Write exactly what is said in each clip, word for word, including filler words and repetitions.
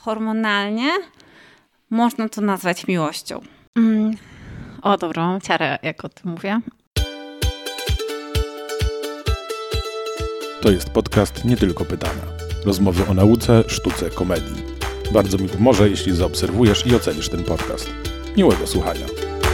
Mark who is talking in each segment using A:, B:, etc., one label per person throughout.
A: hormonalnie można to nazwać miłością. Mm. O, dobrą ciarę, jak o tym mówię.
B: To jest podcast Nie Tylko Pytania. Rozmowy o nauce, sztuce, komedii. Bardzo mi pomoże, jeśli zaobserwujesz i ocenisz ten podcast. Miłego słuchania.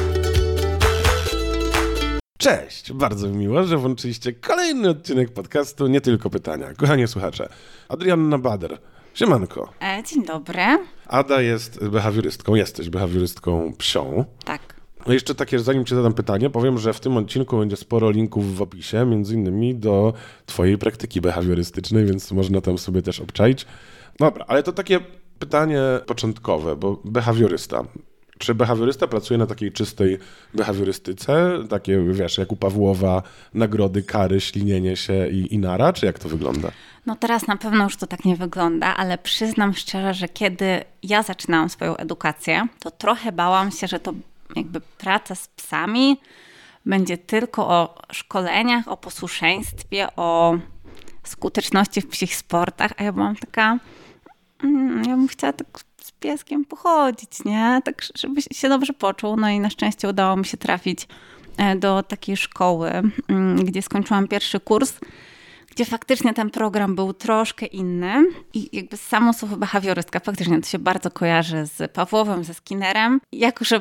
B: Cześć! Bardzo mi miło, że włączyliście kolejny odcinek podcastu Nie Tylko Pytania. Kochani słuchacze, Adrianna Bader. Siemanko.
A: E, dzień dobry.
B: Ada jest behawiorystką, jesteś behawiorystką psią.
A: Tak.
B: No jeszcze takie, zanim ci zadam pytanie, powiem, że w tym odcinku będzie sporo linków w opisie, między innymi do twojej praktyki behawiorystycznej, więc można tam sobie też obczaić. Dobra, ale to takie pytanie początkowe, bo behawiorysta. Czy behawiorysta pracuje na takiej czystej behawiorystyce? Takie, wiesz, jak u Pawłowa, nagrody, kary, ślinienie się i, i nara? Czy jak to wygląda?
A: No teraz na pewno już to tak nie wygląda, ale przyznam szczerze, że kiedy ja zaczynałam swoją edukację, to trochę bałam się, że to jakby praca z psami będzie tylko o szkoleniach, o posłuszeństwie, o skuteczności w psich sportach, a ja byłam taka, mm, ja bym chciała tak z pieskiem pochodzić, nie? Tak, żeby się dobrze poczuł. No i na szczęście udało mi się trafić do takiej szkoły, gdzie skończyłam pierwszy kurs, gdzie faktycznie ten program był troszkę inny i jakby samo słowo behawiorystka faktycznie to się bardzo kojarzy z Pawłowem, ze Skinnerem. Jako że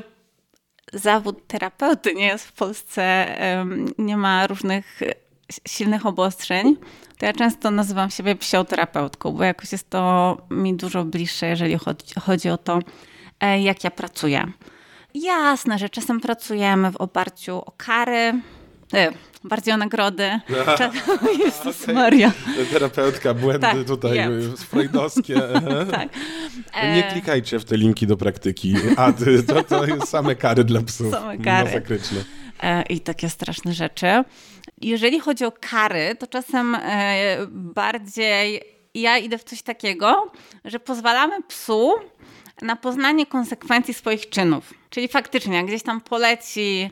A: zawód terapeuty nie jest w Polsce, nie ma różnych silnych obostrzeń, to ja często nazywam siebie psią terapeutką, bo jakoś jest to mi dużo bliższe, jeżeli chodzi, chodzi o to, jak ja pracuję. Jasne, że czasem pracujemy w oparciu o kary, bardziej o nagrody. Jezus okay. Maria.
B: Terapeutka, błędy tak, tutaj yep. freudowskie. Tak. Nie klikajcie w te linki do praktyki. A to, to jest same kary dla psów.
A: Same kary.
B: Masakryczne.
A: I takie straszne rzeczy. Jeżeli chodzi o kary, to czasem bardziej ja idę w coś takiego, że pozwalamy psu na poznanie konsekwencji swoich czynów. Czyli faktycznie, jak gdzieś tam poleci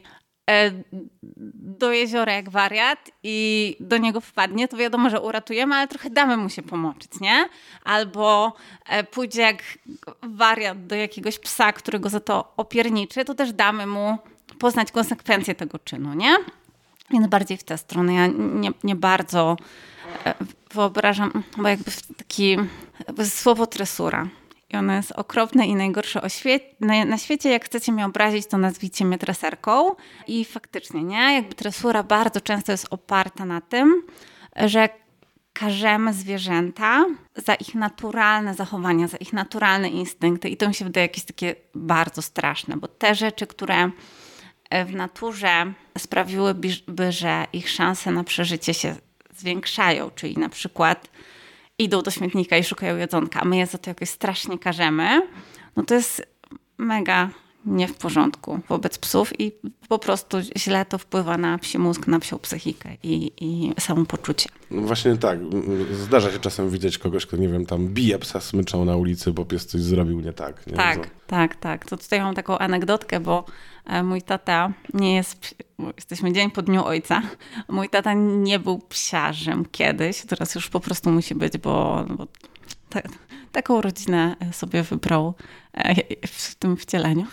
A: do jeziora jak wariat i do niego wpadnie, to wiadomo, że uratujemy, ale trochę damy mu się pomoczyć, nie? Albo pójdzie jak wariat do jakiegoś psa, który go za to opierniczy, to też damy mu poznać konsekwencje tego czynu, nie? Więc bardziej w tę stronę. Ja nie, nie bardzo wyobrażam, bo jakby taki jakby słowo tresura. I ono jest okropne i najgorsze o świe- na, na świecie. Jak chcecie mnie obrazić, to nazwijcie mnie treserką. I faktycznie, nie? Jakby tresura bardzo często jest oparta na tym, że karzemy zwierzęta za ich naturalne zachowania, za ich naturalne instynkty. I to mi się wydaje jakieś takie bardzo straszne, bo te rzeczy, które w naturze sprawiłyby, że ich szanse na przeżycie się zwiększają, czyli na przykład idą do śmietnika i szukają jedzonka, a my je za to jakoś strasznie karzemy, no to jest mega nie w porządku wobec psów i po prostu źle to wpływa na psi mózg, na psią psychikę i, i samopoczucie.
B: No właśnie tak. Zdarza się czasem widzieć kogoś, kto nie wiem, tam bije psa smyczą na ulicy, bo pies coś zrobił nie tak. Nie?
A: Tak, no. tak, tak. To tutaj mam taką anegdotkę, bo mój tata nie jest, jesteśmy dzień po Dniu Ojca, mój tata nie był psiarzem kiedyś, teraz już po prostu musi być, bo, bo ta, taką rodzinę sobie wybrał w tym wcieleniu.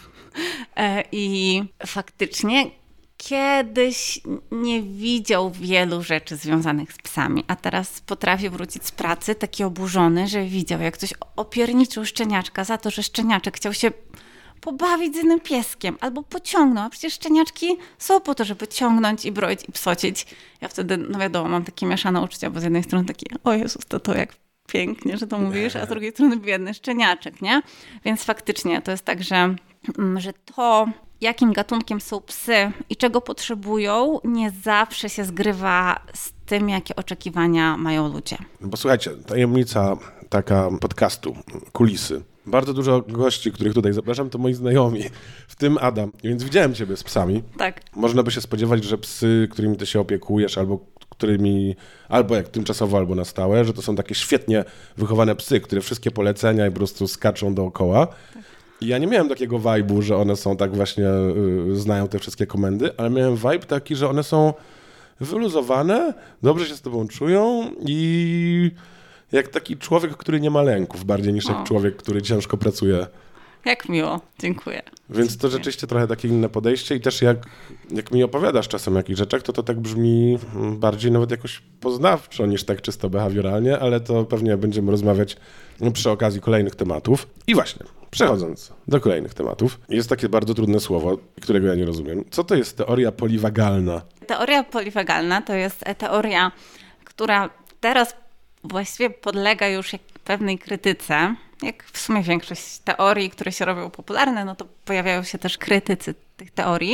A: I faktycznie kiedyś nie widział wielu rzeczy związanych z psami, a teraz potrafi wrócić z pracy taki oburzony, że widział, jak ktoś opierniczył szczeniaczka za to, że szczeniaczek chciał się pobawić z innym pieskiem albo pociągnął, a przecież szczeniaczki są po to, żeby ciągnąć i broić i psocić. Ja wtedy, no wiadomo, mam takie mieszane uczucia, bo z jednej strony takie, o Jezus, to to jak pięknie, że to mówisz, a z drugiej strony biedny szczeniaczek, nie? Więc faktycznie to jest tak, że, że to, jakim gatunkiem są psy i czego potrzebują, nie zawsze się zgrywa z tym, jakie oczekiwania mają ludzie.
B: Bo słuchajcie, tajemnica taka podcastu, kulisy. Bardzo dużo gości, których tutaj zapraszam, to moi znajomi, w tym Adam. Więc widziałem ciebie z psami.
A: Tak.
B: Można by się spodziewać, że psy, którymi ty się opiekujesz, albo którymi, albo jak tymczasowo, albo na stałe, że to są takie świetnie wychowane psy, które wszystkie polecenia i po prostu skaczą dookoła. Tak. I ja nie miałem takiego vibe'u, że one są tak właśnie, y, znają te wszystkie komendy, ale miałem vibe taki, że one są wyluzowane, dobrze się z tobą czują i jak taki człowiek, który nie ma lęków, bardziej niż o. jak człowiek, który ciężko pracuje.
A: Jak miło, dziękuję.
B: Więc
A: dziękuję.
B: to rzeczywiście trochę takie inne podejście i też jak, jak mi opowiadasz czasem o jakichś rzeczach, to to tak brzmi bardziej nawet jakoś poznawczo niż tak czysto behawioralnie, ale to pewnie będziemy rozmawiać przy okazji kolejnych tematów. I właśnie, przechodząc do kolejnych tematów, jest takie bardzo trudne słowo, którego ja nie rozumiem. Co to jest teoria poliwagalna?
A: Teoria poliwagalna to jest teoria, która teraz właściwie podlega już pewnej krytyce. Jak w sumie większość teorii, które się robią popularne, no to pojawiają się też krytycy tych teorii.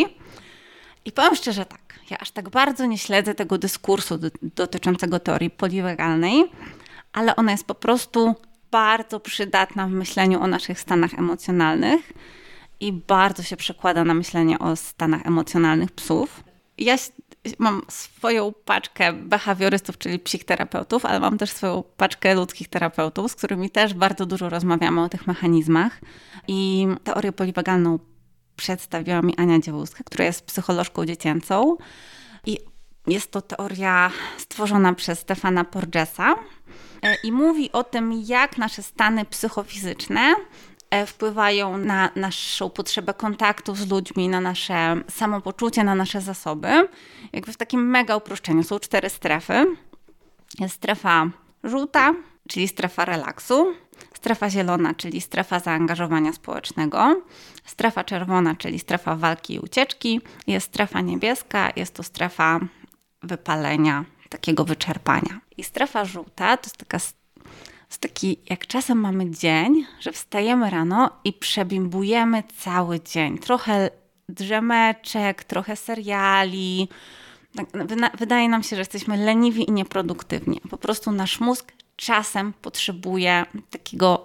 A: I powiem szczerze tak, ja aż tak bardzo nie śledzę tego dyskursu do, dotyczącego teorii poliwagalnej, ale ona jest po prostu bardzo przydatna w myśleniu o naszych stanach emocjonalnych i bardzo się przekłada na myślenie o stanach emocjonalnych psów. Ja mam swoją paczkę behawiorystów, czyli psychoterapeutów, ale mam też swoją paczkę ludzkich terapeutów, z którymi też bardzo dużo rozmawiamy o tych mechanizmach. I teorię poliwagalną przedstawiła mi Ania Dziewuska, która jest psycholożką dziecięcą. I jest to teoria stworzona przez Stefana Porgesa i mówi o tym, jak nasze stany psychofizyczne wpływają na naszą potrzebę kontaktu z ludźmi, na nasze samopoczucie, na nasze zasoby. Jakby w takim mega uproszczeniu są cztery strefy. Jest strefa żółta, czyli strefa relaksu, strefa zielona, czyli strefa zaangażowania społecznego, strefa czerwona, czyli strefa walki i ucieczki, jest strefa niebieska, jest to strefa wypalenia, takiego wyczerpania. I strefa żółta to jest taka To jest taki, jak czasem mamy dzień, że wstajemy rano i przebimbujemy cały dzień. Trochę drzemeczek, trochę seriali. Wydaje nam się, że jesteśmy leniwi i nieproduktywni. Po prostu nasz mózg czasem potrzebuje takiego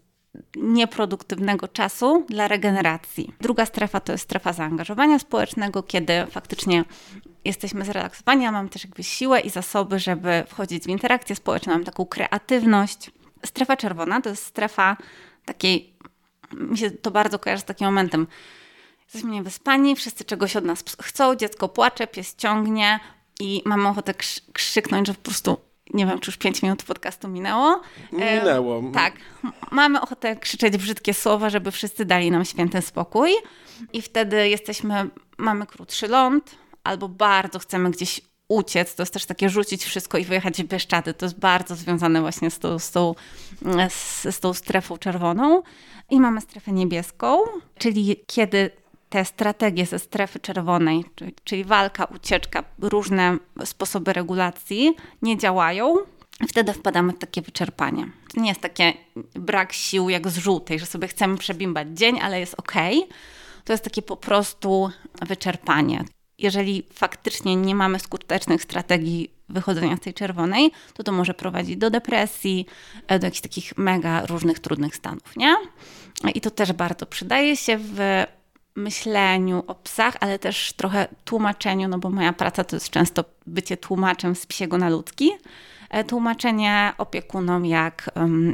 A: nieproduktywnego czasu dla regeneracji. Druga strefa to jest strefa zaangażowania społecznego, kiedy faktycznie jesteśmy zrelaksowani, a mamy też jakby siłę i zasoby, żeby wchodzić w interakcje społeczne, mamy taką kreatywność. Strefa czerwona to jest strefa takiej, mi się to bardzo kojarzy z takim momentem. Jesteśmy niewyspani, wszyscy czegoś od nas chcą, dziecko płacze, pies ciągnie i mamy ochotę krz- krzyknąć, że po prostu, nie wiem, czy już pięć minut podcastu minęło.
B: Minęło.
A: E, tak. Mamy ochotę krzyczeć brzydkie słowa, żeby wszyscy dali nam święty spokój i wtedy jesteśmy, mamy krótszy ląd, albo bardzo chcemy gdzieś uciec, to jest też takie rzucić wszystko i wyjechać w Bieszczady. To jest bardzo związane właśnie z tą, z tą, z, z tą strefą czerwoną. I mamy strefę niebieską, czyli kiedy te strategie ze strefy czerwonej, czyli, czyli walka, ucieczka, różne sposoby regulacji nie działają, wtedy wpadamy w takie wyczerpanie. To nie jest takie brak sił jak z żółtej, że sobie chcemy przebimbać dzień, ale jest okej. To jest takie po prostu wyczerpanie. Jeżeli faktycznie nie mamy skutecznych strategii wychodzenia z tej czerwonej, to to może prowadzić do depresji, do jakichś takich mega różnych trudnych stanów, nie? I to też bardzo przydaje się w myśleniu o psach, ale też trochę tłumaczeniu, no bo moja praca to jest często bycie tłumaczem z psiego na ludzki. Tłumaczenie opiekunom, jak,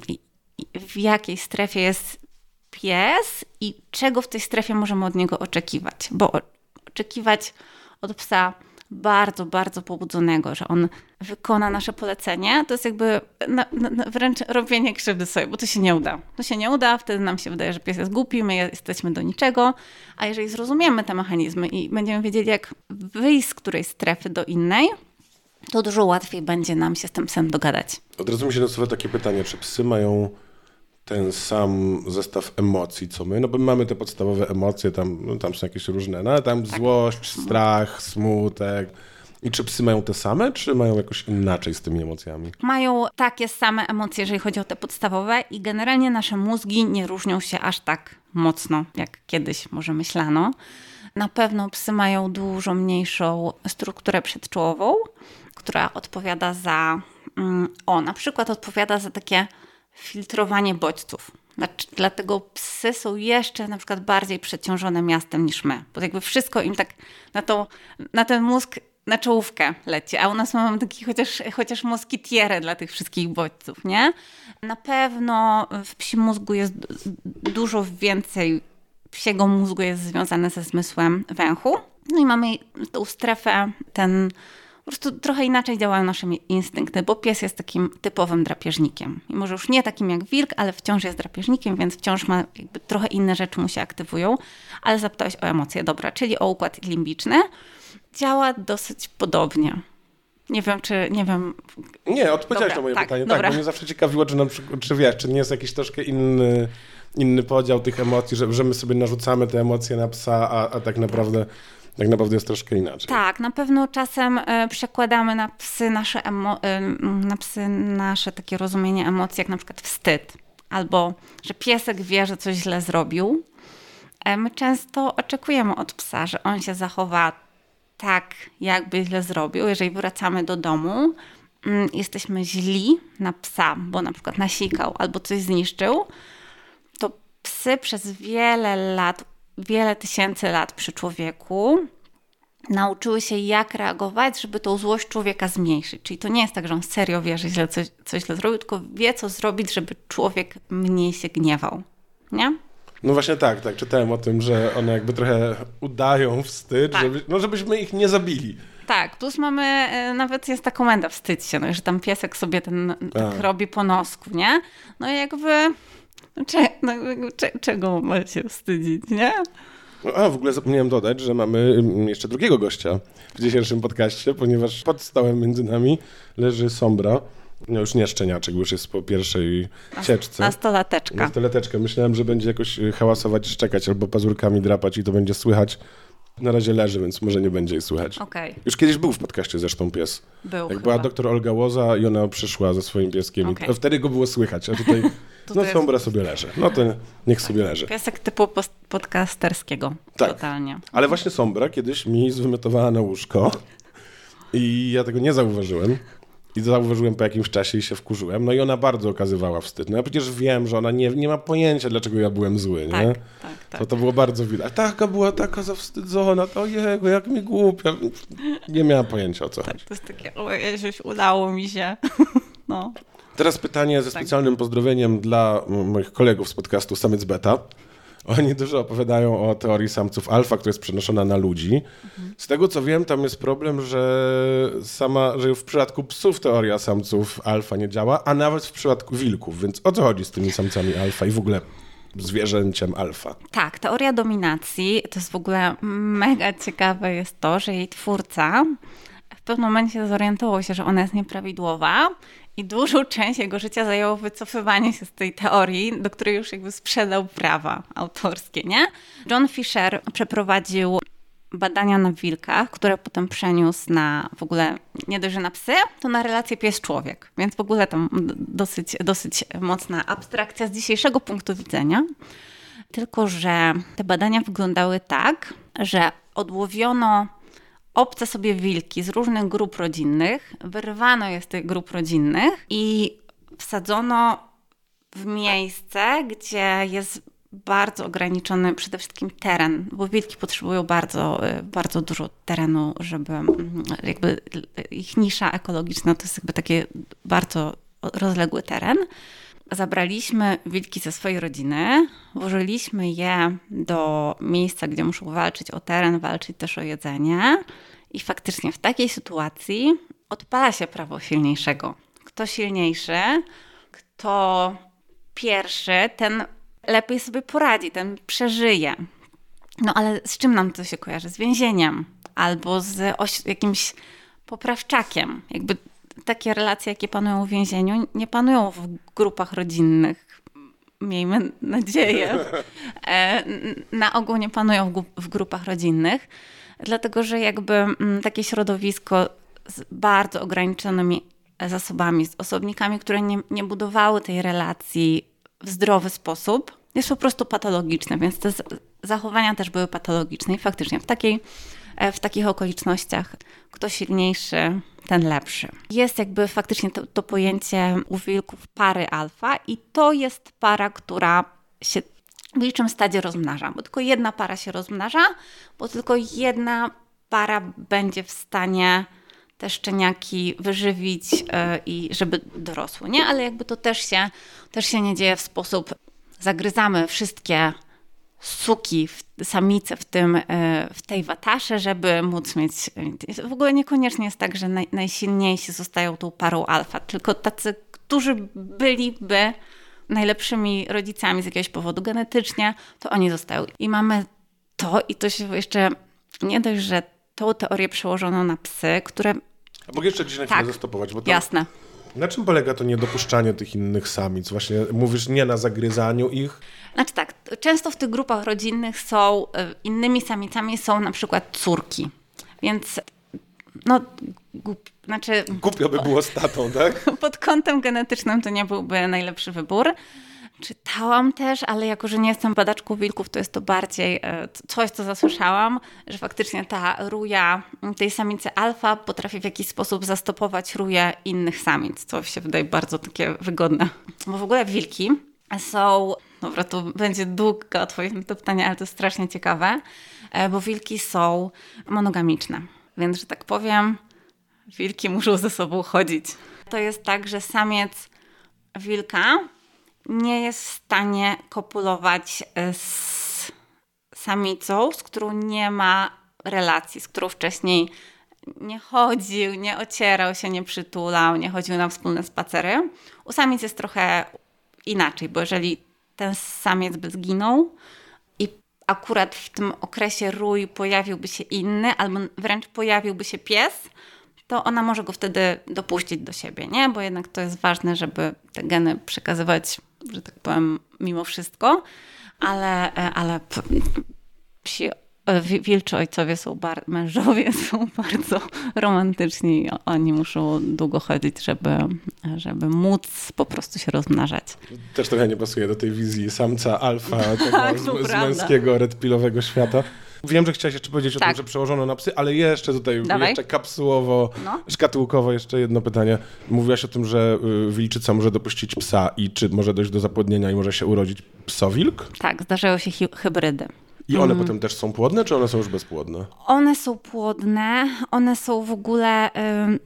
A: w jakiej strefie jest pies i czego w tej strefie możemy od niego oczekiwać, bo oczekiwać od psa bardzo, bardzo pobudzonego, że on wykona nasze polecenie, to jest jakby na, na, wręcz robienie krzywdy sobie, bo to się nie uda. To się nie uda, wtedy nam się wydaje, że pies jest głupi, my jesteśmy do niczego, a jeżeli zrozumiemy te mechanizmy i będziemy wiedzieli, jak wyjść z której strefy do innej, to dużo łatwiej będzie nam się z tym psem dogadać.
B: Od razu mi się nasuwa takie pytanie, czy psy mają ten sam zestaw emocji, co my? No bo my mamy te podstawowe emocje, tam, no, tam są jakieś różne, no ale tam tak. Złość, strach, smutek. I czy psy mają te same, czy mają jakoś inaczej z tymi emocjami?
A: Mają takie same emocje, jeżeli chodzi o te podstawowe i generalnie nasze mózgi nie różnią się aż tak mocno, jak kiedyś może myślano. Na pewno psy mają dużo mniejszą strukturę przedczołową, która odpowiada za, o, na przykład odpowiada za takie filtrowanie bodźców. Dlatego psy są jeszcze na przykład bardziej przeciążone miastem niż my. Bo jakby wszystko im tak na, tą, na ten mózg, na czołówkę leci. A u nas mamy taki chociaż, chociaż moskitierę dla tych wszystkich bodźców, nie? Na pewno w psim mózgu jest dużo więcej, psiego mózgu jest związane ze zmysłem węchu. No i mamy tą strefę, ten prostu trochę inaczej działają nasze instynkty, bo pies jest takim typowym drapieżnikiem. I może już nie takim jak wilk, ale wciąż jest drapieżnikiem, więc wciąż ma jakby trochę inne rzeczy mu się aktywują. Ale zapytałeś o emocje, dobra, czyli o układ limbiczny. Działa dosyć podobnie. Nie wiem, czy, nie wiem...
B: Nie, odpowiedziałeś na moje
A: tak,
B: pytanie.
A: dobra.
B: Tak, bo mnie zawsze ciekawiło, czy na przykład, czy wiesz, czy nie jest jakiś troszkę inny, inny podział tych emocji, że, że my sobie narzucamy te emocje na psa, a, a tak naprawdę... Tak naprawdę jest troszkę inaczej.
A: Tak, na pewno czasem y, przekładamy na psy nasze emo- y, na psy nasze takie rozumienie emocji, jak na przykład wstyd, albo że piesek wie, że coś źle zrobił. E, my często oczekujemy od psa, że on się zachowa tak, jakby źle zrobił. Jeżeli wracamy do domu, y, jesteśmy źli na psa, bo na przykład nasikał albo coś zniszczył, to psy przez wiele lat wiele tysięcy lat przy człowieku nauczyły się, jak reagować, żeby tą złość człowieka zmniejszyć. Czyli to nie jest tak, że on serio wie, że źle coś, coś źle zrobił, tylko wie, co zrobić, żeby człowiek mniej się gniewał. Nie?
B: No właśnie tak, tak. Czytałem o tym, że one jakby trochę udają wstyd,
A: tak.
B: żeby, no żebyśmy ich nie zabili.
A: Tak, plus mamy, nawet jest ta komenda wstydź się, no, że tam piesek sobie ten tak robi po nosku, nie? No i jakby... Cze, no, cze, czego ma się wstydzić, nie?
B: No, a w ogóle zapomniałem dodać, że mamy jeszcze drugiego gościa w dzisiejszym podcaście, ponieważ pod stołem między nami leży Sombra. No już nie szczeniaczek, już jest po pierwszej cieczce.
A: Nastolateczka.
B: Nastolateczka. Myślałem, że będzie jakoś hałasować, szczekać albo pazurkami drapać i to będzie słychać. Na razie leży, więc może nie będzie jej słychać.
A: Okay.
B: Już kiedyś był w podcaście zresztą pies.
A: Był
B: Jak
A: chyba.
B: była doktor Olga Łoza i ona przyszła ze swoim pieskiem. Okay. I wtedy go było słychać, a tutaj no Sombra jest... sobie leży. No to niech sobie leży.
A: Piesek typu podcasterskiego. Tak. Totalnie.
B: Ale właśnie Sombra kiedyś mi zwymiotowała na łóżko i ja tego nie zauważyłem. I zauważyłem po jakimś czasie i się wkurzyłem. No i ona bardzo okazywała wstyd. No ja przecież wiem, że ona nie, nie ma pojęcia, dlaczego ja byłem zły, nie?
A: Tak, tak, tak.
B: To, to było bardzo widać. Taka była taka zawstydzona, to jego, jak mi głupia. Nie miała pojęcia, o co
A: tak,
B: chodzi.
A: To jest takie, o Jezuś, udało mi się. No.
B: Teraz pytanie ze specjalnym tak. pozdrowieniem dla moich kolegów z podcastu Samiec Beta. Oni dużo opowiadają o teorii samców alfa, która jest przenoszona na ludzi. Mhm. Z tego co wiem, tam jest problem, że sama, że w przypadku psów teoria samców alfa nie działa, a nawet w przypadku wilków. Więc o co chodzi z tymi samcami alfa i w ogóle zwierzęciem alfa?
A: Tak, teoria dominacji to jest w ogóle mega ciekawe jest to, że jej twórca w pewnym momencie zorientował się, że ona jest nieprawidłowa. I dużą część jego życia zajęło wycofywanie się z tej teorii, do której już jakby sprzedał prawa autorskie, nie? John Fisher przeprowadził badania na wilkach, które potem przeniósł na w ogóle nie dość, że na psy, to na relację pies-człowiek. Więc w ogóle tam dosyć, dosyć mocna abstrakcja z dzisiejszego punktu widzenia. Tylko że te badania wyglądały tak, że odłowiono obce sobie wilki z różnych grup rodzinnych, wyrwano je z tych grup rodzinnych i wsadzono w miejsce, gdzie jest bardzo ograniczony przede wszystkim teren, bo wilki potrzebują bardzo, bardzo dużo terenu, żeby jakby ich nisza ekologiczna to jest jakby taki bardzo rozległy teren. Zabraliśmy wilki ze swojej rodziny, włożyliśmy je do miejsca, gdzie muszą walczyć o teren, walczyć też o jedzenie i faktycznie w takiej sytuacji odpala się prawo silniejszego. Kto silniejszy, kto pierwszy, ten lepiej sobie poradzi, ten przeżyje. No ale z czym nam to się kojarzy? Z więzieniem albo z oś- jakimś poprawczakiem. Jakby takie relacje, jakie panują w więzieniu, nie panują w grupach rodzinnych. Miejmy nadzieję. Na ogół nie panują w grupach rodzinnych, dlatego że jakby takie środowisko z bardzo ograniczonymi zasobami, z osobnikami, które nie, nie budowały tej relacji w zdrowy sposób, jest po prostu patologiczne, więc te zachowania też były patologiczne i faktycznie w takiej, w takich okolicznościach kto silniejszy, ten lepszy. Jest jakby faktycznie to, to pojęcie u wilków pary alfa i to jest para, która się w licznym stadzie rozmnaża, bo tylko jedna para się rozmnaża, bo tylko jedna para będzie w stanie te szczeniaki wyżywić yy, i żeby dorosły, nie? Ale jakby to też się, też się nie dzieje w sposób, zagryzamy wszystkie suki, w, samice w, tym, w tej watasze, żeby móc mieć... W ogóle niekoniecznie jest tak, że naj, najsilniejsi zostają tą parą alfa, tylko tacy, którzy byliby najlepszymi rodzicami z jakiegoś powodu genetycznie, to oni zostają. I mamy to i to się jeszcze nie dość, że tą teorię przełożono na psy, które...
B: A mogę jeszcze gdzieś na chwilę tak, zastopować? Bo to...
A: jasne.
B: Na czym polega to niedopuszczanie tych innych samic? Właśnie mówisz nie na zagryzaniu ich?
A: Znaczy tak, często w tych grupach rodzinnych są, innymi samicami są na przykład córki, więc no, głup, znaczy...
B: Głupio by było z tatą, tak?
A: Pod kątem genetycznym to nie byłby najlepszy wybór. Czytałam też, ale jako, że nie jestem badaczką wilków, to jest to bardziej coś, co zasłyszałam, że faktycznie ta ruja tej samicy alfa potrafi w jakiś sposób zastopować ruję innych samic, co się wydaje bardzo takie wygodne. Bo w ogóle wilki są, dobra, to będzie długa odpowiedź na to pytanie, ale to jest strasznie ciekawe, bo wilki są monogamiczne. Więc, że tak powiem, wilki muszą ze sobą chodzić. To jest tak, że samiec wilka nie jest w stanie kopulować z samicą, z którą nie ma relacji, z którą wcześniej nie chodził, nie ocierał się, nie przytulał, nie chodził na wspólne spacery. U samic jest trochę inaczej, bo jeżeli ten samiec by zginął i akurat w tym okresie rój pojawiłby się inny, albo wręcz pojawiłby się pies, to ona może go wtedy dopuścić do siebie, nie? Bo jednak to jest ważne, żeby te geny przekazywać, że tak powiem, mimo wszystko, ale, ale psi, wilczy ojcowie są, bar- mężowie są bardzo romantyczni i oni muszą długo chodzić, żeby, żeby móc po prostu się rozmnażać.
B: Też trochę nie pasuje do tej wizji samca alfa, tego tak, z, z męskiego, redpilowego świata. Wiem, że chciałaś jeszcze powiedzieć tak. o tym, że przełożono na psy, ale jeszcze tutaj, Dawaj. jeszcze kapsułowo, no. szkatułkowo jeszcze jedno pytanie. Mówiłaś o tym, że wilczyca może dopuścić psa i czy może dojść do zapłodnienia i może się urodzić psowilk?
A: Tak, zdarzają się hi- hybrydy.
B: I one mm. potem też są płodne, czy one są już bezpłodne?
A: One są płodne, one są w ogóle ym,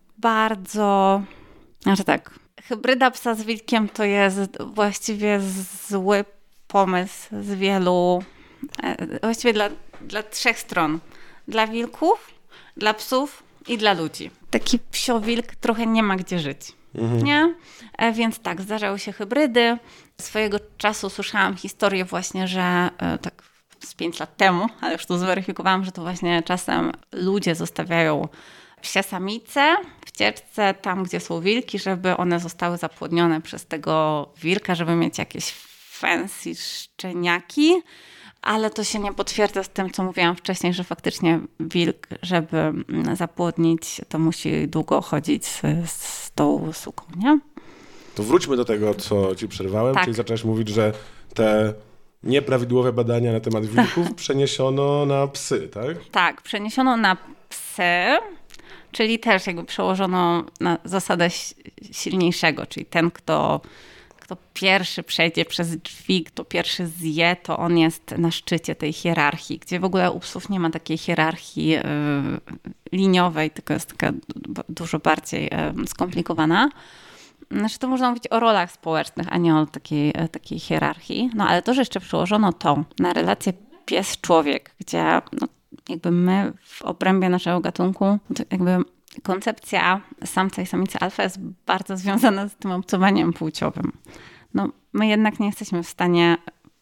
A: bardzo, znaczy tak, hybryda psa z wilkiem to jest właściwie zły pomysł z wielu, właściwie dla, dla trzech stron. Dla wilków, dla psów i dla ludzi. Taki psiowilk trochę nie ma gdzie żyć. Mhm. Nie? E, więc tak, zdarzały się hybrydy. Swojego czasu słyszałam historię właśnie, że e, tak z pięć lat temu, ale już tu zweryfikowałam, że to właśnie czasem ludzie zostawiają psie samice w cieczce tam, gdzie są wilki, żeby one zostały zapłodnione przez tego wilka, żeby mieć jakieś fancy szczeniaki. Ale to się nie potwierdza z tym, co mówiłam wcześniej, że faktycznie wilk, żeby zapłodnić, to musi długo chodzić z, z tą suką, nie?
B: To wróćmy do tego, co ci przerwałem, tak. Czyli zaczęłaś mówić, że te nieprawidłowe badania na temat wilków przeniesiono na psy, tak? Tak,
A: przeniesiono na psy, czyli też jakby przełożono na zasadę silniejszego, czyli ten, kto... kto pierwszy przejdzie przez drzwi, kto pierwszy zje, to on jest na szczycie tej hierarchii, gdzie w ogóle u psów nie ma takiej hierarchii yy, liniowej, tylko jest taka dużo bardziej yy, skomplikowana. Znaczy to można mówić o rolach społecznych, a nie o takiej, takiej hierarchii. No ale to, że jeszcze przełożono to na relację pies-człowiek, gdzie no, jakby my w obrębie naszego gatunku, to jakby koncepcja samca i samicy alfa jest bardzo związana z tym obcowaniem płciowym. No, my jednak nie jesteśmy w stanie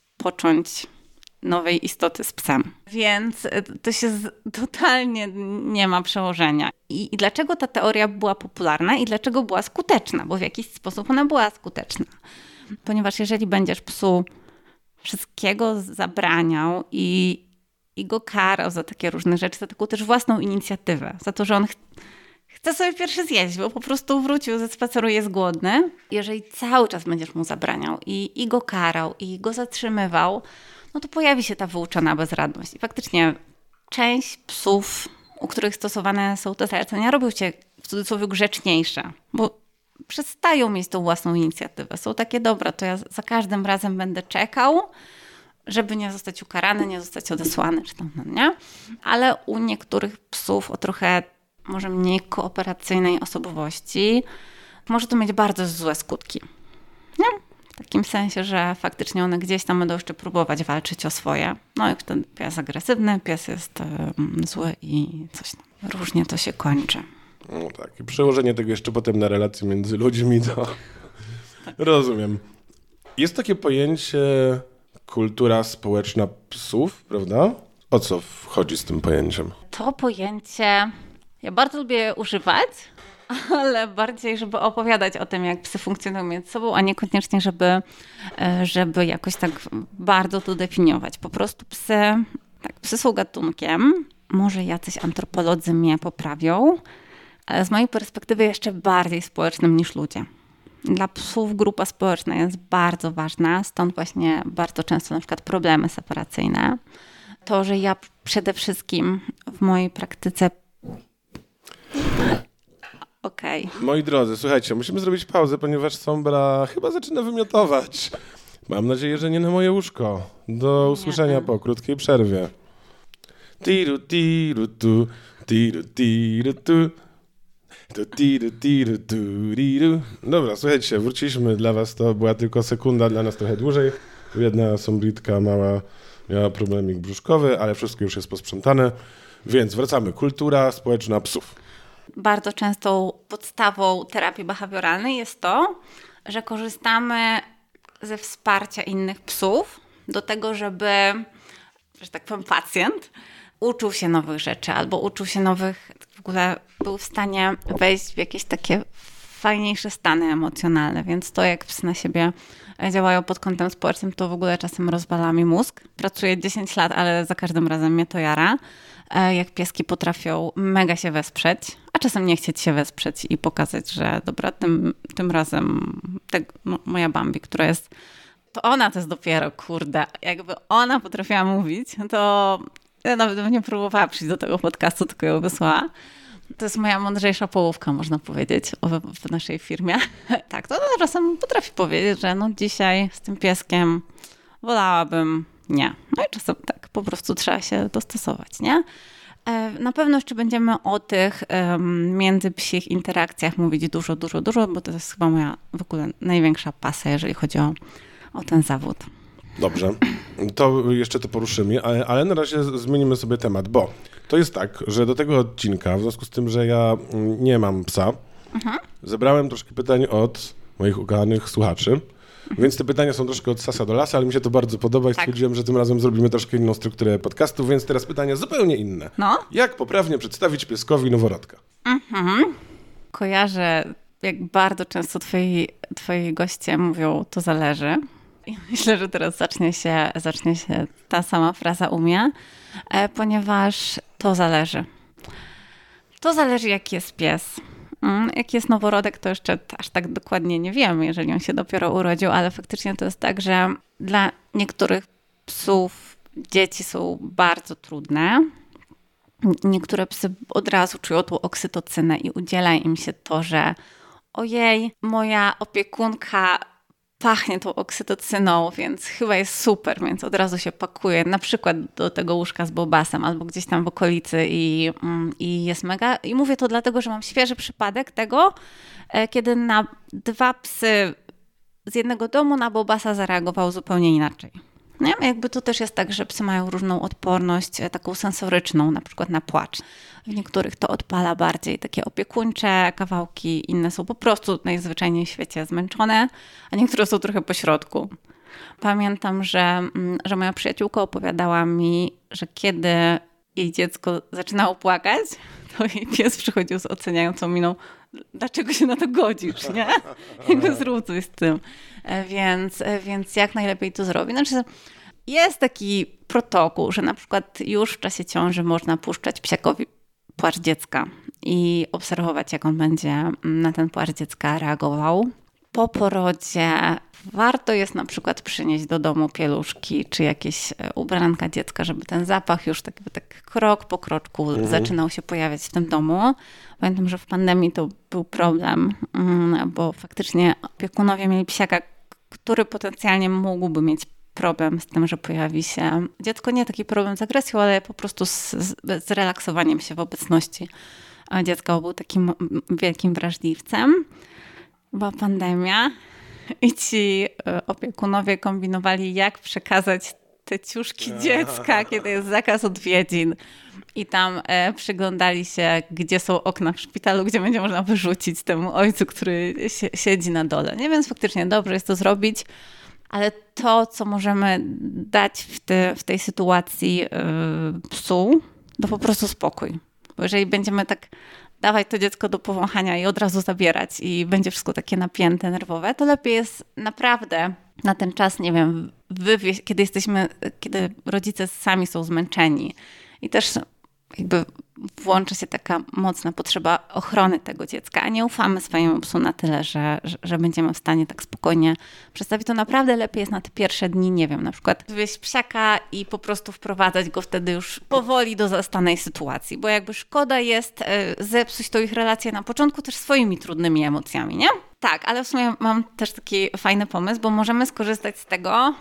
A: począć nowej istoty z psem. Więc to się z, totalnie nie ma przełożenia. I, I dlaczego ta teoria była popularna i dlaczego była skuteczna? Bo w jakiś sposób ona była skuteczna. Ponieważ jeżeli będziesz psu wszystkiego zabraniał i, i go karał za takie różne rzeczy, za taką też własną inicjatywę, za to, że on ch- chce sobie pierwszy zjeść, bo po prostu wrócił ze spaceru, jest głodny. Jeżeli cały czas będziesz mu zabraniał i, i go karał, i go zatrzymywał, no to pojawi się ta wyuczona bezradność. I faktycznie część psów, u których stosowane są te zalecenia, robią się w cudzysłowie grzeczniejsze, bo przestają mieć tą własną inicjatywę. Są takie, dobra, to ja za każdym razem będę czekał, żeby nie zostać ukarany, nie zostać odesłany, czy tam, no nie? Ale u niektórych psów o trochę może mniej kooperacyjnej osobowości może to mieć bardzo złe skutki. Nie? W takim sensie, że faktycznie one gdzieś tam będą jeszcze próbować walczyć o swoje. No i ten pies agresywny, pies jest um, zły i coś tam. Różnie to się kończy.
B: No tak, i przełożenie tego jeszcze potem na relacje między ludźmi, to tak. Rozumiem. Jest takie pojęcie kultura społeczna psów, prawda? O co chodzi z tym pojęciem?
A: To pojęcie ja bardzo lubię używać, ale bardziej, żeby opowiadać o tym, jak psy funkcjonują między sobą, a niekoniecznie, żeby, żeby jakoś tak bardzo to definiować. Po prostu psy, tak, psy są gatunkiem, może jacyś antropolodzy mnie poprawią, ale z mojej perspektywy jeszcze bardziej społecznym niż ludzie. Dla psów grupa społeczna jest bardzo ważna, stąd właśnie bardzo często na przykład problemy separacyjne. To, że ja przede wszystkim w mojej praktyce... Okej. Okay.
B: Moi drodzy, słuchajcie, musimy zrobić pauzę, ponieważ Sombra chyba zaczyna wymiotować. Mam nadzieję, że nie na moje łóżko. Do usłyszenia nie. po krótkiej przerwie. Tiru, tiru, tu, tiru, tiru, tu. Tu, tiru, tiru, tu, riru. Dobra, słuchajcie, wróciliśmy dla was, to była tylko sekunda, dla nas trochę dłużej. Jedna sombritka mała miała problemik brzuszkowy, ale wszystko już jest posprzątane. Więc wracamy. Kultura społeczna psów.
A: Bardzo częstą podstawą terapii behawioralnej jest to, że korzystamy ze wsparcia innych psów do tego, żeby, że tak powiem, pacjent uczył się nowych rzeczy albo uczył się nowych, w ogóle był w stanie wejść w jakieś takie fajniejsze stany emocjonalne, więc to, jak psy na siebie działają pod kątem społecznym, to w ogóle czasem rozwala mi mózg. Pracuję dziesięć lat, ale za każdym razem mnie to jara. Jak pieski potrafią mega się wesprzeć, a czasem nie chcieć się wesprzeć i pokazać, że dobra, tym, tym razem te, no, moja Bambi, która jest, to ona to jest dopiero, kurde, jakby ona potrafiła mówić, to ja nawet bym nie próbowała przyjść do tego podcastu, tylko ją wysłała. To jest moja mądrzejsza połówka, można powiedzieć, w naszej firmie. Tak, to ona czasem potrafi powiedzieć, że no dzisiaj z tym pieskiem wolałabym nie. No i czasem tak, po prostu trzeba się dostosować, nie? Na pewno jeszcze będziemy o tych um, międzypsich interakcjach mówić dużo, dużo, dużo, bo to jest chyba moja w ogóle największa pasja, jeżeli chodzi o, o ten zawód.
B: Dobrze, to jeszcze to poruszymy, ale, ale na razie zmienimy sobie temat, bo to jest tak, że do tego odcinka, w związku z tym, że ja nie mam psa, mhm. zebrałem troszkę pytań od moich ukochanych słuchaczy. Więc te pytania są troszkę od sasa do lasa, ale mi się to bardzo podoba i tak. Stwierdziłem, że tym razem zrobimy troszkę inną strukturę podcastu, więc teraz pytania zupełnie inne. No? Jak poprawnie przedstawić pieskowi noworodka? Mhm.
A: Kojarzę, jak bardzo często twoi, twoi goście mówią, to zależy. I myślę, że teraz zacznie się, zacznie się ta sama fraza u mnie, ponieważ to zależy. To zależy, jaki jest pies. Jak jest noworodek, to jeszcze aż tak dokładnie nie wiemy, jeżeli on się dopiero urodził, ale faktycznie to jest tak, że dla niektórych psów dzieci są bardzo trudne. Niektóre psy od razu czują tą oksytocynę i udziela im się to, że ojej, moja opiekunka pachnie tą oksytocyną, więc chyba jest super, więc od razu się pakuje na przykład do tego łóżka z Bobasem albo gdzieś tam w okolicy i, i jest mega. I mówię to dlatego, że mam świeży przypadek tego, kiedy na dwa psy z jednego domu na Bobasa zareagował zupełnie inaczej. Nie? Jakby to też jest tak, że psy mają różną odporność, taką sensoryczną, na przykład na płacz. W niektórych to odpala bardziej takie opiekuńcze kawałki, inne są po prostu najzwyczajniej w świecie zmęczone, a niektóre są trochę po środku. Pamiętam, że, że moja przyjaciółka opowiadała mi, że kiedy jej dziecko zaczynało płakać, to jej pies przychodził z oceniającą miną, dlaczego się na to godzisz, nie? Jakby zrób coś z tym. Więc, więc jak najlepiej to zrobić? Znaczy, jest taki protokół, że na przykład już w czasie ciąży można puszczać psiakowi płacz dziecka i obserwować, jak on będzie na ten płacz dziecka reagował. Po porodzie warto jest na przykład przynieść do domu pieluszki czy jakieś ubranka dziecka, żeby ten zapach już tak, tak krok po kroczku mhm. zaczynał się pojawiać w tym domu. Pamiętam, że w pandemii to był problem, bo faktycznie opiekunowie mieli psiaka, który potencjalnie mógłby mieć problem z tym, że pojawi się dziecko. Nie taki problem z agresją, ale po prostu z, z relaksowaniem się w obecności dziecka, bo był takim wielkim wrażliwcem. Była pandemia i ci opiekunowie kombinowali, jak przekazać te ciuszki dziecka, kiedy jest zakaz odwiedzin. I tam e, przyglądali się, gdzie są okna w szpitalu, gdzie będzie można wyrzucić temu ojcu, który si- siedzi na dole. Nie, więc faktycznie dobrze jest to zrobić, ale to, co możemy dać w, te, w tej sytuacji yy, psu, to po prostu spokój. Bo jeżeli będziemy tak dawać to dziecko do powąchania i od razu zabierać i będzie wszystko takie napięte, nerwowe, to lepiej jest naprawdę na ten czas, nie wiem, wywieźć, kiedy jesteśmy, kiedy rodzice sami są zmęczeni i też jakby włączy się taka mocna potrzeba ochrony tego dziecka, a nie ufamy swojemu psu na tyle, że, że, że będziemy w stanie tak spokojnie przedstawić. To naprawdę lepiej jest na te pierwsze dni, nie wiem, na przykład wywieźć psiaka i po prostu wprowadzać go wtedy już powoli do zastanej sytuacji, bo jakby szkoda jest zepsuć tą ich relację na początku też swoimi trudnymi emocjami, nie? Tak, ale w sumie mam też taki fajny pomysł, bo możemy skorzystać z tego,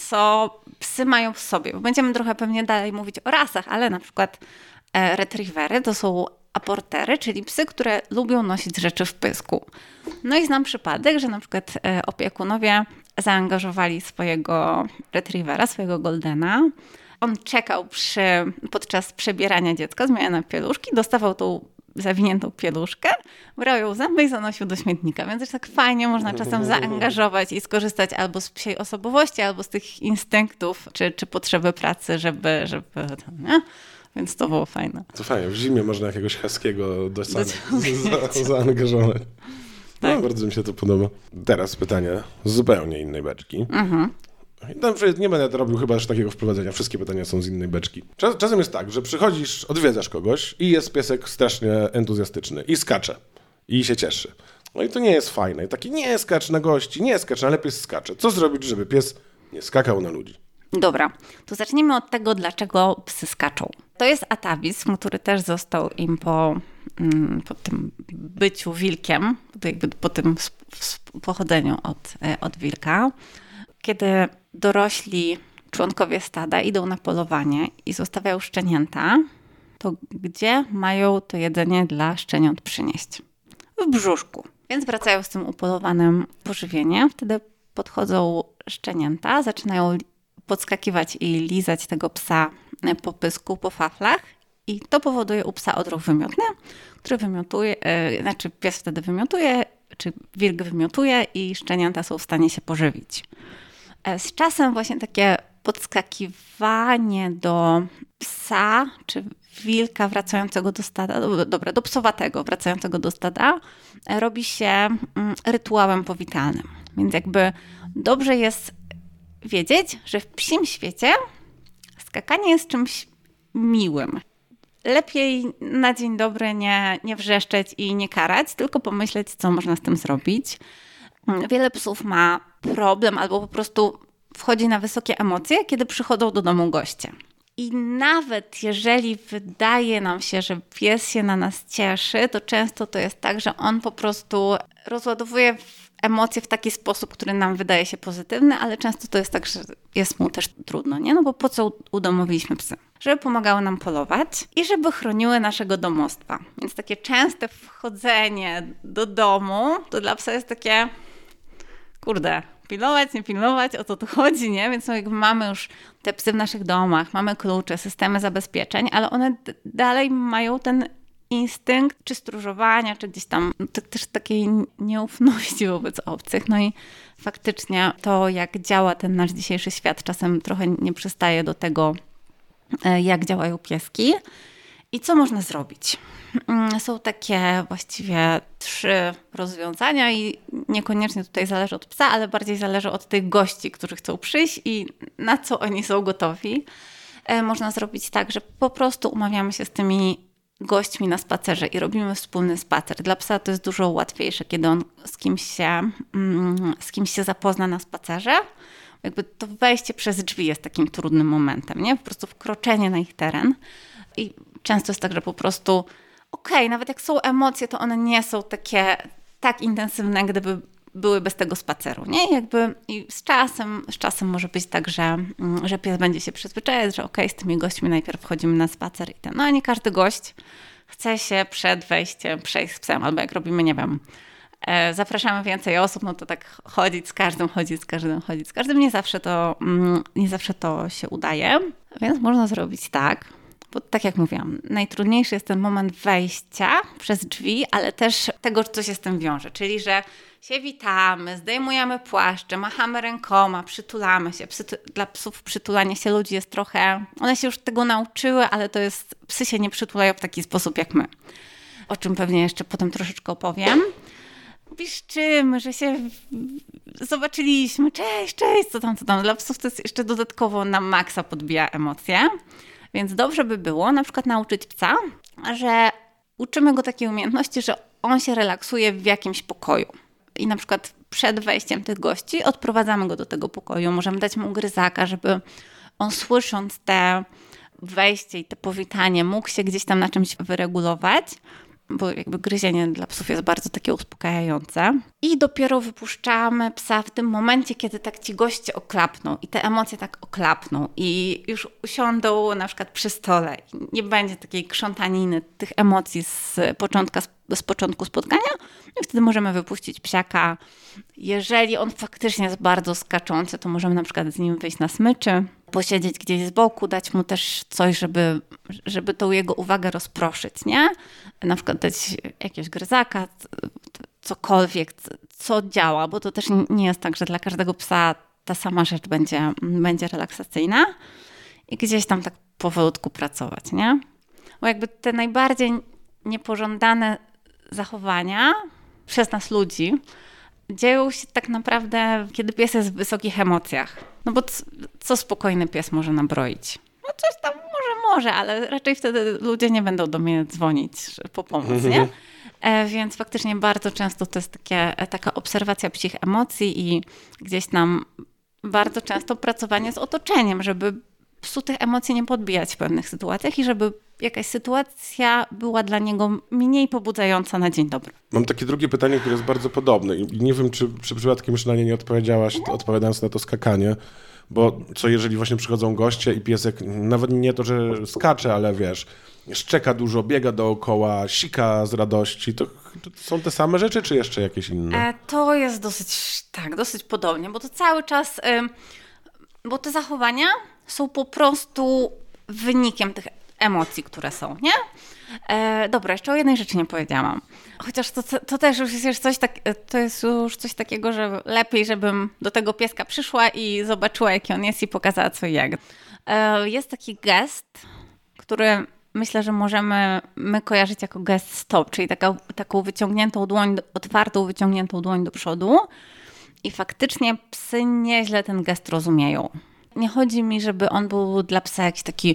A: co psy mają w sobie, bo będziemy trochę pewnie dalej mówić o rasach, ale na przykład retrievery to są aportery, czyli psy, które lubią nosić rzeczy w pysku. No i znam przypadek, że na przykład opiekunowie zaangażowali swojego retrievera, swojego goldena. On czekał przy, podczas przebierania dziecka, zmiany pieluszki, dostawał tą zawiniętą pieluszkę, brał ją w zęby i zanosił do śmietnika. Więc też tak fajnie można czasem zaangażować i skorzystać albo z psiej osobowości, albo z tych instynktów, czy, czy potrzeby pracy, żeby... żeby nie? Więc to było fajne.
B: To fajnie. W zimie można jakiegoś husky'ego do za, za, zaangażować. Tak. No, bardzo mi się to podoba. Teraz pytanie z zupełnie innej beczki. Mhm. Nie będę robił chyba już takiego wprowadzenia. Wszystkie pytania są z innej beczki. Czas, czasem jest tak, że przychodzisz, odwiedzasz kogoś i jest piesek strasznie entuzjastyczny i skacze. I się cieszy. No i to nie jest fajne. I taki nie skacz na gości, nie skacz, ale pies skacze. Co zrobić, żeby pies nie skakał na ludzi?
A: Dobra, to zacznijmy od tego, dlaczego psy skaczą. To jest atawizm, który też został im po, po tym byciu wilkiem, jakby po tym pochodzeniu od, od wilka. Kiedy dorośli członkowie stada idą na polowanie i zostawiają szczenięta, to gdzie mają to jedzenie dla szczeniąt przynieść? W brzuszku. Więc wracają z tym upolowanym pożywieniem. Wtedy podchodzą szczenięta, zaczynają podskakiwać i lizać tego psa po pysku, po faflach i to powoduje u psa odruch wymiotny, który wymiotuje, yy, znaczy pies wtedy wymiotuje, czy wilk wymiotuje i szczenięta są w stanie się pożywić. Z czasem właśnie takie podskakiwanie do psa, czy wilka wracającego do stada, dobra, do psowatego wracającego do stada, robi się rytuałem powitalnym. Więc jakby dobrze jest wiedzieć, że w psim świecie skakanie jest czymś miłym. Lepiej na dzień dobry nie, nie wrzeszczeć i nie karać, tylko pomyśleć, co można z tym zrobić. Wiele psów ma problem albo po prostu wchodzi na wysokie emocje, kiedy przychodzą do domu goście. I nawet jeżeli wydaje nam się, że pies się na nas cieszy, to często to jest tak, że on po prostu rozładowuje emocje w taki sposób, który nam wydaje się pozytywny, ale często to jest tak, że jest mu też trudno, nie? No bo po co udomowiliśmy psy? Żeby pomagały nam polować i żeby chroniły naszego domostwa. Więc takie częste wchodzenie do domu, to dla psa jest takie, kurde, pilnować, nie pilnować, o to tu chodzi, nie? Więc no jakby mamy już te psy w naszych domach, mamy klucze, systemy zabezpieczeń, ale one d- dalej mają ten instynkt czy stróżowania, czy gdzieś tam t- też takiej nieufności wobec obcych. No i faktycznie to, jak działa ten nasz dzisiejszy świat, czasem trochę nie przystaje do tego, jak działają pieski i co można zrobić. Są takie właściwie trzy rozwiązania i niekoniecznie tutaj zależy od psa, ale bardziej zależy od tych gości, którzy chcą przyjść i na co oni są gotowi. Można zrobić tak, że po prostu umawiamy się z tymi gośćmi na spacerze i robimy wspólny spacer. Dla psa to jest dużo łatwiejsze, kiedy on z kimś się, z kimś się zapozna na spacerze. Jakby to wejście przez drzwi jest takim trudnym momentem, nie? Po prostu wkroczenie na ich teren. I często jest tak, że po prostu okej, okay, nawet jak są emocje, to one nie są takie tak intensywne, gdyby były bez tego spaceru, nie? Jakby i z czasem, z czasem może być tak, że, że pies będzie się przyzwyczajać, że okej, okay, z tymi gośćmi najpierw wchodzimy na spacer i ten. No a nie każdy gość chce się przed wejściem przejść z psem, albo jak robimy, nie wiem, e, zapraszamy więcej osób, no to tak chodzić z każdym, chodzić z każdym, chodzić z każdym. Nie zawsze to, mm, nie zawsze to się udaje, więc można zrobić tak. Bo tak jak mówiłam, najtrudniejszy jest ten moment wejścia przez drzwi, ale też tego, co się z tym wiąże. Czyli, że się witamy, zdejmujemy płaszcze, machamy rękoma, przytulamy się. Psy, dla psów przytulanie się ludzi jest trochę... One się już tego nauczyły, ale to jest... Psy się nie przytulają w taki sposób jak my. O czym pewnie jeszcze potem troszeczkę opowiem. Piszczymy, że się zobaczyliśmy. Cześć, cześć, co tam, co tam. Dla psów to jest jeszcze dodatkowo na maksa podbija emocje. Więc dobrze by było na przykład nauczyć psa, że uczymy go takiej umiejętności, że on się relaksuje w jakimś pokoju. I na przykład przed wejściem tych gości odprowadzamy go do tego pokoju. Możemy dać mu gryzaka, żeby on słysząc te wejście i te powitanie mógł się gdzieś tam na czymś wyregulować, bo jakby gryzienie dla psów jest bardzo takie uspokajające. I dopiero wypuszczamy psa w tym momencie, kiedy tak ci goście oklapną i te emocje tak oklapną i już usiądą na przykład przy stole. I nie będzie takiej krzątaniny tych emocji z, początka, z początku spotkania i wtedy możemy wypuścić psiaka. Jeżeli on faktycznie jest bardzo skaczący, to możemy na przykład z nim wyjść na smyczy, posiedzieć gdzieś z boku, dać mu też coś, żeby, żeby tą jego uwagę rozproszyć, nie? Na przykład dać jakiegoś gryzaka, cokolwiek, co działa, bo to też nie jest tak, że dla każdego psa ta sama rzecz będzie, będzie relaksacyjna i gdzieś tam tak powolutku pracować, nie? Bo jakby te najbardziej niepożądane zachowania przez nas ludzi dzieją się tak naprawdę, kiedy pies jest w wysokich emocjach. No bo c- co spokojny pies może nabroić? No coś tam może, może, ale raczej wtedy ludzie nie będą do mnie dzwonić po pomoc, nie? E, więc faktycznie bardzo często to jest takie, taka obserwacja psich emocji i gdzieś tam bardzo często pracowanie z otoczeniem, żeby psu tych emocji nie podbijać w pewnych sytuacjach i żeby jakaś sytuacja była dla niego mniej pobudzająca na dzień dobry.
B: Mam takie drugie pytanie, które jest bardzo podobne i nie wiem, czy, czy przypadkiem już na nie nie odpowiedziałaś, odpowiadając na to skakanie, bo co jeżeli właśnie przychodzą goście i piesek nawet nie to, że skacze, ale wiesz, szczeka dużo, biega dookoła, sika z radości, to, to są te same rzeczy, czy jeszcze jakieś inne?
A: E, to jest dosyć, tak, dosyć podobnie, bo to cały czas, y, bo te zachowania są po prostu wynikiem tych emocji, które są, nie? E, dobra, jeszcze o jednej rzeczy nie powiedziałam. Chociaż to, to też już jest coś tak, to jest już coś takiego, że lepiej, żebym do tego pieska przyszła i zobaczyła, jaki on jest i pokazała co i jak. E, jest taki gest, który myślę, że możemy my kojarzyć jako gest stop, czyli taka, taką wyciągniętą dłoń, otwartą, wyciągniętą dłoń do przodu. I faktycznie psy nieźle ten gest rozumieją. Nie chodzi mi, żeby on był dla psa jakiś taki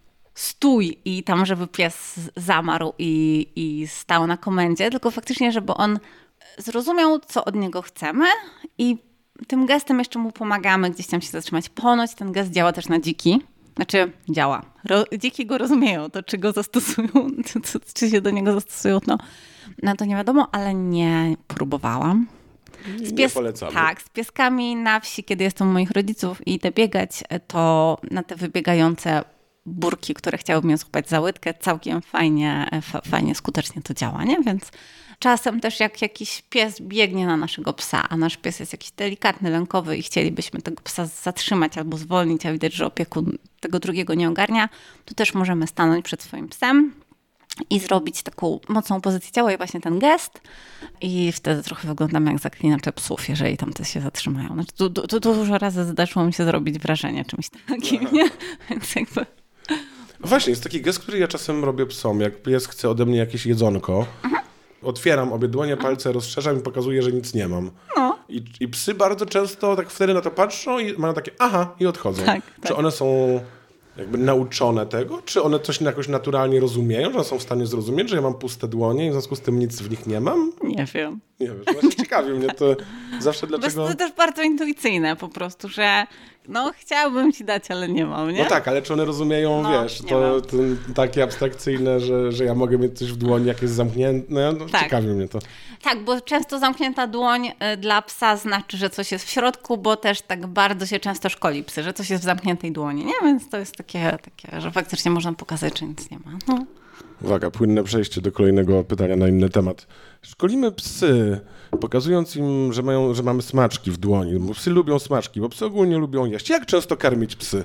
A: stój i tam, żeby pies zamarł i, i stał na komendzie, tylko faktycznie, żeby on zrozumiał, co od niego chcemy i tym gestem jeszcze mu pomagamy gdzieś tam się zatrzymać. Ponoć ten gest działa też na dziki. Znaczy działa. Ro, dziki go rozumieją, to czy go zastosują, to, to, czy się do niego zastosują, no, no to nie wiadomo, ale nie próbowałam.
B: Z pies... Nie polecamy.
A: Tak, z pieskami na wsi, kiedy jestem u moich rodziców i idę biegać, to na te wybiegające burki, które chciały mnie złapać za łydkę, całkiem fajnie, fa, fajnie, skutecznie to działa, nie? Więc czasem też jak jakiś pies biegnie na naszego psa, a nasz pies jest jakiś delikatny, lękowy i chcielibyśmy tego psa zatrzymać albo zwolnić, a widać, że opiekun tego drugiego nie ogarnia, to też możemy stanąć przed swoim psem i zrobić taką mocną pozycję ciała i właśnie ten gest i wtedy trochę wyglądamy jak zaklinacze psów, jeżeli tam te się zatrzymają. Znaczy, to, to, to dużo razy zdarzyło mi się zrobić wrażenie czymś takim, nie? Więc jakby...
B: Właśnie, jest taki gest, który ja czasem robię psom, jak pies chce ode mnie jakieś jedzonko, aha. Otwieram obie dłonie, palce rozszerzam i pokazuję, że nic nie mam. No. I, I psy bardzo często tak wtedy na to patrzą i mają takie aha i odchodzą. Tak, Czy tak. one są jakby nauczone tego? Czy one coś jakoś naturalnie rozumieją? Że one są w stanie zrozumieć, że ja mam puste dłonie i w związku z tym nic w nich nie mam?
A: Nie wiem.
B: Nie wiem, właśnie ciekawi mnie to zawsze dlaczego...
A: To jest też bardzo intuicyjne po prostu, że no chciałabym ci dać, ale nie mam, nie?
B: No tak, ale czy one rozumieją, no, wiesz, to, to takie abstrakcyjne, że, że ja mogę mieć coś w dłoni, jak jest zamknięte, no tak. Ciekawi mnie to.
A: Tak, bo często zamknięta dłoń dla psa znaczy, że coś jest w środku, bo też tak bardzo się często szkoli psy, że coś jest w zamkniętej dłoni, nie? Więc to jest takie, takie że faktycznie można pokazać, że nic nie ma. No.
B: Uwaga, płynne przejście do kolejnego pytania na inny temat. Szkolimy psy, pokazując im, że, mają, że mamy smaczki w dłoni. Bo psy lubią smaczki, bo psy ogólnie lubią jeść. Jak często karmić psy?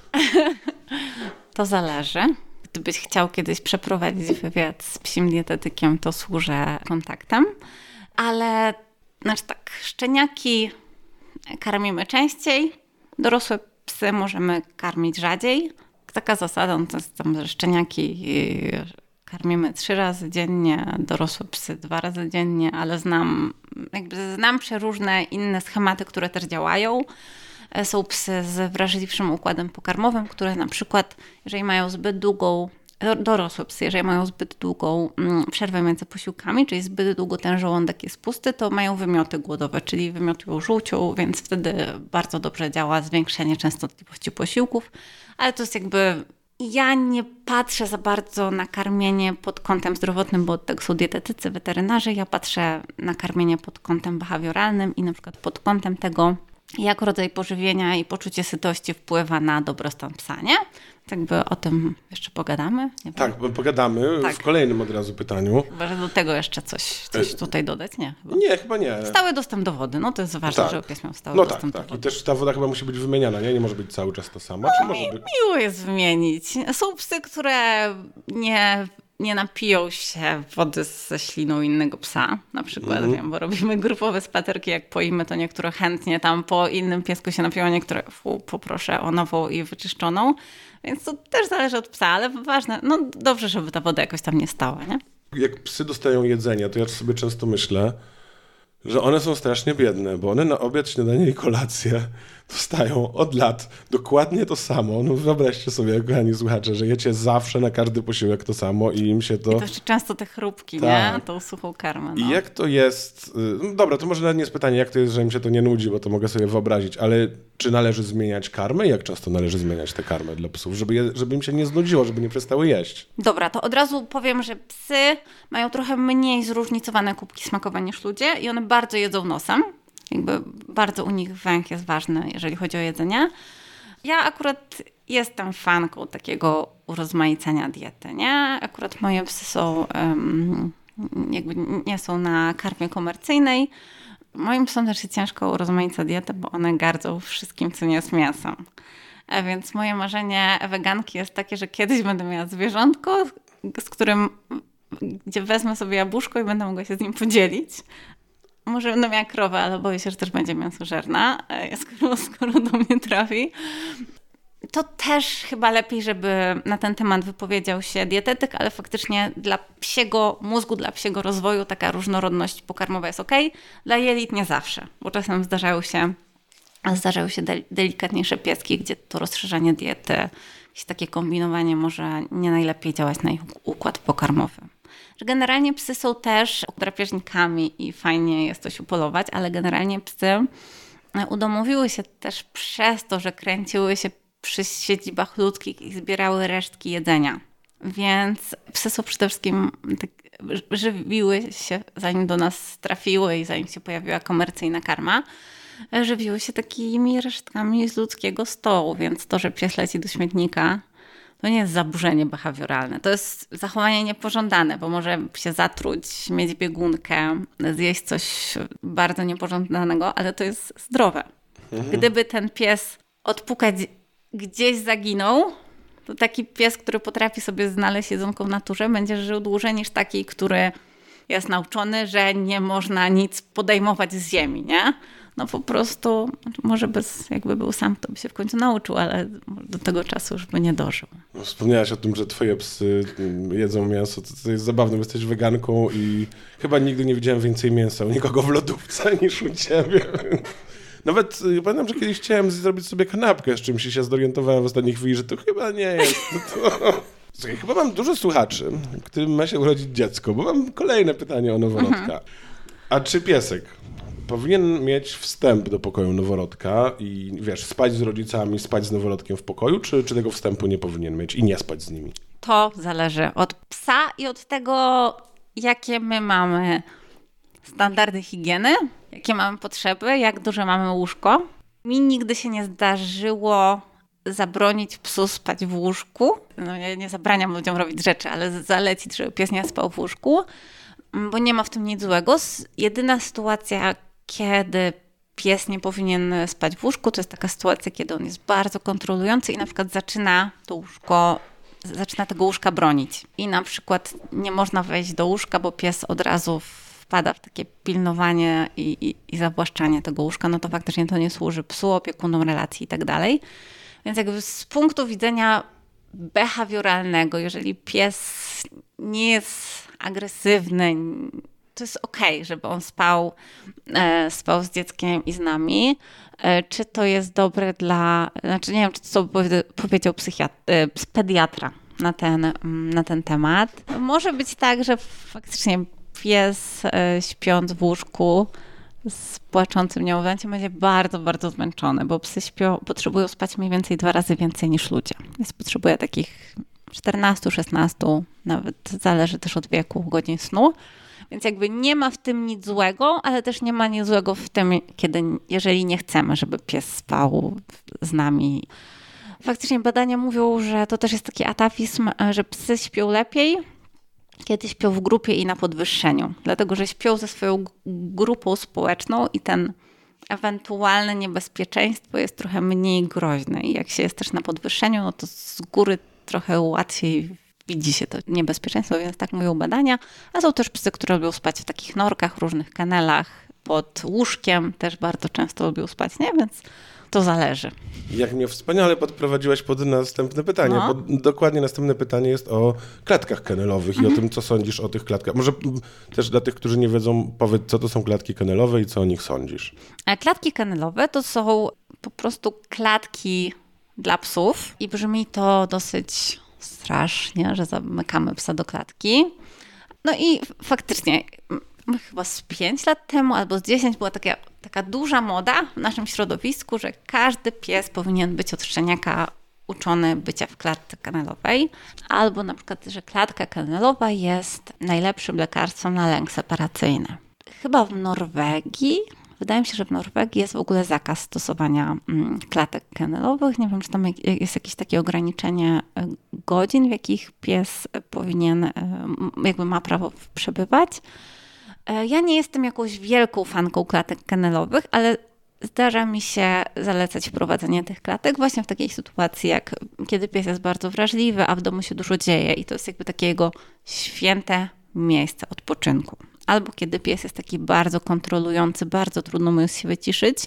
A: To zależy. Gdybyś chciał kiedyś przeprowadzić wywiad z psim dietetykiem, to służę kontaktem. Ale znaczy tak, szczeniaki karmimy częściej, dorosłe psy możemy karmić rzadziej. Taka zasada, no to jest tam, że szczeniaki karmimy trzy razy dziennie, dorosłe psy dwa razy dziennie, ale znam, jakby znam przeróżne inne schematy, które też działają. Są psy z wrażliwszym układem pokarmowym, które na przykład, jeżeli mają zbyt długą, dorosłe psy, jeżeli mają zbyt długą przerwę między posiłkami, czyli zbyt długo ten żołądek jest pusty, to mają wymioty głodowe, czyli wymiotują żółcią, więc wtedy bardzo dobrze działa zwiększenie częstotliwości posiłków, ale to jest jakby... Ja nie patrzę za bardzo na karmienie pod kątem zdrowotnym, bo od tego są dietetycy, weterynarze. Ja patrzę na karmienie pod kątem behawioralnym i na przykład pod kątem tego, jak rodzaj pożywienia i poczucie sytości wpływa na dobrostan psa, nie? Tak by o tym jeszcze pogadamy. Nie
B: tak, wiem. pogadamy tak. w kolejnym od razu pytaniu.
A: Chyba, że do tego jeszcze coś, coś tutaj dodać, nie? Chyba.
B: Nie, chyba nie.
A: Stały dostęp do wody, no to jest ważne,
B: tak.
A: żeby pies miał stały
B: no
A: dostęp
B: tak,
A: do
B: tak.
A: wody.
B: I też ta woda chyba musi być wymieniana, nie? Nie może być cały czas ta sama.
A: No,
B: czy może być?
A: Miło jest wymienić. Są psy, które nie... nie napiją się wody ze śliną innego psa, na przykład, mm. wiem, bo robimy grupowe spacerki, jak poimy, to niektóre chętnie tam po innym piesku się napiją, niektóre fu, poproszę o nową i wyczyszczoną, więc to też zależy od psa, ale ważne, no dobrze, żeby ta woda jakoś tam nie stała, nie?
B: Jak psy dostają jedzenie, to ja sobie często myślę, że one są strasznie biedne, bo one na obiad, śniadanie i kolację dostają od lat dokładnie to samo. No wyobraźcie sobie, kochani słuchacze, że jecie zawsze na każdy posiłek to samo i im się to...
A: I to jeszcze często te chrupki, tak. nie? Tą suchą karmę. No.
B: I jak to jest... No dobra, to może nawet nie jest pytanie, jak to jest, że im się to nie nudzi, bo to mogę sobie wyobrazić, ale czy należy zmieniać karmę? Jak często należy zmieniać te karmy dla psów, żeby, je, żeby im się nie znudziło, żeby nie przestały jeść?
A: Dobra, to od razu powiem, że psy mają trochę mniej zróżnicowane kubki smakowe niż ludzie i one bardzo jedzą nosem. Jakby bardzo u nich węch jest ważny, jeżeli chodzi o jedzenie. Ja akurat jestem fanką takiego urozmaicenia diety, nie? Akurat moje psy są, um, jakby nie są na karmie komercyjnej. Moim psom też się ciężko urozmaica dietę, bo one gardzą wszystkim, co nie jest mięsem. A więc moje marzenie weganki jest takie, że kiedyś będę miała zwierzątko, z którym, gdzie wezmę sobie jabłuszko i będę mogła się z nim podzielić. Może będę miała krowę, ale boję się, że też będzie mięsożerna, skoro, skoro do mnie trafi. To też chyba lepiej, żeby na ten temat wypowiedział się dietetyk, ale faktycznie dla psiego mózgu, dla psiego rozwoju taka różnorodność pokarmowa jest okej. Dla jelit nie zawsze, bo czasem zdarzają się, zdarzają się del- delikatniejsze pieski, gdzie to rozszerzanie diety, jakieś takie kombinowanie może nie najlepiej działać na ich układ pokarmowy. Że generalnie psy są też drapieżnikami i fajnie jest coś upolować, ale generalnie psy udomowiły się też przez to, że kręciły się przy siedzibach ludzkich i zbierały resztki jedzenia. Więc psy są przede wszystkim tak, żywiły się, zanim do nas trafiły i zanim się pojawiła komercyjna karma, żywiły się takimi resztkami z ludzkiego stołu, więc to, że pies leci do śmietnika, to nie jest zaburzenie behawioralne. To jest zachowanie niepożądane, bo może się zatruć, mieć biegunkę, zjeść coś bardzo niepożądanego, ale to jest zdrowe. Mhm. Gdyby ten pies odpukać gdzieś zaginął, to taki pies, który potrafi sobie znaleźć jedzonko w naturze, będzie żył dłużej niż taki, który jest nauczony, że nie można nic podejmować z ziemi, nie? No po prostu, może bez, jakby był sam, to by się w końcu nauczył, ale do tego czasu już by nie dożył.
B: No, wspomniałaś o tym, że twoje psy jedzą mięso, to, to jest zabawne, jesteś weganką i chyba nigdy nie widziałem więcej mięsa u nikogo w lodówce niż u ciebie. Nawet pamiętam, że kiedyś chciałem zrobić sobie kanapkę z czymś i się zorientowałem w ostatniej chwili, że to chyba nie jest. To... Słuchaj, chyba mam dużo słuchaczy, którym ma się urodzić dziecko, bo mam kolejne pytanie o noworodka. Mhm. A czy piesek powinien mieć wstęp do pokoju noworodka i wiesz, spać z rodzicami, spać z noworodkiem w pokoju, czy, czy tego wstępu nie powinien mieć i nie spać z nimi?
A: To zależy od psa i od tego, jakie my mamy standardy higieny, jakie mamy potrzeby, jak duże mamy łóżko. Mi nigdy się nie zdarzyło zabronić psu spać w łóżku. No ja nie zabraniam ludziom robić rzeczy, ale zalecić, żeby pies nie spał w łóżku, bo nie ma w tym nic złego. Jedyna sytuacja, kiedy pies nie powinien spać w łóżku, to jest taka sytuacja, kiedy on jest bardzo kontrolujący i na przykład zaczyna to łóżko, zaczyna tego łóżka bronić. I na przykład nie można wejść do łóżka, bo pies od razu wpada w takie pilnowanie i, i, i zawłaszczanie tego łóżka, no to faktycznie to nie służy psu, opiekunom relacji i tak dalej. Więc jakby z punktu widzenia behawioralnego, jeżeli pies nie jest agresywny, to jest okej, żeby on spał, e, spał z dzieckiem i z nami. E, czy to jest dobre dla, znaczy nie wiem, czy to co by powiedział psychiat- e, pediatra na ten, na ten temat. Może być tak, że faktycznie pies e, śpiąc w łóżku z płaczącym niemowlęciem będzie bardzo, bardzo zmęczony, bo psy śpią, potrzebują spać mniej więcej dwa razy więcej niż ludzie. Więc potrzebuje takich czternaście szesnaście, nawet zależy też od wieku, godzin snu. Więc jakby nie ma w tym nic złego, ale też nie ma nic złego w tym, kiedy, jeżeli nie chcemy, żeby pies spał z nami. Faktycznie badania mówią, że to też jest taki atawizm, że psy śpią lepiej, kiedy śpią w grupie i na podwyższeniu. Dlatego, że śpią ze swoją grupą społeczną i ten ewentualne niebezpieczeństwo jest trochę mniej groźne. I jak się jest też na podwyższeniu, no to z góry trochę łatwiej widzi się to niebezpieczeństwo, więc tak mówią badania. A są też psy, które lubią spać w takich norkach, różnych kennelach, pod łóżkiem też bardzo często lubią spać, nie? Więc to zależy.
B: Jak mnie wspaniale podprowadziłaś pod następne pytanie,
A: No.
B: bo dokładnie następne pytanie jest o klatkach kennelowych mhm. i o tym, co sądzisz o tych klatkach. Może też dla tych, którzy nie wiedzą, powiedz, co to są klatki kennelowe i co o nich sądzisz.
A: Klatki kennelowe to są po prostu klatki dla psów i brzmi to dosyć strasznie, że zamykamy psa do klatki. No i faktycznie chyba z pięć lat temu albo z dziesięć była taka, taka duża moda w naszym środowisku, że każdy pies powinien być od szczeniaka uczony bycia w klatce kennelowej, albo na przykład, że klatka kennelowa jest najlepszym lekarstwem na lęk separacyjny. Chyba w Norwegii, wydaje mi się, że w Norwegii jest w ogóle zakaz stosowania klatek kennelowych. Nie wiem, czy tam jest jakieś takie ograniczenie godzin, w jakich pies powinien, jakby ma prawo przebywać. Ja nie jestem jakąś wielką fanką klatek kennelowych, ale zdarza mi się zalecać wprowadzenie tych klatek właśnie w takiej sytuacji, jak kiedy pies jest bardzo wrażliwy, a w domu się dużo dzieje i to jest jakby takie jego święte miejsce odpoczynku. Albo kiedy pies jest taki bardzo kontrolujący, bardzo trudno mu jest się wyciszyć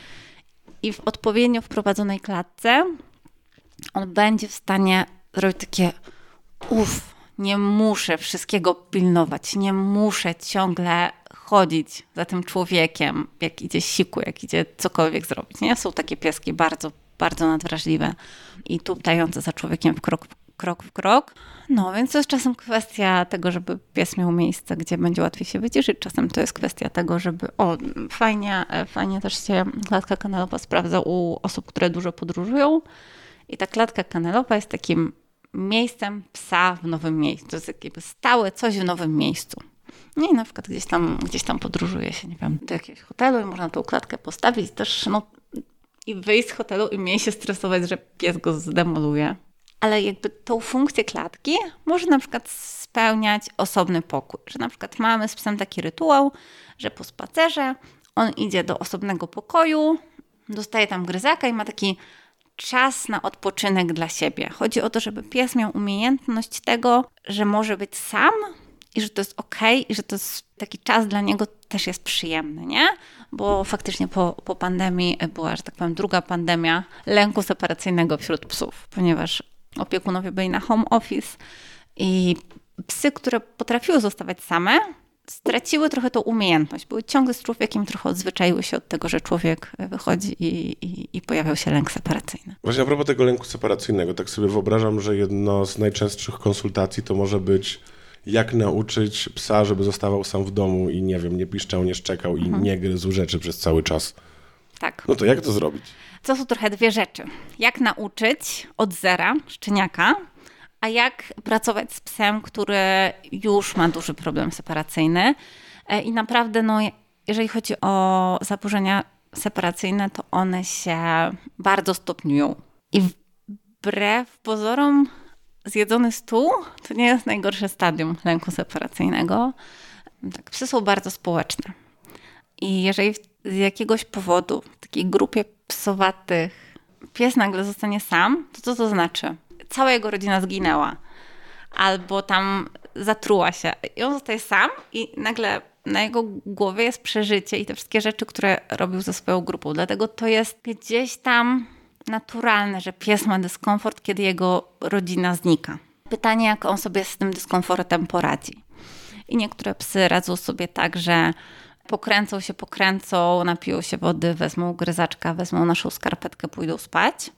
A: i w odpowiednio wprowadzonej klatce on będzie w stanie zrobić takie uff, nie muszę wszystkiego pilnować, nie muszę ciągle chodzić za tym człowiekiem, jak idzie siku, jak idzie cokolwiek zrobić. Nie? Są takie pieski bardzo, bardzo nadwrażliwe i tuptające za człowiekiem w krok, krok w krok. No więc to jest czasem kwestia tego, żeby pies miał miejsce, gdzie będzie łatwiej się wyciszyć. Czasem to jest kwestia tego, żeby... O, fajnie, fajnie też się klatka kennelowa sprawdza u osób, które dużo podróżują. I ta klatka kennelowa jest takim miejscem psa w nowym miejscu. To jest jakby stałe coś w nowym miejscu. Nie, na przykład gdzieś tam, gdzieś tam podróżuje się, nie wiem, do jakiegoś hotelu i można tą klatkę postawić też, no i wyjść z hotelu i mniej się stresować, że pies go zdemoluje. Ale jakby tą funkcję klatki może na przykład spełniać osobny pokój. Że na przykład mamy z psem taki rytuał, że po spacerze on idzie do osobnego pokoju, dostaje tam gryzaka i ma taki czas na odpoczynek dla siebie. Chodzi o to, żeby pies miał umiejętność tego, że może być sam i że to jest okej i że to jest taki czas dla niego też jest przyjemny, nie? Bo faktycznie po, po pandemii była, że tak powiem, druga pandemia lęku separacyjnego wśród psów, ponieważ opiekunowie byli na home office i psy, które potrafiły zostawać same, straciły trochę tą umiejętność. Były ciągle z człowiekiem, trochę odzwyczaiły się od tego, że człowiek wychodzi i, i, i pojawiał się lęk separacyjny.
B: Właśnie a propos tego lęku separacyjnego, tak sobie wyobrażam, że jedno z najczęstszych konsultacji to może być jak nauczyć psa, żeby zostawał sam w domu i nie wiem, nie piszczał, nie szczekał i mhm. nie gryzł rzeczy przez cały czas.
A: Tak.
B: No to jak to zrobić?
A: To są trochę dwie rzeczy. Jak nauczyć od zera szczeniaka, a jak pracować z psem, który już ma duży problem separacyjny. I naprawdę, no, jeżeli chodzi o zaburzenia separacyjne, to one się bardzo stopniują. I wbrew pozorom zjedzony stół to nie jest najgorsze stadium lęku separacyjnego. Tak, psy są bardzo społeczne. I jeżeli z jakiegoś powodu w takiej grupie psowatych pies nagle zostanie sam, to co to znaczy? Cała jego rodzina zginęła. Albo tam zatruła się. I on zostaje sam i nagle na jego głowie jest przeżycie i te wszystkie rzeczy, które robił ze swoją grupą. Dlatego to jest gdzieś tam naturalne, że pies ma dyskomfort, kiedy jego rodzina znika. Pytanie, jak on sobie z tym dyskomfortem poradzi. I niektóre psy radzą sobie tak, że pokręcą się, pokręcą, napiją się wody, wezmą gryzaczka, wezmą naszą skarpetkę, pójdą spać.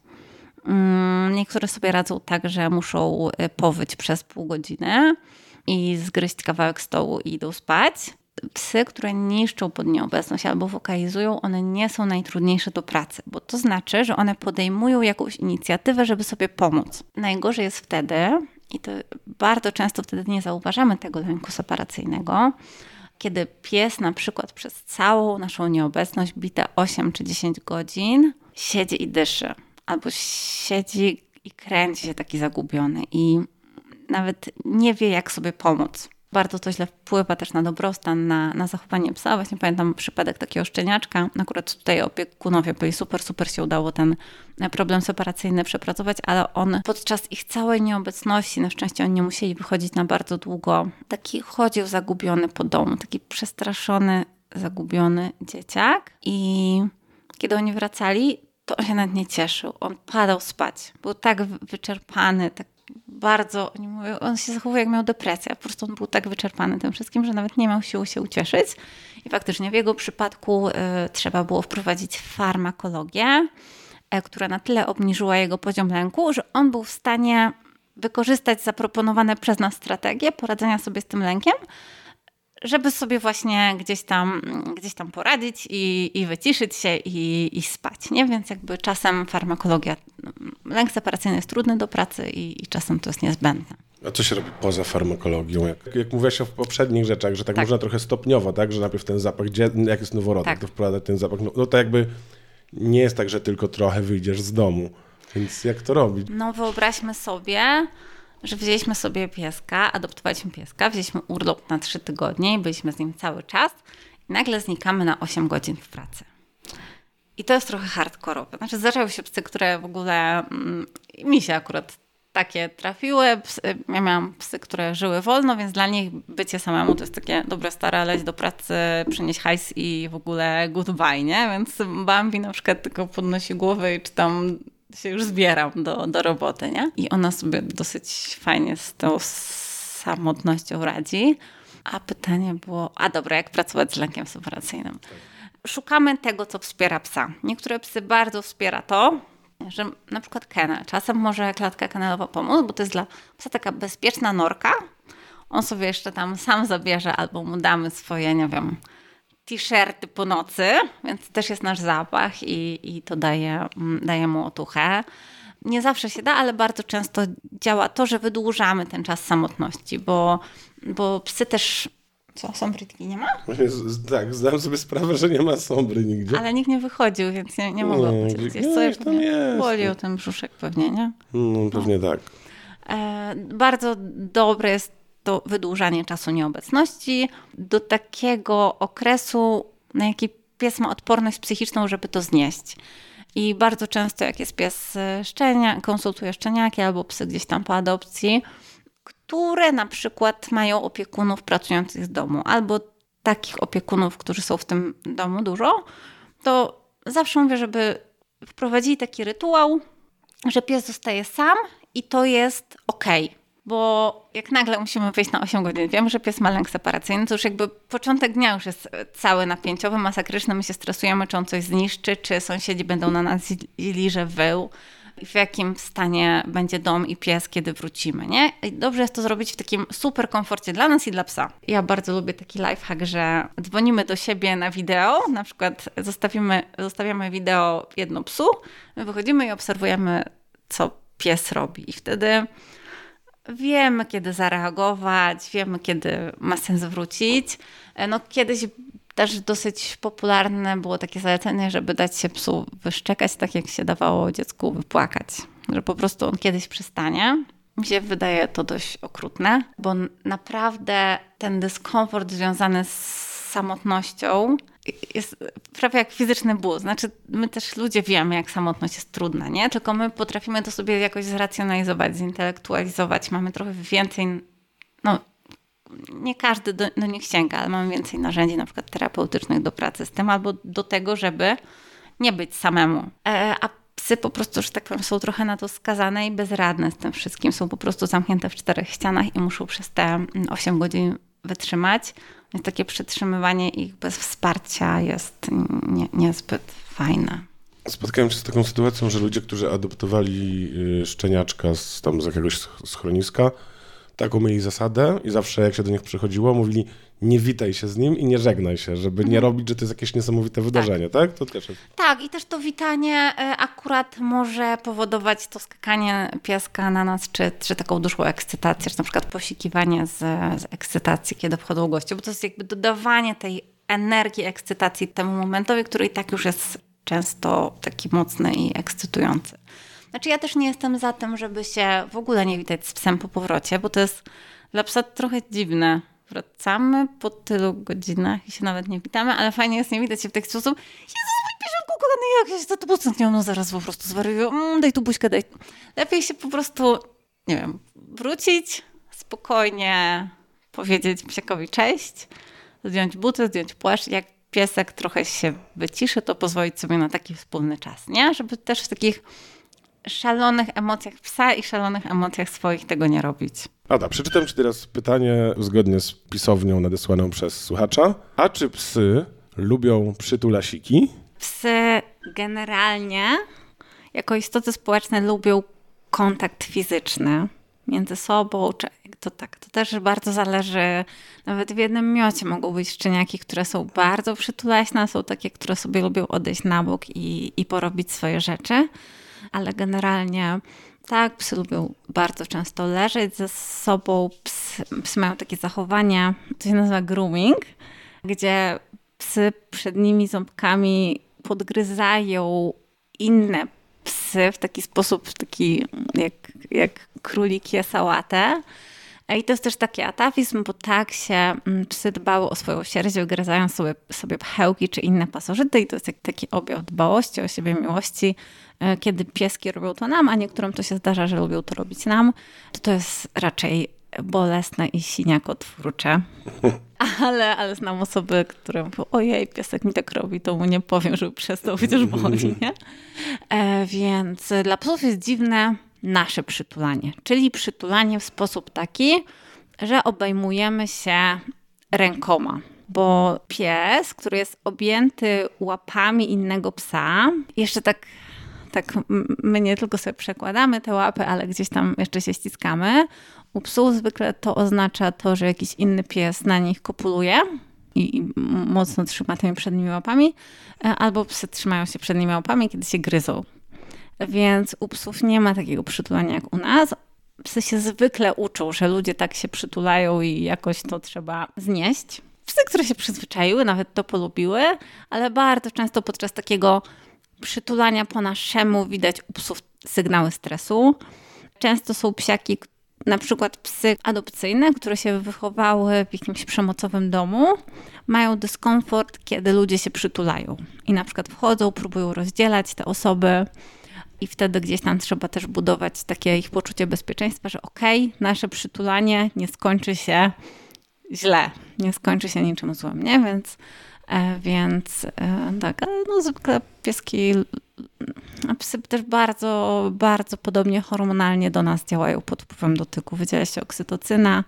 A: Niektóre sobie radzą tak, że muszą powyć przez pół godziny i zgryźć kawałek stołu i idą spać. Psy, które niszczą pod nieobecność albo wokalizują, one nie są najtrudniejsze do pracy, bo to znaczy, że one podejmują jakąś inicjatywę, żeby sobie pomóc. Najgorzej jest wtedy, i to bardzo często wtedy nie zauważamy tego lęku separacyjnego, kiedy pies na przykład przez całą naszą nieobecność, bite osiem czy dziesięć godzin, siedzi i dyszy. Albo siedzi i kręci się taki zagubiony i nawet nie wie, jak sobie pomóc. Bardzo to źle wpływa też na dobrostan, na, na zachowanie psa. Właśnie pamiętam przypadek takiego szczeniaczka. Akurat tutaj opiekunowie byli super, super się udało ten problem separacyjny przepracować, ale on podczas ich całej nieobecności, na szczęście oni nie musieli wychodzić na bardzo długo, taki chodził zagubiony po domu, taki przestraszony, zagubiony dzieciak. I kiedy oni wracali, to on się nawet nie cieszył. On padał spać. Był tak wyczerpany, tak bardzo, oni mówią, on się zachowuje jak miał depresję, po prostu on był tak wyczerpany tym wszystkim, że nawet nie miał siły się ucieszyć. I faktycznie w jego przypadku y, trzeba było wprowadzić farmakologię, y, która na tyle obniżyła jego poziom lęku, że on był w stanie wykorzystać zaproponowane przez nas strategie poradzenia sobie z tym lękiem, żeby sobie właśnie gdzieś tam, gdzieś tam poradzić i, i wyciszyć się i, i spać, nie? Więc jakby czasem farmakologia, lęk separacyjny jest trudny do pracy i, i czasem to jest niezbędne.
B: A co się robi poza farmakologią? Jak, jak mówiłaś o poprzednich rzeczach, że tak, tak można trochę stopniowo, tak? Że najpierw ten zapach, jak jest noworodek, tak, to wprowadza ten zapach. No, no to jakby nie jest tak, że tylko trochę wyjdziesz z domu. Więc jak to robić?
A: No wyobraźmy sobie, że wzięliśmy sobie pieska, adoptowaliśmy pieska, wzięliśmy urlop na trzy tygodnie i byliśmy z nim cały czas i nagle znikamy na osiem godzin w pracy. I to jest trochę hardkorowe. Znaczy zdarzały się psy, które w ogóle mm, mi się akurat takie trafiły. Psy, ja miałam psy, które żyły wolno, więc dla nich bycie samemu to jest takie dobre stare, leć do pracy, przynieść hajs i w ogóle goodbye, nie? Więc Bambi na przykład tylko podnosi głowę i czy tam się już zbieram do, do roboty, nie? I ona sobie dosyć fajnie z tą samotnością radzi. A pytanie było, a dobra, jak pracować z lękiem separacyjnym? Szukamy tego, co wspiera psa. Niektóre psy bardzo wspiera to, że na przykład kennel. Czasem może klatka kennelowa pomóc, bo to jest dla psa taka bezpieczna norka. On sobie jeszcze tam sam zabierze albo mu damy swoje, nie wiem, t-shirty po nocy, więc też jest nasz zapach i, i to daje, daje mu otuchę. Nie zawsze się da, ale bardzo często działa to, że wydłużamy ten czas samotności, bo, bo psy też... Co, sombrytki nie ma?
B: Tak, zdałem sobie sprawę, że nie ma sombry nigdzie.
A: Ale nikt nie wychodził, więc nie, nie mogła być gdzieś. Co ja
B: tam jest.
A: Boli o ten brzuszek pewnie, nie?
B: No, pewnie no. tak.
A: E, bardzo dobre jest to wydłużanie czasu nieobecności do takiego okresu, na jaki pies ma odporność psychiczną, żeby to znieść. I bardzo często, jak jest pies szczenia, konsultuję szczeniaki albo psy gdzieś tam po adopcji, które na przykład mają opiekunów pracujących z domu, albo takich opiekunów, którzy są w tym domu dużo, to zawsze mówię, żeby wprowadzili taki rytuał, że pies zostaje sam i to jest okej. Bo jak nagle musimy wyjść na osiem godzin, wiem, że pies ma lęk separacyjny, to już jakby początek dnia już jest cały napięciowy, masakryczny, my się stresujemy, czy on coś zniszczy, czy sąsiedzi będą na nas źli, że wył, w jakim stanie będzie dom i pies, kiedy wrócimy, nie? I dobrze jest to zrobić w takim super komforcie dla nas i dla psa. Ja bardzo lubię taki lifehack, że dzwonimy do siebie na wideo, na przykład zostawimy, zostawiamy wideo jedno psu, my wychodzimy i obserwujemy, co pies robi i wtedy wiemy, kiedy zareagować, wiemy, kiedy ma sens wrócić. No kiedyś też dosyć popularne było takie zalecenie, żeby dać się psu wyszczekać, tak jak się dawało dziecku wypłakać. że po prostu on kiedyś przestanie. Mi się wydaje to dość okrutne, bo naprawdę ten dyskomfort związany z samotnością jest prawie jak fizyczny ból. Znaczy my też ludzie wiemy, jak samotność jest trudna, nie? Tylko my potrafimy to sobie jakoś zracjonalizować, zintelektualizować. Mamy trochę więcej, no nie każdy do, do nich sięga, ale mamy więcej narzędzi na przykład terapeutycznych do pracy z tym albo do tego, żeby nie być samemu. E, a psy po prostu, że tak powiem, są trochę na to skazane i bezradne z tym wszystkim. Są po prostu zamknięte w czterech ścianach i muszą przez te osiem godzin wytrzymać. Więc takie przetrzymywanie ich bez wsparcia jest nie, niezbyt fajne.
B: Spotkałem się z taką sytuacją, że ludzie, którzy adoptowali szczeniaczka z, tam z jakiegoś schroniska, taką mieli zasadę i zawsze jak się do nich przychodziło, mówili nie witaj się z nim i nie żegnaj się, żeby nie robić, że to jest jakieś niesamowite wydarzenie, tak? Tak, to też jest.
A: Tak, i też to witanie akurat może powodować to skakanie pieska na nas, czy, czy taką dużą ekscytację, czy na przykład posikiwanie z, z ekscytacji, kiedy wchodzą goście, bo to jest jakby dodawanie tej energii, ekscytacji temu momentowi, który i tak już jest często taki mocny i ekscytujący. Znaczy ja też nie jestem za tym, żeby się w ogóle nie witać z psem po powrocie, bo to jest dla psa trochę dziwne. Wracamy po tylu godzinach i się nawet nie witamy, ale fajnie jest nie widać się w taki sposób. Jezus, mój piesiątku kochany, jak ja się za to postępniłam, no zaraz po prostu zwariuję. Mm, daj tu buźkę, daj. Lepiej się po prostu, nie wiem, wrócić, spokojnie powiedzieć psiakowi cześć, zdjąć buty, zdjąć płaszcz. Jak piesek trochę się wyciszy, to pozwolić sobie na taki wspólny czas, nie? Żeby też w takich szalonych emocjach psa i szalonych emocjach swoich tego nie robić.
B: Ada, przeczytam ci teraz pytanie zgodnie z pisownią nadesłaną przez słuchacza. A czy psy lubią przytulasiki?
A: Psy generalnie jako istoty społeczne lubią kontakt fizyczny między sobą. Czy to tak, to też bardzo zależy. Nawet w jednym miocie mogą być szczeniaki, które są bardzo przytulaśne, są takie, które sobie lubią odejść na bok i, i porobić swoje rzeczy. Ale generalnie tak, psy lubią bardzo często leżeć ze sobą. Psy, psy mają takie zachowanie, to się nazywa grooming, gdzie psy przednimi ząbkami podgryzają inne psy w taki sposób, taki jak, jak królik je sałatę. I to jest też taki atawizm, bo tak się psy dbały o swoją sierść, wygryzając sobie, sobie pchełki czy inne pasożyty i to jest taki objaw dbałości o siebie, miłości. Kiedy pieski robią to nam, a niektórym to się zdarza, że lubią to robić nam, to to jest raczej bolesne i siniakotwórcze. Ale, ale znam osoby, które mówią, ojej, piesek mi tak robi, to mu nie powiem, żeby przestał, chociaż boli, nie? E, więc dla psów jest dziwne nasze przytulanie, czyli przytulanie w sposób taki, że obejmujemy się rękoma. Bo pies, który jest objęty łapami innego psa, jeszcze tak, tak my nie tylko sobie przekładamy te łapy, ale gdzieś tam jeszcze się ściskamy. U psów zwykle to oznacza to, że jakiś inny pies na nich kopuluje i, i mocno trzyma tymi przednimi łapami, albo psy trzymają się przednimi łapami, kiedy się gryzą. Więc u psów nie ma takiego przytulania jak u nas. Psy się zwykle uczą, że ludzie tak się przytulają i jakoś to trzeba znieść. Psy, które się przyzwyczaiły, nawet to polubiły, ale bardzo często podczas takiego przytulania po naszemu widać u psów sygnały stresu. Często są psiaki, na przykład psy adopcyjne, które się wychowały w jakimś przemocowym domu, mają dyskomfort, kiedy ludzie się przytulają. I na przykład wchodzą, próbują rozdzielać te osoby i wtedy gdzieś tam trzeba też budować takie ich poczucie bezpieczeństwa, że okej, okay, nasze przytulanie nie skończy się źle, nie skończy się niczym złym, nie? Więc, e, więc e, tak, ale no zwykle pieski, a psy też bardzo, bardzo podobnie hormonalnie do nas działają pod wpływem dotyku. Wydziela się oksytocyna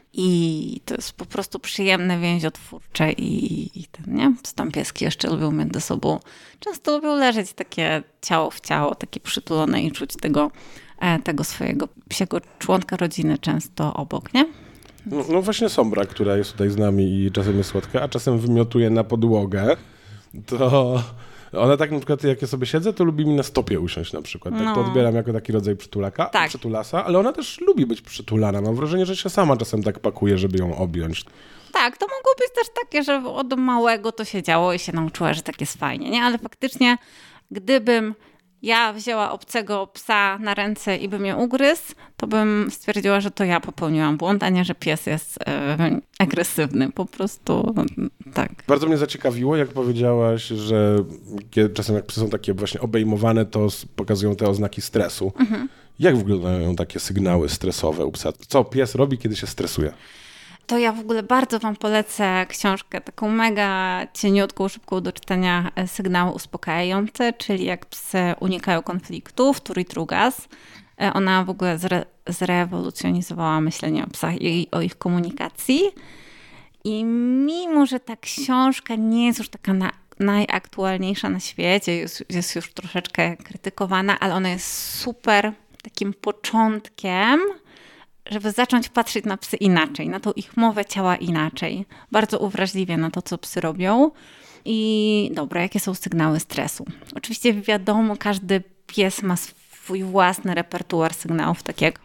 A: i to jest po prostu przyjemne więziotwórcze i, i ten, nie? Tam pieski jeszcze lubią między sobą, często lubią leżeć takie ciało w ciało, takie przytulone i czuć tego, e, tego swojego psiego członka rodziny często obok, nie?
B: No, no właśnie Sombra, która jest tutaj z nami i czasem jest słodka, a czasem wymiotuje na podłogę, to ona tak na przykład jak ja sobie siedzę, to lubi mi na stopie usiąść na przykład. Tak
A: no.
B: To odbieram jako taki rodzaj przytulaka,
A: tak.
B: przytulasa, ale ona też lubi być przytulana. Mam wrażenie, że się sama czasem tak pakuje, żeby ją objąć.
A: Tak, to mogło być też takie, że od małego to się działo i się nauczyła, że tak jest fajnie, nie? Ale faktycznie gdybym ja wzięła obcego psa na ręce i bym mnie ugryzł, to bym stwierdziła, że to ja popełniłam błąd, a nie, że pies jest e, agresywny. Po prostu tak.
B: Bardzo mnie zaciekawiło, jak powiedziałaś, że kiedy, czasem jak psy są takie właśnie obejmowane, to pokazują te oznaki stresu. Mhm. Jak wyglądają takie sygnały stresowe u psa? Co pies robi, kiedy się stresuje?
A: To ja w ogóle bardzo wam polecę książkę, taką mega cieniutką, szybką do czytania, Sygnały uspokajające, czyli jak psy unikają konfliktów, Turi Trugas. Ona w ogóle zre, zrewolucjonizowała myślenie o psach i o ich komunikacji. I mimo, że ta książka nie jest już taka na, najaktualniejsza na świecie, jest, jest już troszeczkę krytykowana, ale ona jest super takim początkiem, żeby zacząć patrzeć na psy inaczej, na tą ich mowę ciała inaczej. Bardzo uwrażliwie na to, co psy robią. I dobra, jakie są sygnały stresu? Oczywiście wiadomo, każdy pies ma swój własny repertuar sygnałów, tak jak,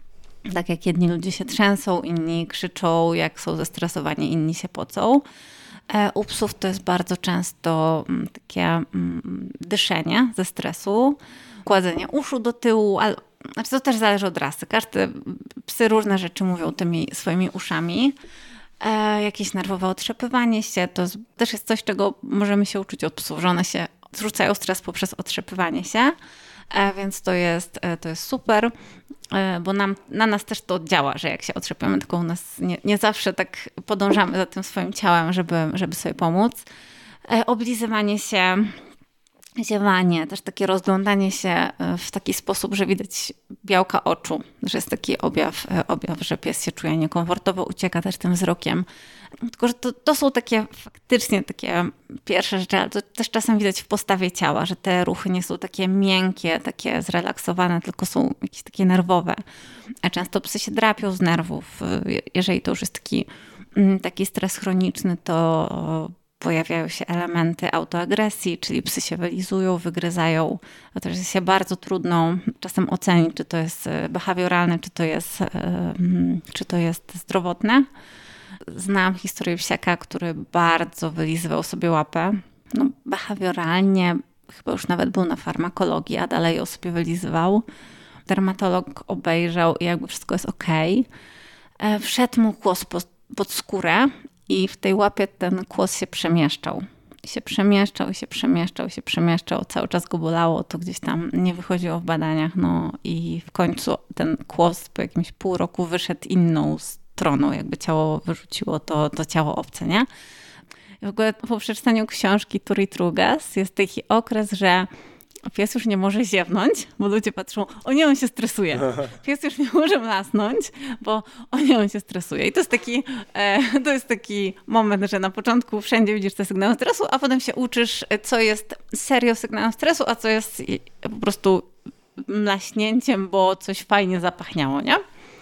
A: tak jak jedni ludzie się trzęsą, inni krzyczą, jak są zestresowani, inni się pocą. U psów to jest bardzo często takie dyszenie ze stresu, kładzenie uszu do tyłu, ale znaczy to też zależy od rasy. Każde psy różne rzeczy mówią tymi swoimi uszami. E, jakieś nerwowe otrzepywanie się, to też jest coś, czego możemy się uczyć od psów, że one się zrzucają stres poprzez otrzepywanie się, e, więc to jest, e, to jest super, e, bo nam, na nas też to działa, że jak się otrzepiamy, tylko u nas nie, nie zawsze tak podążamy za tym swoim ciałem, żeby, żeby sobie pomóc. E, oblizywanie się, ziewanie, też takie rozglądanie się w taki sposób, że widać białka oczu, że jest taki objaw, objaw, że pies się czuje niekomfortowo, ucieka też tym wzrokiem. Tylko, że to, to są takie faktycznie takie pierwsze rzeczy, ale to też czasem widać w postawie ciała, że te ruchy nie są takie miękkie, takie zrelaksowane, tylko są jakieś takie nerwowe. A często psy się drapią z nerwów. Jeżeli to już jest taki, taki stres chroniczny, to pojawiają się elementy autoagresji, czyli psy się wylizują, wygryzają. To też jest się bardzo trudno czasem ocenić, czy to jest behawioralne, czy to jest, czy to jest zdrowotne. Znam historię psiaka, który bardzo wylizywał sobie łapę. No, behawioralnie chyba już nawet był na farmakologii, a dalej ją sobie wylizywał. Dermatolog obejrzał i jakby wszystko jest okej. Wszedł mu kłos pod, pod skórę i w tej łapie ten kłos się przemieszczał. I się przemieszczał, i się przemieszczał, i się przemieszczał. Cały czas go bolało, to gdzieś tam nie wychodziło w badaniach. No i w końcu ten kłos po jakimś pół roku wyszedł inną stroną. Jakby ciało wyrzuciło to, to ciało obce, nie? I w ogóle po przeczytaniu książki Turi Trugas jest taki okres, że pies już nie może ziewnąć, bo ludzie patrzą, o nie, on się stresuje. Pies już nie może mlasnąć, bo o nie, on się stresuje. I to jest taki, e, to jest taki moment, że na początku wszędzie widzisz te sygnały stresu, a potem się uczysz, co jest serio sygnałem stresu, a co jest po prostu mlaśnięciem, bo coś fajnie zapachniało, nie?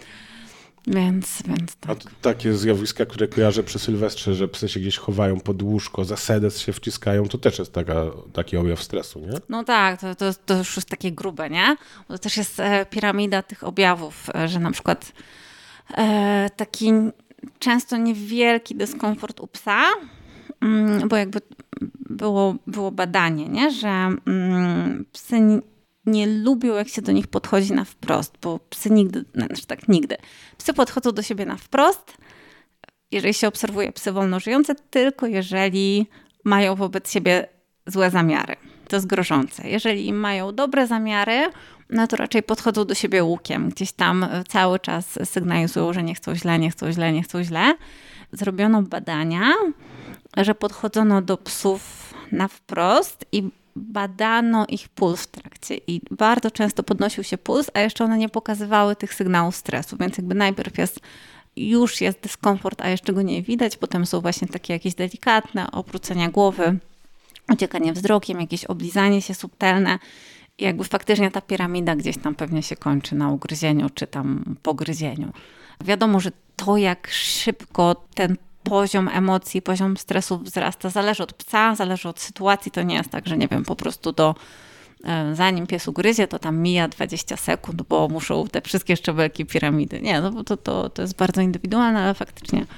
A: Więc, więc tak.
B: A to takie zjawiska, które kojarzę przy Sylwestrze, że psy się gdzieś chowają pod łóżko, za sedes się wciskają, to też jest taka, taki objaw stresu, nie?
A: No tak, to, to, to już jest takie grube, nie? Bo to też jest piramida tych objawów, że na przykład e, taki często niewielki dyskomfort u psa, mm, bo jakby było, było badanie, nie? Że mm, psy nie, nie lubią, jak się do nich podchodzi na wprost, bo psy nigdy, znaczy tak nigdy, psy podchodzą do siebie na wprost, jeżeli się obserwuje psy wolno żyjące, tylko jeżeli mają wobec siebie złe zamiary. To jest grożące. Jeżeli mają dobre zamiary, no to raczej podchodzą do siebie łukiem. Gdzieś tam cały czas sygnalizują, że nie chcą źle, nie chcą źle, nie chcą źle. Zrobiono badania, że podchodzono do psów na wprost i badano ich puls w trakcie i bardzo często podnosił się puls, a jeszcze one nie pokazywały tych sygnałów stresu, więc jakby najpierw jest, już jest dyskomfort, a jeszcze go nie widać, potem są właśnie takie jakieś delikatne obrócenia głowy, uciekanie wzrokiem, jakieś oblizanie się subtelne i jakby faktycznie ta piramida gdzieś tam pewnie się kończy na ugryzieniu czy tam pogryzieniu. Wiadomo, że to jak szybko ten poziom emocji, poziom stresu wzrasta, zależy od psa, zależy od sytuacji, to nie jest tak, że nie wiem, po prostu do, zanim pies ugryzie, to tam mija dwadzieścia sekund, bo muszą te wszystkie szczebelki piramidy. Nie, no bo to, to, to jest bardzo indywidualne, ale faktycznie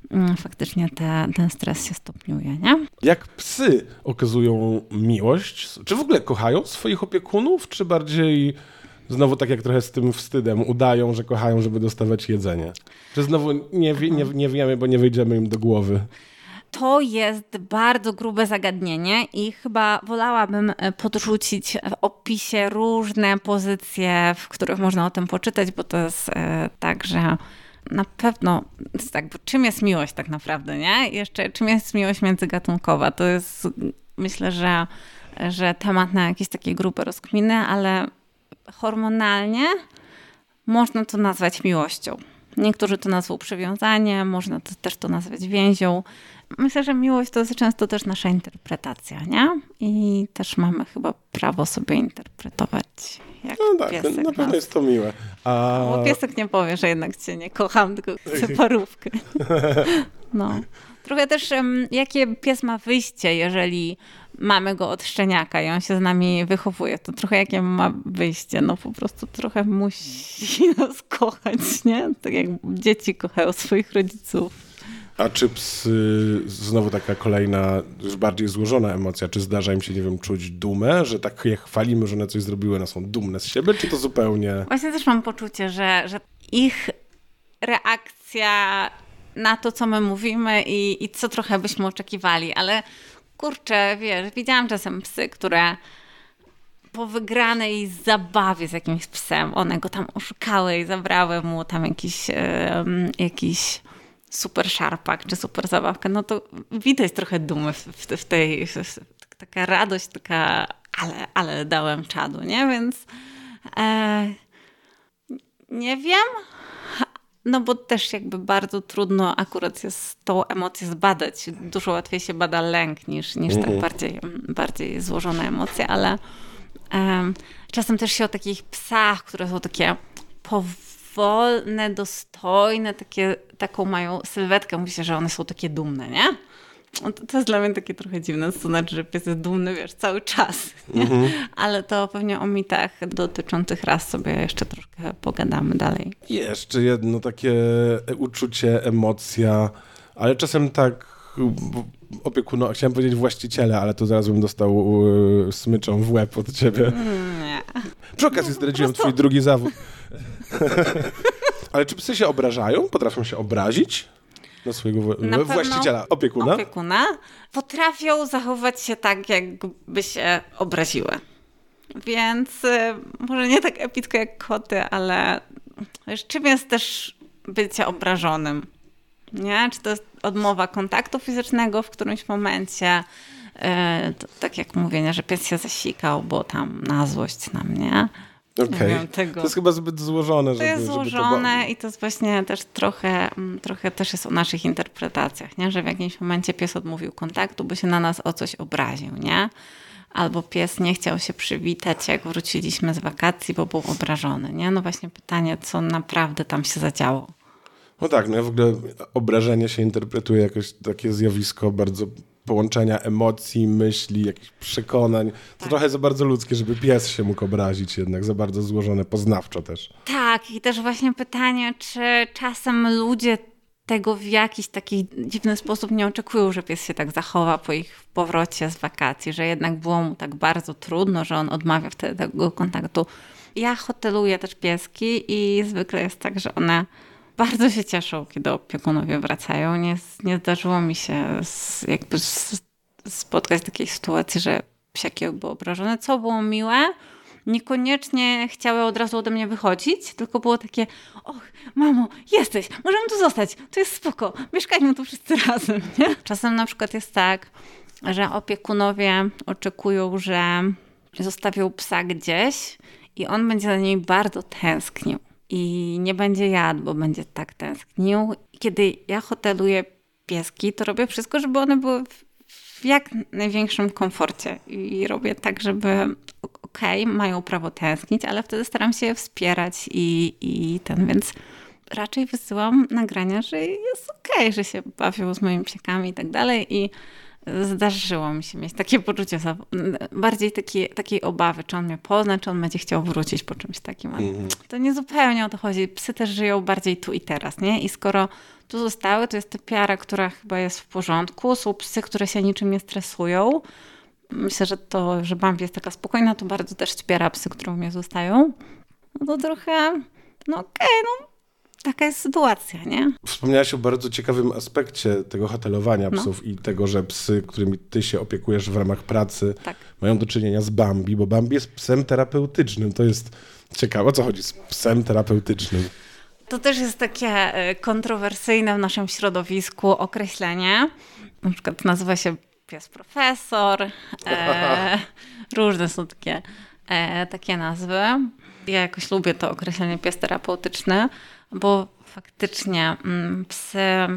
A: faktycznie te, ten stres się stopniuje, nie?
B: Jak psy okazują miłość? Czy w ogóle kochają swoich opiekunów, czy bardziej znowu tak jak trochę z tym wstydem udają, że kochają, żeby dostawać jedzenie? Czy znowu nie, wie, nie, nie wiemy, bo nie wejdziemy im do głowy?
A: To jest bardzo grube zagadnienie i chyba wolałabym podrzucić w opisie różne pozycje, w których można o tym poczytać, bo to jest e, tak, że na pewno, tak, bo czym jest miłość tak naprawdę, nie? Jeszcze czym jest miłość międzygatunkowa? To jest, myślę, że, że temat na jakieś takie grube rozkminy, ale hormonalnie można to nazwać miłością. Niektórzy to nazwą przywiązaniem, można to, też to nazwać więzią. Myślę, że miłość to jest często też nasza interpretacja, nie? I też mamy chyba prawo sobie interpretować, jak
B: no tak,
A: piesek
B: na pewno
A: nas.
B: jest to miłe. A...
A: Bo piesek nie powie, że jednak cię nie kocham, tylko chcę parówkę. No. Trochę też, um, jakie pies ma wyjście, jeżeli mamy go od szczeniaka i on się z nami wychowuje, to trochę jakie ma wyjście? No po prostu trochę musi nas kochać, nie? Tak jak dzieci kochają swoich rodziców.
B: A czy psy, znowu taka kolejna, już bardziej złożona emocja, czy zdarza im się, nie wiem, czuć dumę, że tak je chwalimy, że one coś zrobiły, one są dumne z siebie, czy to zupełnie...
A: Właśnie też mam poczucie, że, że ich reakcja na to, co my mówimy i, i co trochę byśmy oczekiwali, ale kurczę, wiesz, widziałam czasem psy, które po wygranej zabawie z jakimś psem, one go tam oszukały i zabrały mu tam jakiś, um, jakiś super szarpak czy super zabawkę, no to widać trochę dumy w, w, w tej, w, w, taka radość, taka, ale, ale dałem czadu, nie? Więc e, nie wiem, no bo też jakby bardzo trudno akurat jest tą emocję zbadać. Dużo łatwiej się bada lęk niż, niż tak bardziej, bardziej złożone emocje, ale um, czasem też się o takich psach, które są takie powolne, dostojne, takie, taką mają sylwetkę. Mówi się, że one są takie dumne, nie? To, to jest dla mnie takie trochę dziwne, to znaczy, że pies jest dumny, wiesz, cały czas, nie? Mhm. Ale to pewnie o mitach dotyczących ras sobie jeszcze troszkę pogadamy dalej.
B: Jeszcze jedno takie uczucie, emocja, ale czasem tak opiekuno, chciałem powiedzieć właściciele, ale to zaraz bym dostał yy, smyczą w łeb od ciebie.
A: Nie.
B: Przy okazji zdradziłem prostu... twój drugi zawód. Ale czy psy się obrażają? Potrafią się obrazić? Na swojego na właściciela, opiekuna?
A: Opiekuna. Potrafią zachować się tak, jakby się obraziły. Więc y, może nie tak epicko jak koty, ale wiesz, czym jest też bycie obrażonym? Nie? Czy to jest odmowa kontaktu fizycznego w którymś momencie? Y, to, tak jak mówienie, że pies się zasikał, bo tam na złość na mnie.
B: Okej, okay. To jest chyba zbyt złożone. Żeby,
A: to jest złożone
B: żeby to...
A: i to jest właśnie też trochę, trochę też jest o naszych interpretacjach, nie? Że w jakimś momencie pies odmówił kontaktu, bo się na nas o coś obraził, nie? Albo pies nie chciał się przywitać, jak wróciliśmy z wakacji, bo był obrażony, nie? No właśnie pytanie, co naprawdę tam się zadziało.
B: No tak, no ja w ogóle obrażenie się interpretuje jakoś takie zjawisko bardzo połączenia emocji, myśli, jakichś przekonań. To tak. Trochę za bardzo ludzkie, żeby pies się mógł obrazić jednak, za bardzo złożone poznawczo też.
A: Tak, i też właśnie pytanie, czy czasem ludzie tego w jakiś taki dziwny sposób nie oczekują, że pies się tak zachowa po ich powrocie z wakacji, że jednak było mu tak bardzo trudno, że on odmawia wtedy tego kontaktu. Ja hoteluję też pieski i zwykle jest tak, że one bardzo się cieszą, kiedy opiekunowie wracają. Nie, nie zdarzyło mi się z, jakby z, spotkać takiej sytuacji, że psiaki były obrażone, co było miłe. Niekoniecznie chciały od razu ode mnie wychodzić, tylko było takie, och, mamo, jesteś, możemy tu zostać, to jest spoko, mieszkajmy tu wszyscy razem, nie? Czasem na przykład jest tak, że opiekunowie oczekują, że zostawią psa gdzieś i on będzie za nimi bardzo tęsknił i nie będzie jadł, bo będzie tak tęsknił. Kiedy ja hoteluję pieski, to robię wszystko, żeby one były w, w jak największym komforcie i robię tak, żeby okej, okay, mają prawo tęsknić, ale wtedy staram się je wspierać i, i ten, więc raczej wysyłam nagrania, że jest okej, okay, że się bawią z moimi psiakami i tak dalej i zdarzyło mi się mieć takie poczucie, bardziej takie, takiej obawy, czy on mnie pozna, czy on będzie chciał wrócić po czymś takim. Mm. To nie zupełnie o to chodzi. Psy też żyją bardziej tu i teraz, nie? I skoro tu zostały, to jest typiara, która chyba jest w porządku. Są psy, które się niczym nie stresują. Myślę, że to, że Bambi jest taka spokojna, to bardzo też wspiera psy, które u mnie zostają. No to trochę, no okej, okay, no taka jest sytuacja, nie?
B: Wspomniałaś o bardzo ciekawym aspekcie tego hotelowania psów no. i tego, że psy, którymi ty się opiekujesz w ramach pracy, tak. mają do czynienia z Bambi, bo Bambi jest psem terapeutycznym. To jest ciekawe. O co chodzi z psem terapeutycznym?
A: To też jest takie kontrowersyjne w naszym środowisku określenie. Na przykład nazywa się pies profesor. E, różne są takie, e, takie nazwy. Ja jakoś lubię to określenie pies terapeutyczny, bo faktycznie mm, psy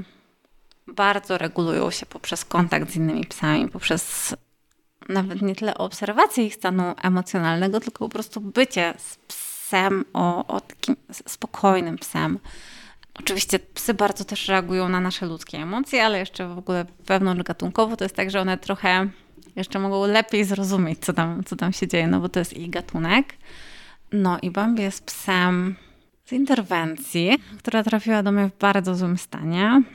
A: bardzo regulują się poprzez kontakt z innymi psami, poprzez nawet nie tyle obserwację ich stanu emocjonalnego, tylko po prostu bycie z psem, o, o takim spokojnym psem. Oczywiście psy bardzo też reagują na nasze ludzkie emocje, ale jeszcze w ogóle wewnątrzgatunkowo to jest tak, że one trochę jeszcze mogą lepiej zrozumieć, co tam, co tam się dzieje, no bo to jest ich gatunek. No i Bambi jest psem z interwencji, która trafiła do mnie w bardzo złym stanie.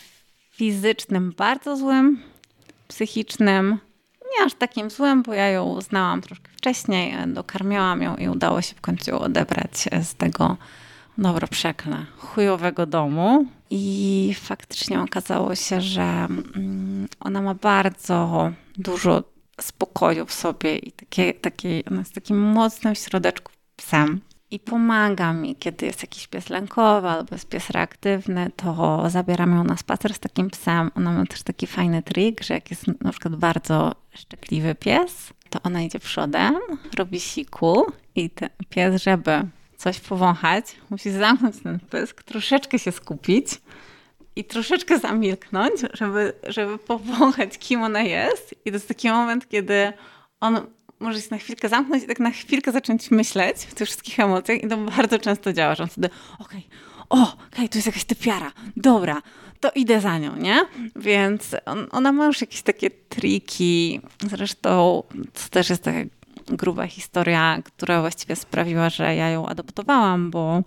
A: Fizycznym bardzo złym, psychicznym nie aż takim złym, bo ja ją znałam troszkę wcześniej, dokarmiałam ją i udało się w końcu ją odebrać z tego, dobra przeklę, chujowego domu. I faktycznie okazało się, że ona ma bardzo dużo spokoju w sobie i takie, takie, ona jest takim mocnym w środeczku psem. I pomaga mi, kiedy jest jakiś pies lękowy albo jest pies reaktywny, to zabieram ją na spacer z takim psem. Ona ma też taki fajny trik, że jak jest na przykład bardzo szczekliwy pies, to ona idzie przodem, robi siku i ten pies, żeby coś powąchać, musi zamknąć ten pysk, troszeczkę się skupić i troszeczkę zamilknąć, żeby, żeby powąchać, kim ona jest. I to jest taki moment, kiedy on może się na chwilkę zamknąć i tak na chwilkę zacząć myśleć w tych wszystkich emocjach i to bardzo często działa, że on wtedy okej, okay, o, okej, okay, tu jest jakaś typiara, dobra, to idę za nią, nie? Więc on, ona ma już jakieś takie triki, zresztą to też jest taka gruba historia, która właściwie sprawiła, że ja ją adoptowałam, bo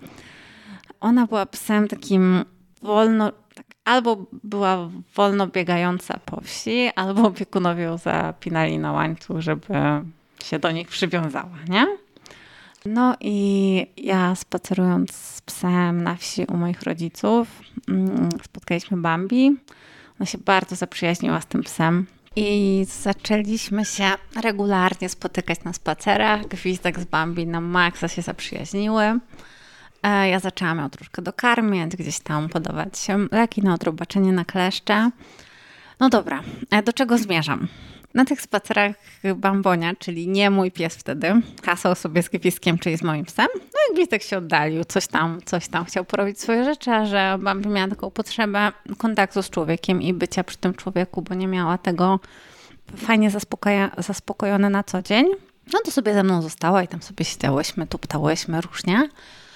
A: ona była psem takim wolno, tak, albo była wolno biegająca po wsi, albo opiekunowie ją zapinali na łańcuch, żeby się do nich przywiązała, nie? No i ja spacerując z psem na wsi u moich rodziców, spotkaliśmy Bambi. Ona się bardzo zaprzyjaźniła z tym psem i zaczęliśmy się regularnie spotykać na spacerach. Gwizdek z Bambi na maksa się zaprzyjaźniły. Ja zaczęłam ją troszkę dokarmiać, gdzieś tam podawać leki na odrobaczenie, na kleszcze. No dobra, do czego zmierzam? Na tych spacerach Bambonia, czyli nie mój pies wtedy, kasał sobie z Gwizdkiem, czyli z moim psem. No i Gwizdek się oddalił, coś tam, coś tam chciał porobić swoje rzeczy, a że Bambi miała taką potrzebę kontaktu z człowiekiem i bycia przy tym człowieku, bo nie miała tego fajnie zaspokoja- zaspokojone na co dzień, no to sobie ze mną została i tam sobie siedziałyśmy, tuptałyśmy różnie.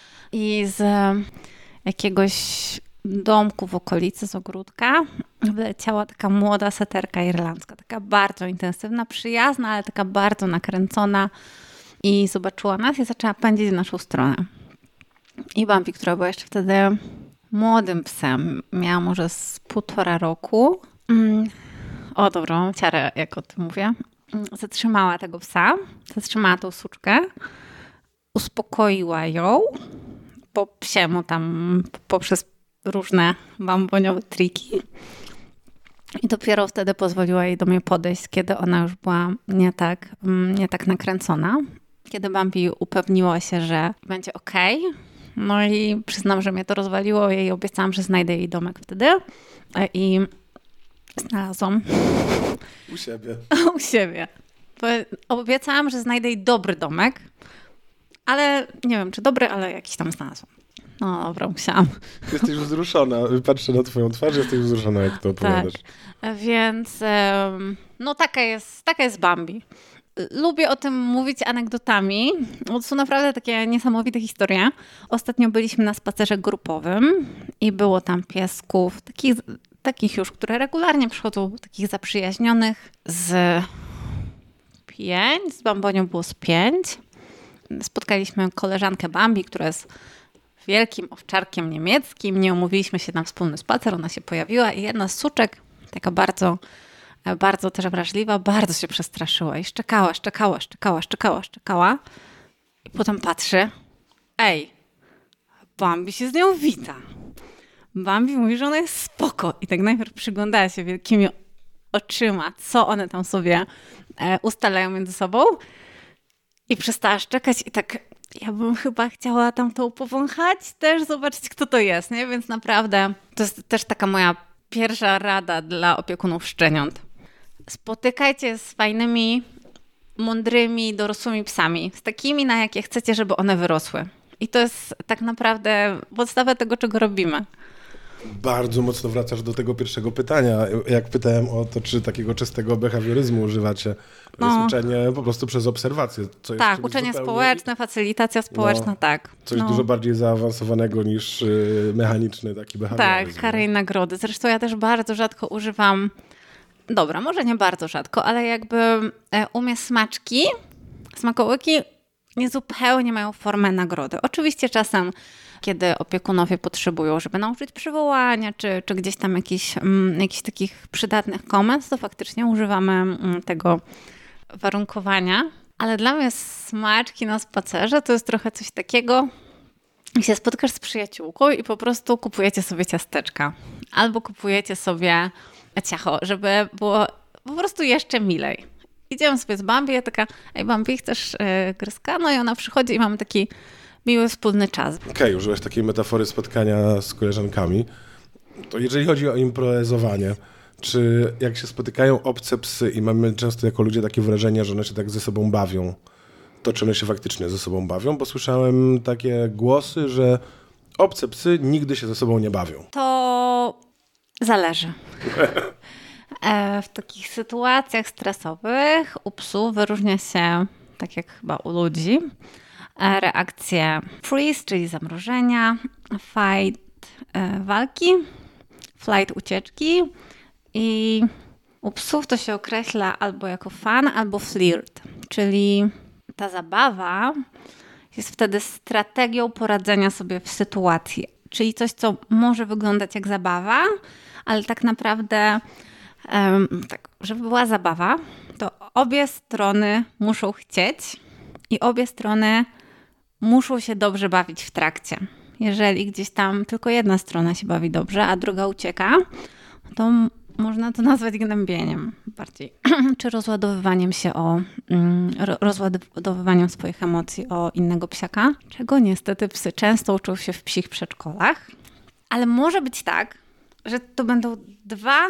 A: I z jakiegoś domku w okolicy, z ogródka, wleciała taka młoda seterka irlandzka, taka bardzo intensywna, przyjazna, ale taka bardzo nakręcona i zobaczyła nas i zaczęła pędzić w naszą stronę. I Bambi, która była jeszcze wtedy młodym psem, miała może z półtora roku, o dobrą ciarę, jak o tym mówię, zatrzymała tego psa, zatrzymała tą suczkę, uspokoiła ją po psiemu tam poprzez różne bamboniowe triki i dopiero wtedy pozwoliła jej do mnie podejść, kiedy ona już była nie tak, nie tak nakręcona. Kiedy Bambi upewniła się, że będzie okej. No i przyznam, że mnie to rozwaliło. Jej obiecałam, że znajdę jej domek wtedy i znalazłam.
B: U siebie.
A: U siebie. Obiecałam, że znajdę jej dobry domek, ale nie wiem, czy dobry, ale jakiś tam znalazłam. No dobra, musiałam.
B: Jesteś wzruszona. Patrzę na twoją twarz, jesteś wzruszona, jak to opowiadasz.
A: Tak. Więc no taka jest, taka jest Bambi. Lubię o tym mówić anegdotami. To są naprawdę takie niesamowite historie. Ostatnio byliśmy na spacerze grupowym i było tam piesków, takich takich już, które regularnie przychodzą, takich zaprzyjaźnionych, z pięć, z Bambonią było z pięć. Spotkaliśmy koleżankę Bambi, która jest wielkim owczarkiem niemieckim. Nie umówiliśmy się na wspólny spacer, ona się pojawiła i jedna z suczek, taka bardzo, bardzo też wrażliwa, bardzo się przestraszyła i szczekała, szczekała, szczekała, szczekała, szczekała. I potem patrzy, ej, Bambi się z nią wita. Bambi mówi, że ona jest spoko. I tak najpierw przyglądała się wielkimi oczyma, co one tam sobie e, ustalają między sobą. I przestała szczekać i tak, ja bym chyba chciała tam to powąchać, też zobaczyć, kto to jest, nie? Więc naprawdę to jest też taka moja pierwsza rada dla opiekunów szczeniąt. Spotykajcie z fajnymi, mądrymi, dorosłymi psami. Z takimi, na jakie chcecie, żeby one wyrosły. I to jest tak naprawdę podstawa tego, czego robimy.
B: Bardzo mocno wracasz do tego pierwszego pytania. Jak pytałem o to, czy takiego czystego behawioryzmu używacie, to jest
A: no.
B: uczenie po prostu przez obserwację. Co jest
A: tak, uczenie zupełnie... społeczne, facylitacja społeczna, no, tak.
B: Coś
A: no.
B: dużo bardziej zaawansowanego niż yy, mechaniczny taki behawioryzm.
A: Tak, kary i nagrody. Zresztą ja też bardzo rzadko używam, dobra, może nie bardzo rzadko, ale jakby u mnie smaczki, smakołyki niezupełnie mają formę nagrody. Oczywiście czasem, kiedy opiekunowie potrzebują, żeby nauczyć przywołania, czy, czy gdzieś tam jakichś mm, jakichś takich przydatnych komend, to faktycznie używamy mm, tego warunkowania. Ale dla mnie smaczki na spacerze to jest trochę coś takiego, jak się spotkasz z przyjaciółką i po prostu kupujecie sobie ciasteczka. Albo kupujecie sobie ciacho, żeby było po prostu jeszcze milej. Idziemy sobie z Bambi, ja taka, ej Bambi, chcesz yy, gryzka? No i ona przychodzi i mamy taki miły, wspólny czas.
B: Okej, okay, użyłeś takiej metafory spotkania z koleżankami. To jeżeli chodzi o improwizowanie, czy jak się spotykają obce psy i mamy często jako ludzie takie wrażenie, że one się tak ze sobą bawią, to czy one się faktycznie ze sobą bawią? Bo słyszałem takie głosy, że obce psy nigdy się ze sobą nie bawią.
A: To zależy. W takich sytuacjach stresowych u psów wyróżnia się, tak jak chyba u ludzi, reakcje freeze, czyli zamrożenia, fight, walki, flight, ucieczki i u psów to się określa albo jako fun, albo flirt, czyli ta zabawa jest wtedy strategią poradzenia sobie w sytuacji, czyli coś, co może wyglądać jak zabawa, ale tak naprawdę um, tak, żeby była zabawa, to obie strony muszą chcieć i obie strony muszą się dobrze bawić w trakcie. Jeżeli gdzieś tam tylko jedna strona się bawi dobrze, a druga ucieka, to można to nazwać gnębieniem bardziej. Czy rozładowywaniem się o, rozładowywaniem swoich emocji o innego psiaka, czego niestety psy często uczą się w psich przedszkolach. Ale może być tak, że to będą dwa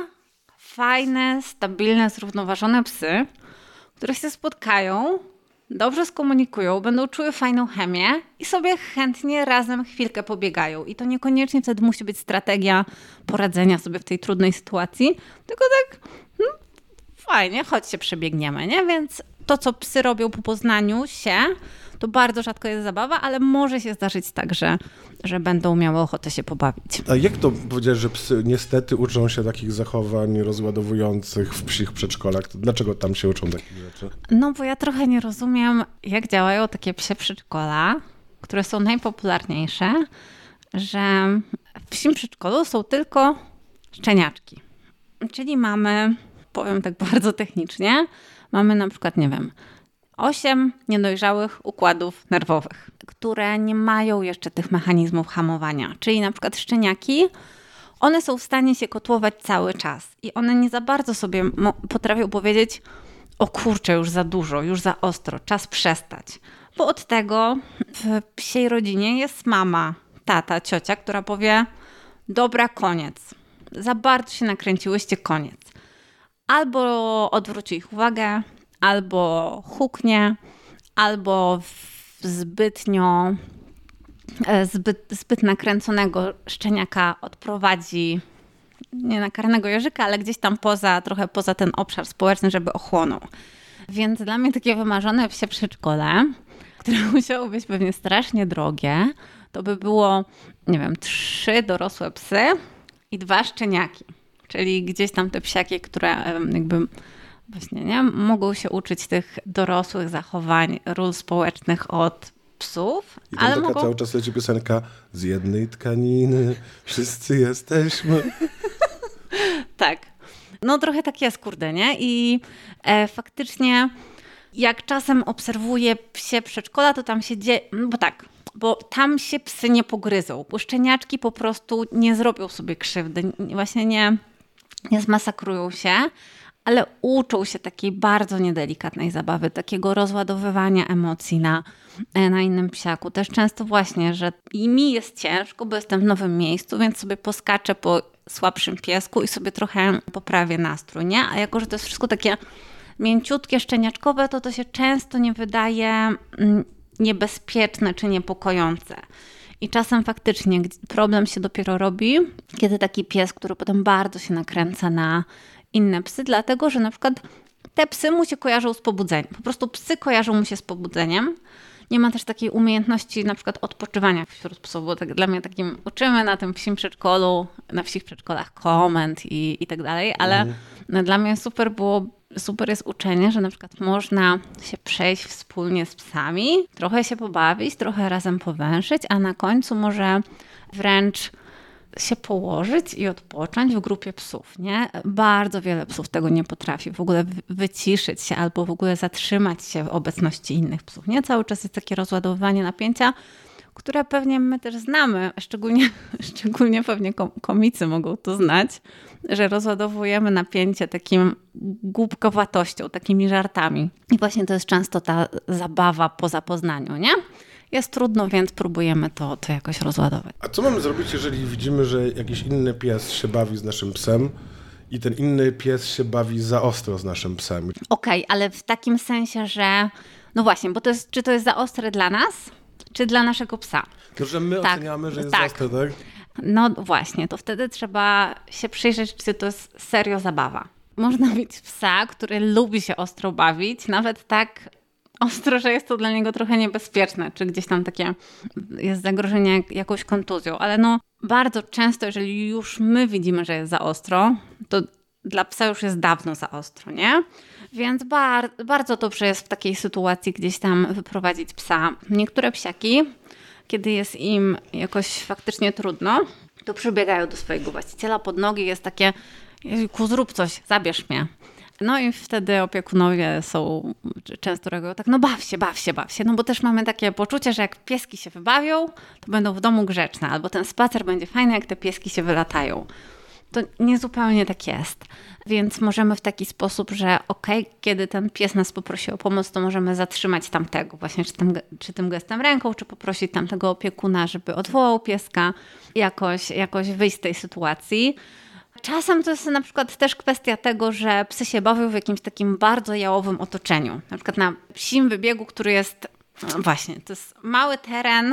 A: fajne, stabilne, zrównoważone psy, które się spotkają, dobrze skomunikują, będą czuły fajną chemię i sobie chętnie razem chwilkę pobiegają. I to niekoniecznie wtedy musi być strategia poradzenia sobie w tej trudnej sytuacji, tylko tak no, fajnie, chodź się przebiegniemy, nie? Więc to, co psy robią po poznaniu się, to bardzo rzadko jest zabawa, ale może się zdarzyć tak, że, że będą miały ochotę się pobawić.
B: A jak to powiedziałeś, że psy niestety uczą się takich zachowań rozładowujących w psich przedszkolach? Dlaczego tam się uczą takich rzeczy?
A: No bo ja trochę nie rozumiem, jak działają takie psie przedszkola, które są najpopularniejsze, że w psim przedszkolu są tylko szczeniaczki. Czyli mamy, powiem tak bardzo technicznie, mamy na przykład, nie wiem, osiem niedojrzałych układów nerwowych, które nie mają jeszcze tych mechanizmów hamowania. Czyli na przykład szczeniaki, one są w stanie się kotłować cały czas i one nie za bardzo sobie mo- potrafią powiedzieć: o kurczę, już za dużo, już za ostro, czas przestać. Bo od tego w psiej rodzinie jest mama, tata, ciocia, która powie: dobra, koniec. Za bardzo się nakręciłyście, koniec. Albo odwróci ich uwagę, albo huknie, albo zbytnio, zbyt, zbyt nakręconego szczeniaka odprowadzi, nie na karnego jeżyka, ale gdzieś tam poza, trochę poza ten obszar społeczny, żeby ochłonął. Więc dla mnie takie wymarzone psie przedszkole, które musiało być pewnie strasznie drogie, to by było, nie wiem, trzy dorosłe psy i dwa szczeniaki. czyli gdzieś tam te psiaki, które jakby właśnie nie mogą się uczyć tych dorosłych zachowań, ról społecznych od psów.
B: I tam
A: ale
B: taka
A: mogą...
B: cały czas leci piosenka z jednej tkaniny, wszyscy jesteśmy.
A: Tak. No trochę tak jest, kurde, nie? I e, faktycznie jak czasem obserwuję psie przedszkola, to tam się dzieje, no bo tak, bo tam się psy nie pogryzą, bo szczeniaczki po prostu nie zrobią sobie krzywdy, właśnie nie, nie zmasakrują się, ale uczą się takiej bardzo niedelikatnej zabawy, takiego rozładowywania emocji na, na innym psiaku. Też często właśnie, że i mi jest ciężko, bo jestem w nowym miejscu, więc sobie poskaczę po słabszym piesku i sobie trochę poprawię nastrój, nie? A jako, że to jest wszystko takie mięciutkie, szczeniaczkowe, to to się często nie wydaje niebezpieczne czy niepokojące. I czasem faktycznie problem się dopiero robi, kiedy taki pies, który potem bardzo się nakręca na inne psy, dlatego, że na przykład te psy mu się kojarzą z pobudzeniem. Po prostu psy kojarzą mu się z pobudzeniem. Nie ma też takiej umiejętności na przykład odpoczywania wśród psów, bo tak, dla mnie takim uczymy na tym psim przedszkolu, na wsich przedszkolach komend i, i tak dalej, ale mhm. dla mnie super było, super jest uczenie, że na przykład można się przejść wspólnie z psami, trochę się pobawić, trochę razem powęszyć, a na końcu może wręcz się położyć i odpocząć w grupie psów, nie? Bardzo wiele psów tego nie potrafi, w ogóle wyciszyć się albo w ogóle zatrzymać się w obecności innych psów, nie? Cały czas jest takie rozładowywanie napięcia, które pewnie my też znamy, szczególnie, szczególnie pewnie komicy mogą to znać, że rozładowujemy napięcie takim głupkowatością, takimi żartami. I właśnie to jest często ta zabawa po zapoznaniu, nie? Jest trudno, więc próbujemy to, to jakoś rozładować.
B: A co mamy zrobić, jeżeli widzimy, że jakiś inny pies się bawi z naszym psem i ten inny pies się bawi za ostro z naszym psem?
A: Okej, okay, ale w takim sensie, że no właśnie, bo to jest, czy to jest za ostre dla nas, czy dla naszego psa?
B: To, że my tak, oceniamy, że jest tak. za ostre, tak?
A: No właśnie, to wtedy trzeba się przyjrzeć, czy to jest serio zabawa. Można mieć psa, który lubi się ostro bawić, nawet tak ostro, że jest to dla niego trochę niebezpieczne, czy gdzieś tam takie jest zagrożenie jak, jakąś kontuzją, ale no bardzo często, jeżeli już my widzimy, że jest za ostro, to dla psa już jest dawno za ostro, nie? Więc bar- bardzo dobrze jest w takiej sytuacji gdzieś tam wyprowadzić psa. Niektóre psiaki, kiedy jest im jakoś faktycznie trudno, to przybiegają do swojego właściciela pod nogi, jest takie, Jezu, zrób coś, zabierz mnie. No i wtedy opiekunowie są, często reagują tak, no baw się, baw się, baw się, no bo też mamy takie poczucie, że jak pieski się wybawią, to będą w domu grzeczne, albo ten spacer będzie fajny, jak te pieski się wylatają. To niezupełnie tak jest, więc możemy w taki sposób, że okej, okay, kiedy ten pies nas poprosi o pomoc, to możemy zatrzymać tamtego, właśnie czy tym, czy tym gestem ręką, czy poprosić tamtego opiekuna, żeby odwołał pieska, jakoś, jakoś wyjść z tej sytuacji. Czasem to jest na przykład też kwestia tego, że psy się bawią w jakimś takim bardzo jałowym otoczeniu. Na przykład na psim wybiegu, który jest, no właśnie, to jest mały teren,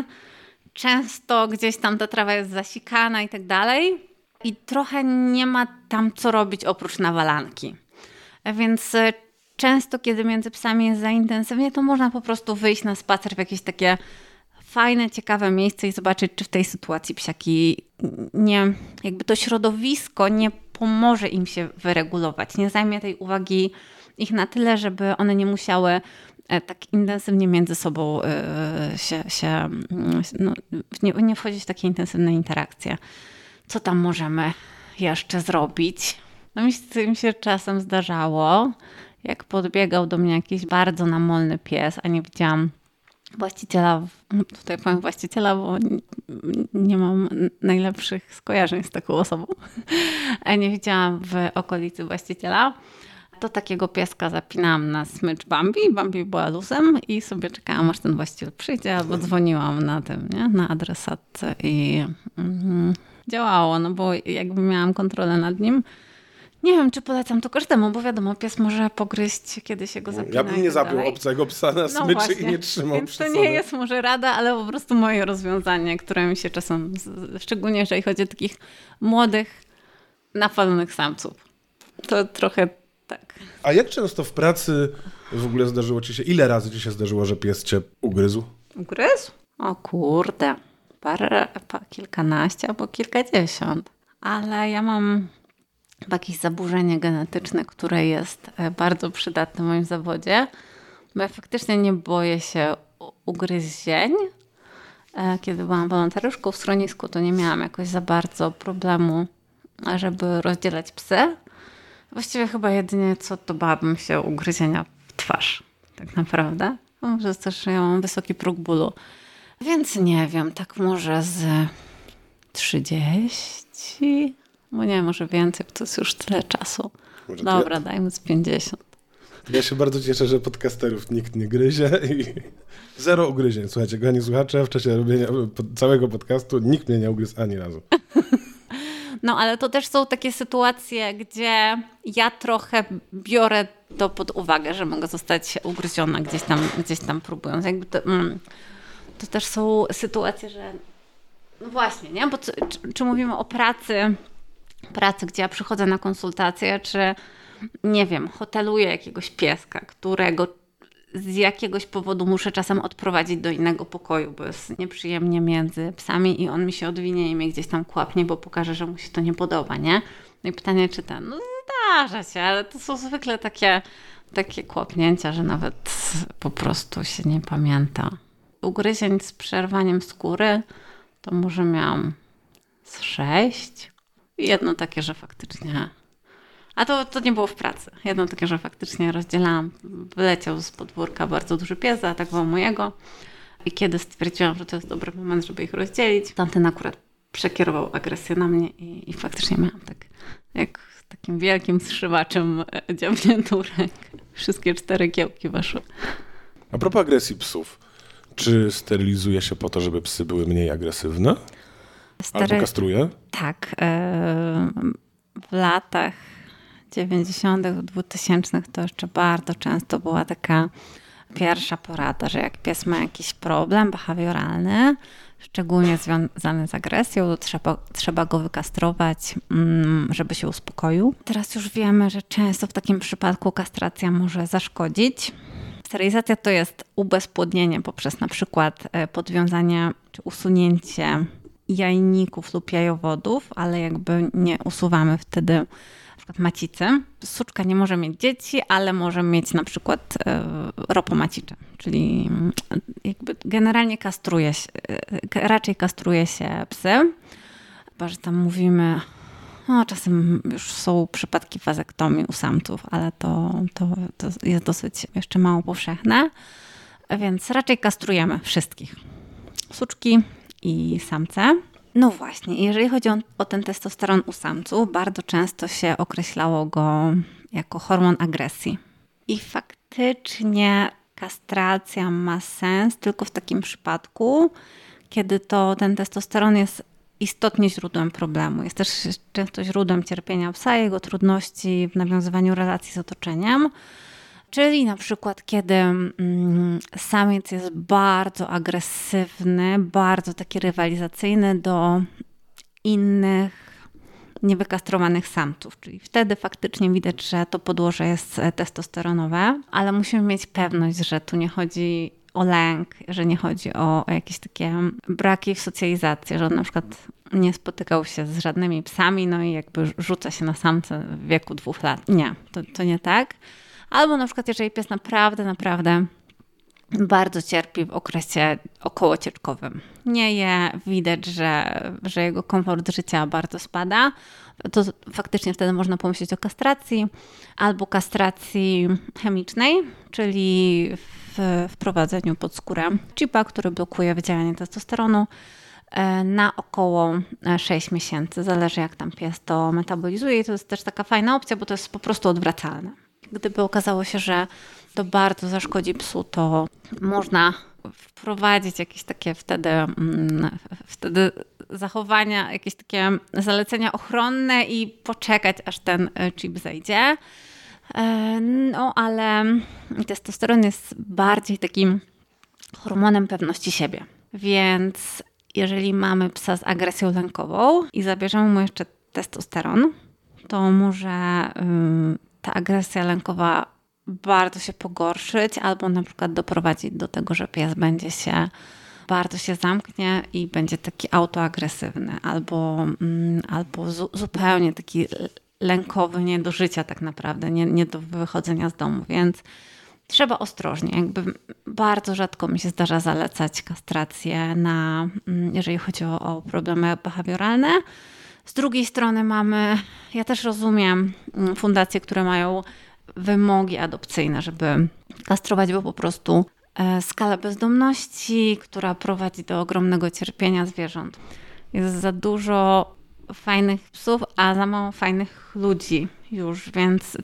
A: często gdzieś tam ta trawa jest zasikana i tak dalej i trochę nie ma tam co robić oprócz nawalanki. Więc często, kiedy między psami jest za intensywnie, to można po prostu wyjść na spacer w jakieś takie fajne, ciekawe miejsce i zobaczyć, czy w tej sytuacji psiaki nie, jakby to środowisko nie pomoże im się wyregulować, nie zajmie tej uwagi ich na tyle, żeby one nie musiały tak intensywnie między sobą się, się no, nie, nie wchodzić w takie intensywne interakcje. Co tam możemy jeszcze zrobić? No mi się, mi się czasem zdarzało, jak podbiegał do mnie jakiś bardzo namolny pies, a nie widziałam właściciela, tutaj powiem właściciela, bo nie mam najlepszych skojarzeń z taką osobą. Nie widziałam w okolicy właściciela. To takiego pieska zapinałam na smycz Bambi. Bambi była luzem i sobie czekałam, aż ten właściciel przyjdzie, albo dzwoniłam na tym, nie? Na adresatce i mm, działało, no bo jakby miałam kontrolę nad nim. Nie wiem, czy polecam to każdemu, bo wiadomo, pies może pogryźć, kiedy się go zapina.
B: Ja bym nie zapiął
A: dalej.
B: obcego psa na smyczy no właśnie, i nie trzymał
A: więc
B: przy
A: to
B: sobie.
A: nie jest może rada, ale po prostu moje rozwiązanie, które mi się czasem, szczególnie jeżeli chodzi o takich młodych, napalonych samców. To trochę tak.
B: A jak często w pracy w ogóle zdarzyło ci się, ile razy ci się zdarzyło, że pies cię ugryzł?
A: Ugryzł? O kurde, parę, pa, kilkanaście albo kilkadziesiąt. Ale ja mam jakieś zaburzenie genetyczne, które jest bardzo przydatne w moim zawodzie, bo ja faktycznie nie boję się ugryzień. Kiedy byłam wolontariuszką w schronisku, to nie miałam jakoś za bardzo problemu, żeby rozdzielać psy. Właściwie chyba jedynie co, to bałabym się ugryzienia w twarz, tak naprawdę. Bo może też ja mam wysoki próg bólu. Więc nie wiem, tak może z trzydzieści, bo nie, może więcej, bo to jest już tyle czasu. Może Dobra, ja... dajmy z pięćdziesiąt.
B: Ja się bardzo cieszę, że podcasterów nikt nie gryzie i zero ugryzień. Słuchajcie, kochani słuchacze, w czasie robienia całego podcastu nikt mnie nie ugryzł ani razu.
A: No, ale to też są takie sytuacje, gdzie ja trochę biorę to pod uwagę, że mogę zostać ugryziona gdzieś tam, gdzieś tam próbując. Jakby to, mm, to też są sytuacje, że no właśnie, nie? Bo czy, czy mówimy o pracy, pracy, gdzie ja przychodzę na konsultację, czy nie wiem, hoteluję jakiegoś pieska, którego z jakiegoś powodu muszę czasem odprowadzić do innego pokoju, bo jest nieprzyjemnie między psami i on mi się odwinie i mnie gdzieś tam kłapnie, bo pokaże, że mu się to nie podoba, nie? No i pytanie, czy ten, no zdarza się, ale to są zwykle takie, takie kłapnięcia, że nawet po prostu się nie pamięta. Ugryzień z przerwaniem skóry to może miałam z sześć. Jedno takie, że faktycznie... A to, to nie było w pracy. Jedno takie, że faktycznie rozdzielałam. Wyleciał z podwórka bardzo duży pies, zaatakował mojego. I kiedy stwierdziłam, że to jest dobry moment, żeby ich rozdzielić, tamten akurat przekierował agresję na mnie i, i faktycznie miałam tak, jak takim wielkim zszywaczem dziabniętą rękę. Wszystkie cztery kiełki weszły.
B: A propos agresji psów, czy sterylizuje się po to, żeby psy były mniej agresywne? Stery... Albo kastruje?
A: Tak. Yy, w latach dziewięćdziesiątych, dwutysięcznych to jeszcze bardzo często była taka pierwsza porada, że jak pies ma jakiś problem behawioralny, szczególnie związany z agresją, to trzeba, trzeba go wykastrować, żeby się uspokoił. Teraz już wiemy, że często w takim przypadku kastracja może zaszkodzić. Sterylizacja to jest ubezpłodnienie poprzez na przykład podwiązanie czy usunięcie jajników lub jajowodów, ale jakby nie usuwamy wtedy na przykład macicy. Suczka nie może mieć dzieci, ale może mieć na przykład ropomacicze, czyli jakby generalnie kastruje się, raczej kastruje się psy. Chyba, że tam mówimy, no czasem już są przypadki wazektomii u samców, ale to, to, to jest dosyć jeszcze mało powszechne, więc raczej kastrujemy wszystkich. Suczki i samce. No właśnie, jeżeli chodzi o, o ten testosteron u samców, bardzo często się określało go jako hormon agresji. I faktycznie kastracja ma sens tylko w takim przypadku, kiedy to ten testosteron jest istotnie źródłem problemu. Jest też często źródłem cierpienia psa, jego trudności w nawiązywaniu relacji z otoczeniem. Czyli na przykład, kiedy mm, samiec jest bardzo agresywny, bardzo taki rywalizacyjny do innych niewykastrowanych samców. Czyli wtedy faktycznie widać, że to podłoże jest testosteronowe, ale musimy mieć pewność, że tu nie chodzi o lęk, że nie chodzi o, o jakieś takie braki w socjalizacji, że on na przykład nie spotykał się z żadnymi psami, no i jakby rzuca się na samce w wieku dwóch lat. Nie, to, to nie tak. Albo na przykład, jeżeli pies naprawdę, naprawdę bardzo cierpi w okresie okołocieczkowym. Nie je, widać, że, że jego komfort życia bardzo spada, to faktycznie wtedy można pomyśleć o kastracji albo kastracji chemicznej, czyli w wprowadzeniu pod skórę chipa, który blokuje wydzielanie testosteronu na około sześć miesięcy. Zależy, jak tam pies to metabolizuje i to jest też taka fajna opcja, bo to jest po prostu odwracalne. Gdyby okazało się, że to bardzo zaszkodzi psu, to można wprowadzić jakieś takie wtedy, wtedy zachowania, jakieś takie zalecenia ochronne i poczekać, aż ten chip zejdzie. No ale testosteron jest bardziej takim hormonem pewności siebie. Więc jeżeli mamy psa z agresją lękową i zabierzemy mu jeszcze testosteron, to może ta agresja lękowa bardzo się pogorszyć albo na przykład doprowadzić do tego, że pies będzie się, bardzo się zamknie i będzie taki autoagresywny albo, albo zu, zupełnie taki lękowy, nie do życia tak naprawdę, nie, nie do wychodzenia z domu, więc trzeba ostrożnie. Jakby bardzo rzadko mi się zdarza zalecać kastrację, na, jeżeli chodzi o, o problemy behawioralne. Z drugiej strony mamy, ja też rozumiem fundacje, które mają wymogi adopcyjne, żeby kastrować, bo po prostu skala bezdomności, która prowadzi do ogromnego cierpienia zwierząt. Jest za dużo fajnych psów, a za mało fajnych ludzi już, więc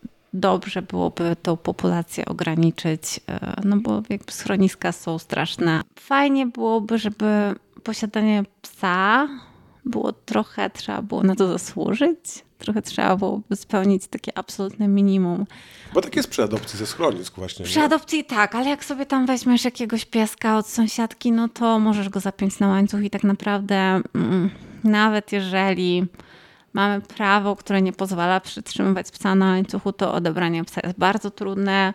A: dobrze byłoby tą populację ograniczyć, no bo jakby schroniska są straszne. Fajnie byłoby, żeby posiadanie psa było trochę, trzeba było na to zasłużyć. Trochę trzeba byłoby spełnić takie absolutne minimum.
B: Bo tak jest przy adopcji ze schronisk właśnie.
A: Przy nie? adopcji tak, ale jak sobie tam weźmiesz jakiegoś pieska od sąsiadki, no to możesz go zapiąć na łańcuch i tak naprawdę mm, nawet jeżeli mamy prawo, które nie pozwala przytrzymywać psa na łańcuchu, to odebranie psa jest bardzo trudne.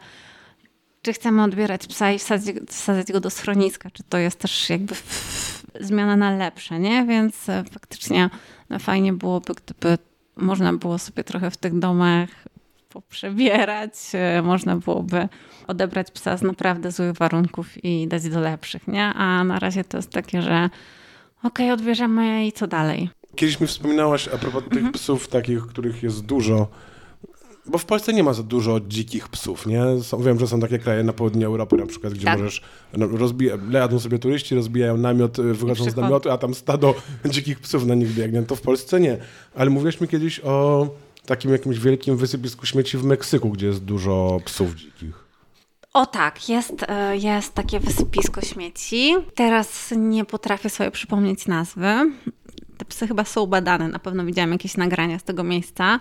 A: Czy chcemy odbierać psa i wsadzić, wsadzać go do schroniska, czy to jest też jakby f, f, zmiana na lepsze, nie? Więc faktycznie no, fajnie byłoby, gdyby można było sobie trochę w tych domach poprzebierać, można byłoby odebrać psa z naprawdę złych warunków i dać do lepszych, nie? A na razie to jest takie, że okej, okay, odbierzemy i co dalej?
B: Kiedyś mi wspominałaś a propos tych mhm. psów takich, których jest dużo, bo w Polsce nie ma za dużo dzikich psów, nie? Są, wiem, że są takie kraje na południu Europy na przykład, gdzie tak. możesz, no, rozbija, jadą sobie turyści, rozbijają namiot, wychodzą z namiotu, a tam stado dzikich psów na nich biegnie. To w Polsce nie. Ale mówiłeś mi kiedyś o takim jakimś wielkim wysypisku śmieci w Meksyku, gdzie jest dużo psów dzikich.
A: O tak, jest, jest takie wysypisko śmieci. Teraz nie potrafię sobie przypomnieć nazwy. Te psy chyba są badane, na pewno widziałam jakieś nagrania z tego miejsca.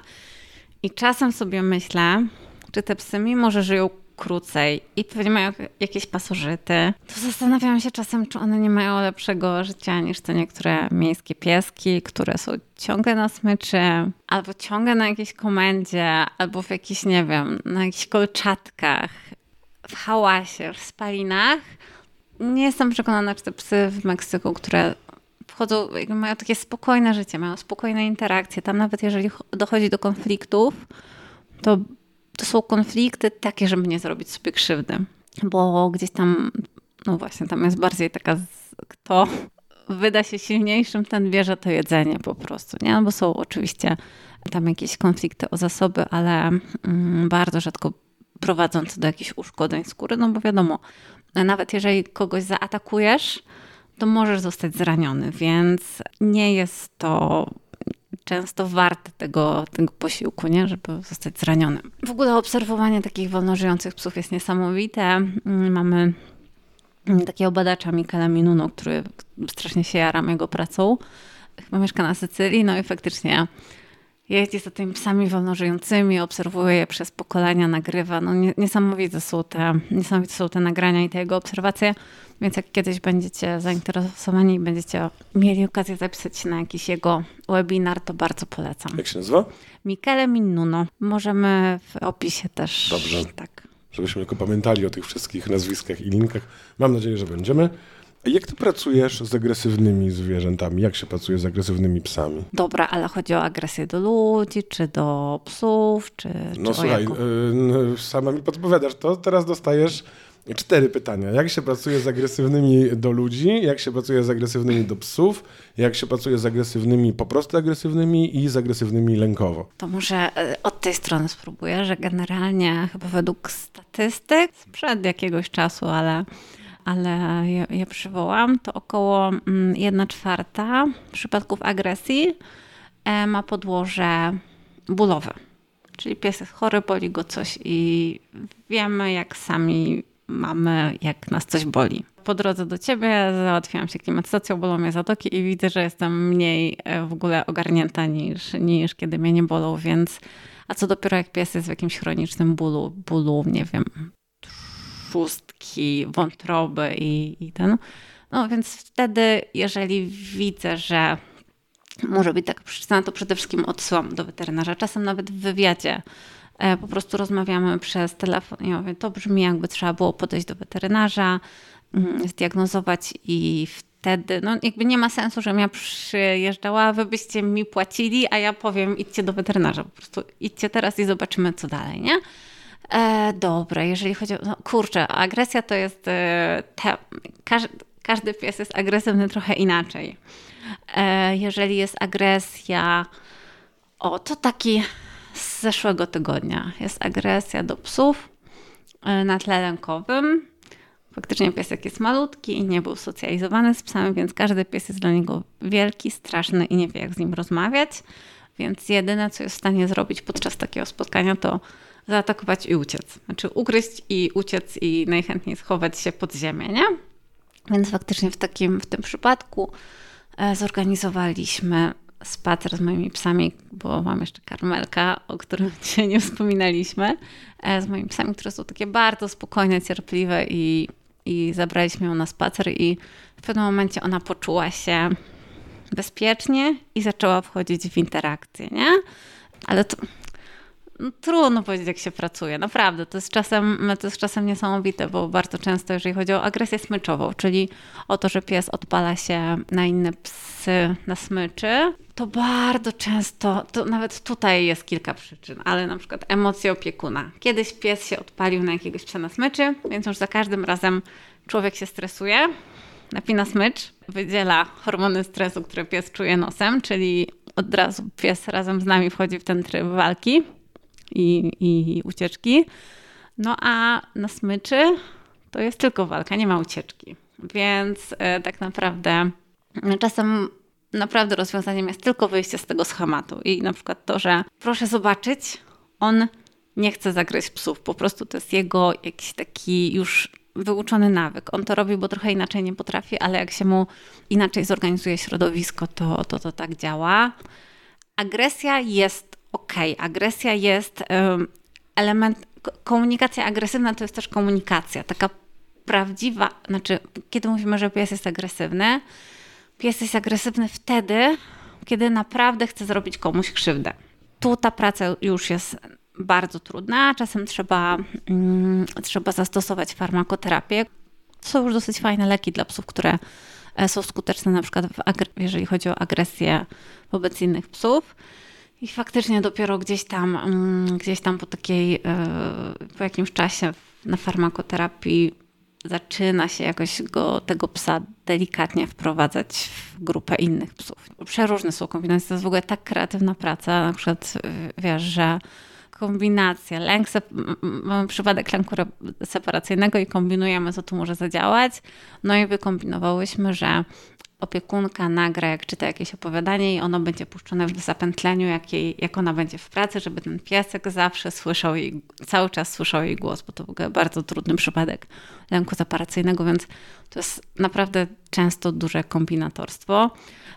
A: I czasem sobie myślę, czy te psy, mimo że żyją krócej i pewnie mają jakieś pasożyty, to zastanawiam się czasem, czy one nie mają lepszego życia niż te niektóre miejskie pieski, które są ciągle na smyczy, albo ciągle na jakiejś komendzie, albo w jakichś, nie wiem, na jakichś kolczatkach, w hałasie, w spalinach. Nie jestem przekonana, czy te psy w Meksyku, które wchodzą, mają takie spokojne życie, mają spokojne interakcje. Tam nawet jeżeli dochodzi do konfliktów, to, to są konflikty takie, żeby nie zrobić sobie krzywdy. Bo gdzieś tam, no właśnie, tam jest bardziej taka, kto wyda się silniejszym, ten bierze to jedzenie po prostu. Nie? No bo są oczywiście tam jakieś konflikty o zasoby, ale mm, bardzo rzadko prowadzące do jakichś uszkodzeń skóry, no bo wiadomo, nawet jeżeli kogoś zaatakujesz, to możesz zostać zraniony, więc nie jest to często warte tego, tego posiłku, nie? Żeby zostać zranionym. W ogóle obserwowanie takich wolnożyjących psów jest niesamowite. Mamy takiego badacza Michela Minuno, który strasznie się jaram jego pracą. Chyba mieszka na Sycylii, no i faktycznie jeździ za tymi psami wolnożyjącymi, obserwuje je przez pokolenia, nagrywa. No niesamowite są te, niesamowite są te nagrania i te jego obserwacje. Więc jak kiedyś będziecie zainteresowani i będziecie mieli okazję zapisać się na jakiś jego webinar, to bardzo polecam.
B: Jak się nazywa?
A: Michele Minuno. Możemy w opisie też.
B: Dobrze.
A: Tak.
B: Żebyśmy tylko pamiętali o tych wszystkich nazwiskach i linkach. Mam nadzieję, że będziemy. A jak ty pracujesz z agresywnymi zwierzętami? Jak się pracuje z agresywnymi psami?
A: Dobra, ale chodzi o agresję do ludzi, czy do psów, czy
B: No
A: czy
B: słuchaj, yy, sama mi podpowiadasz to, teraz dostajesz cztery pytania. Jak się pracuje z agresywnymi do ludzi, jak się pracuje z agresywnymi do psów, jak się pracuje z agresywnymi po prostu agresywnymi i z agresywnymi lękowo.
A: To może od tej strony spróbuję, że generalnie chyba według statystyk sprzed jakiegoś czasu, ale, ale je, je przywołam, to około jedna czwarta przypadków agresji ma podłoże bólowe. Czyli pies jest chory, boli go coś i wiemy, jak sami mamy, jak nas coś boli. Po drodze do ciebie załatwiłam się klimatyzacją, bolą mnie zatoki i widzę, że jestem mniej w ogóle ogarnięta niż, niż kiedy mnie nie bolą, więc a co dopiero jak pies jest w jakimś chronicznym bólu, bólu, nie wiem, trzustki, wątroby i, i ten. No więc wtedy, jeżeli widzę, że może być taka przyczyna, to przede wszystkim odsyłam do weterynarza. Czasem nawet w wywiadzie po prostu rozmawiamy przez telefon i ja mówię, to brzmi jakby trzeba było podejść do weterynarza, zdiagnozować i wtedy, no jakby nie ma sensu, żebym ja przyjeżdżała, wy byście mi płacili, a ja powiem idźcie do weterynarza, po prostu idźcie teraz i zobaczymy co dalej, nie? E, dobra, jeżeli chodzi o, no kurczę, agresja to jest, e, te, każdy, każdy pies jest agresywny trochę inaczej. E, jeżeli jest agresja, o to taki z zeszłego tygodnia, jest agresja do psów e, na tle lękowym. Faktycznie piesek jest malutki i nie był socjalizowany z psami, więc każdy pies jest dla niego wielki, straszny i nie wie jak z nim rozmawiać. Więc jedyne co jest w stanie zrobić podczas takiego spotkania to zaatakować i uciec. Znaczy ugryźć i uciec i najchętniej schować się pod ziemię, nie? Więc faktycznie w takim, w tym przypadku e, zorganizowaliśmy spacer z moimi psami, bo mam jeszcze karmelka, o którym dzisiaj nie wspominaliśmy, e, z moimi psami, które są takie bardzo spokojne, cierpliwe i, i zabraliśmy ją na spacer i w pewnym momencie ona poczuła się bezpiecznie i zaczęła wchodzić w interakcję, nie? Ale to... No, trudno powiedzieć, jak się pracuje. Naprawdę, to jest, czasem, to jest czasem niesamowite, bo bardzo często, jeżeli chodzi o agresję smyczową, czyli o to, że pies odpala się na inne psy, na smyczy, to bardzo często, to nawet tutaj jest kilka przyczyn, ale na przykład emocje opiekuna. Kiedyś pies się odpalił na jakiegoś psa na smyczy, więc już za każdym razem człowiek się stresuje, napina smycz, wydziela hormony stresu, które pies czuje nosem, czyli od razu pies razem z nami wchodzi w ten tryb walki i, i ucieczki. No a na smyczy to jest tylko walka, nie ma ucieczki. Więc e, tak naprawdę czasem naprawdę rozwiązaniem jest tylko wyjście z tego schematu. I na przykład to, że proszę zobaczyć, on nie chce zagryźć psów. Po prostu to jest jego jakiś taki już wyuczony nawyk. On to robi, bo trochę inaczej nie potrafi, ale jak się mu inaczej zorganizuje środowisko, to to, to tak działa. Agresja jest okej. Agresja jest um, element... Komunikacja agresywna to jest też komunikacja. Taka prawdziwa... Znaczy, kiedy mówimy, że pies jest agresywny, pies jest agresywny wtedy, kiedy naprawdę chce zrobić komuś krzywdę. Tu ta praca już jest bardzo trudna. Czasem trzeba, mm, trzeba zastosować farmakoterapię. To są już dosyć fajne leki dla psów, które są skuteczne na przykład w agre- jeżeli chodzi o agresję wobec innych psów. I faktycznie dopiero gdzieś tam, mm, gdzieś tam po takiej, yy, po jakimś czasie na farmakoterapii zaczyna się jakoś go, tego psa delikatnie wprowadzać w grupę innych psów. Przeróżne są kombinacje. To jest w ogóle tak kreatywna praca. Na przykład wiesz, że kombinacja, lęk, mamy przypadek lęku separacyjnego i kombinujemy, co tu może zadziałać. No i wykombinowałyśmy, że opiekunka nagra, jak czyta jakieś opowiadanie i ono będzie puszczone w zapętleniu, jak, jej, jak ona będzie w pracy, żeby ten piesek zawsze słyszał jej, cały czas słyszał jej głos, bo to w ogóle bardzo trudny przypadek lęku separacyjnego, więc to jest naprawdę często duże kombinatorstwo.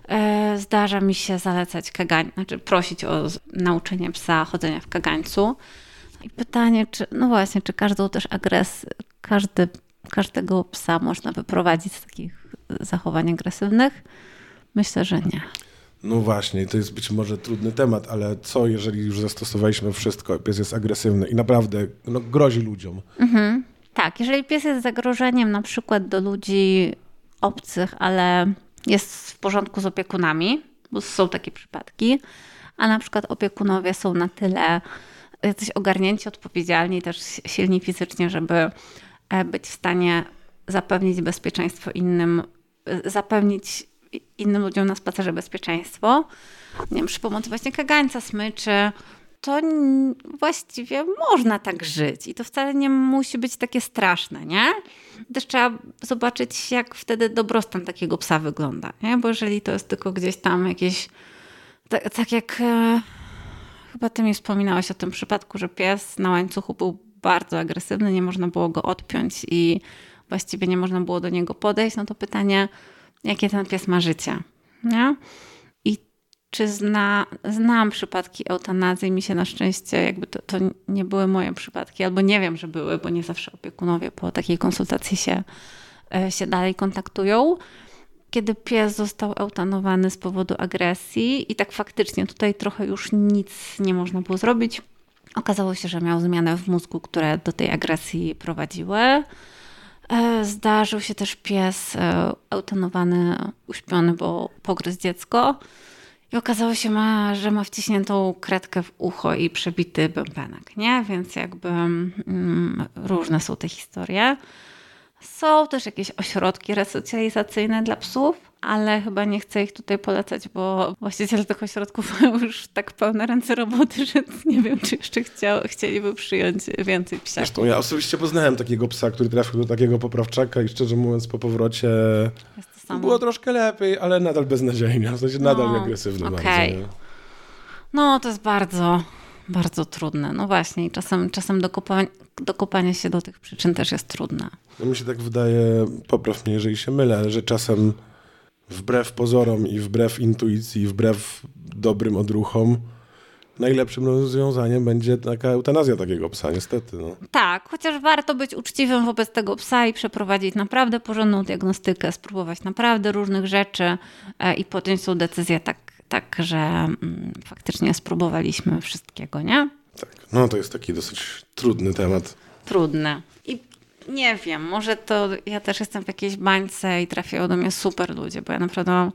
A: Zdarza mi się zalecać kagań, znaczy prosić o nauczenie psa chodzenia w kagańcu. I pytanie, czy, no właśnie, czy każdą też agresję, każdy, każdego psa można wyprowadzić z takich zachowań agresywnych? Myślę, że nie.
B: No właśnie, to jest być może trudny temat, ale co jeżeli już zastosowaliśmy wszystko, pies jest agresywny i naprawdę no, grozi ludziom?
A: Mhm. Tak, jeżeli pies jest zagrożeniem na przykład do ludzi obcych, ale jest w porządku z opiekunami, bo są takie przypadki, a na przykład opiekunowie są na tyle jacyś ogarnięci, odpowiedzialni, też silni fizycznie, żeby być w stanie zapewnić bezpieczeństwo innym, zapewnić innym ludziom na spacerze bezpieczeństwo. Nie wiem, przy pomocy właśnie kagańca, smyczy, to właściwie można tak żyć i to wcale nie musi być takie straszne, nie? Też trzeba zobaczyć, jak wtedy dobrostan takiego psa wygląda, nie? Bo jeżeli to jest tylko gdzieś tam jakieś, tak, tak jak e, chyba ty mi wspominałaś o tym przypadku, że pies na łańcuchu był bardzo agresywny, nie można było go odpiąć i właściwie nie można było do niego podejść, no to pytanie, jakie ten pies ma życie, nie? I czy zna, znam przypadki eutanazji, mi się na szczęście, jakby to, to nie były moje przypadki, albo nie wiem, że były, bo nie zawsze opiekunowie po takiej konsultacji się, się dalej kontaktują. Kiedy pies został eutanowany z powodu agresji i tak faktycznie tutaj trochę już nic nie można było zrobić, okazało się, że miał zmianę w mózgu, które do tej agresji prowadziły. Zdarzył się też pies eutanowany, uśpiony, bo pogryzł dziecko. I okazało się, ma, że ma wciśniętą kredkę w ucho i przebity bębenek, nie? Więc jakby mm, różne są te historie. Są też jakieś ośrodki resocjalizacyjne dla psów, ale chyba nie chcę ich tutaj polecać, bo właściciele tych ośrodków mają już tak pełne ręce roboty, że nie wiem, czy jeszcze chciał, chcieliby przyjąć więcej psiaków.
B: Zresztą ja osobiście poznałem takiego psa, który trafił do takiego poprawczaka i szczerze mówiąc po powrocie było troszkę lepiej, ale nadal beznadziejnie, w sensie nadal no, agresywny okay. bardzo. Nie?
A: No to jest bardzo, bardzo trudne. No właśnie i czasem, czasem dokopanie, dokopanie się do tych przyczyn też jest trudne.
B: No mi się tak wydaje, popraw mnie, jeżeli się mylę, ale że czasem wbrew pozorom i wbrew intuicji, wbrew dobrym odruchom, najlepszym rozwiązaniem będzie taka eutanazja takiego psa, niestety. No.
A: Tak, chociaż warto być uczciwym wobec tego psa i przeprowadzić naprawdę porządną diagnostykę, spróbować naprawdę różnych rzeczy i podjąć tą decyzję tak, tak że mm, faktycznie spróbowaliśmy wszystkiego, nie?
B: Tak, no to jest taki dosyć trudny temat.
A: Trudny. I nie wiem, może to ja też jestem w jakiejś bańce i trafiają do mnie super ludzie, bo ja naprawdę mam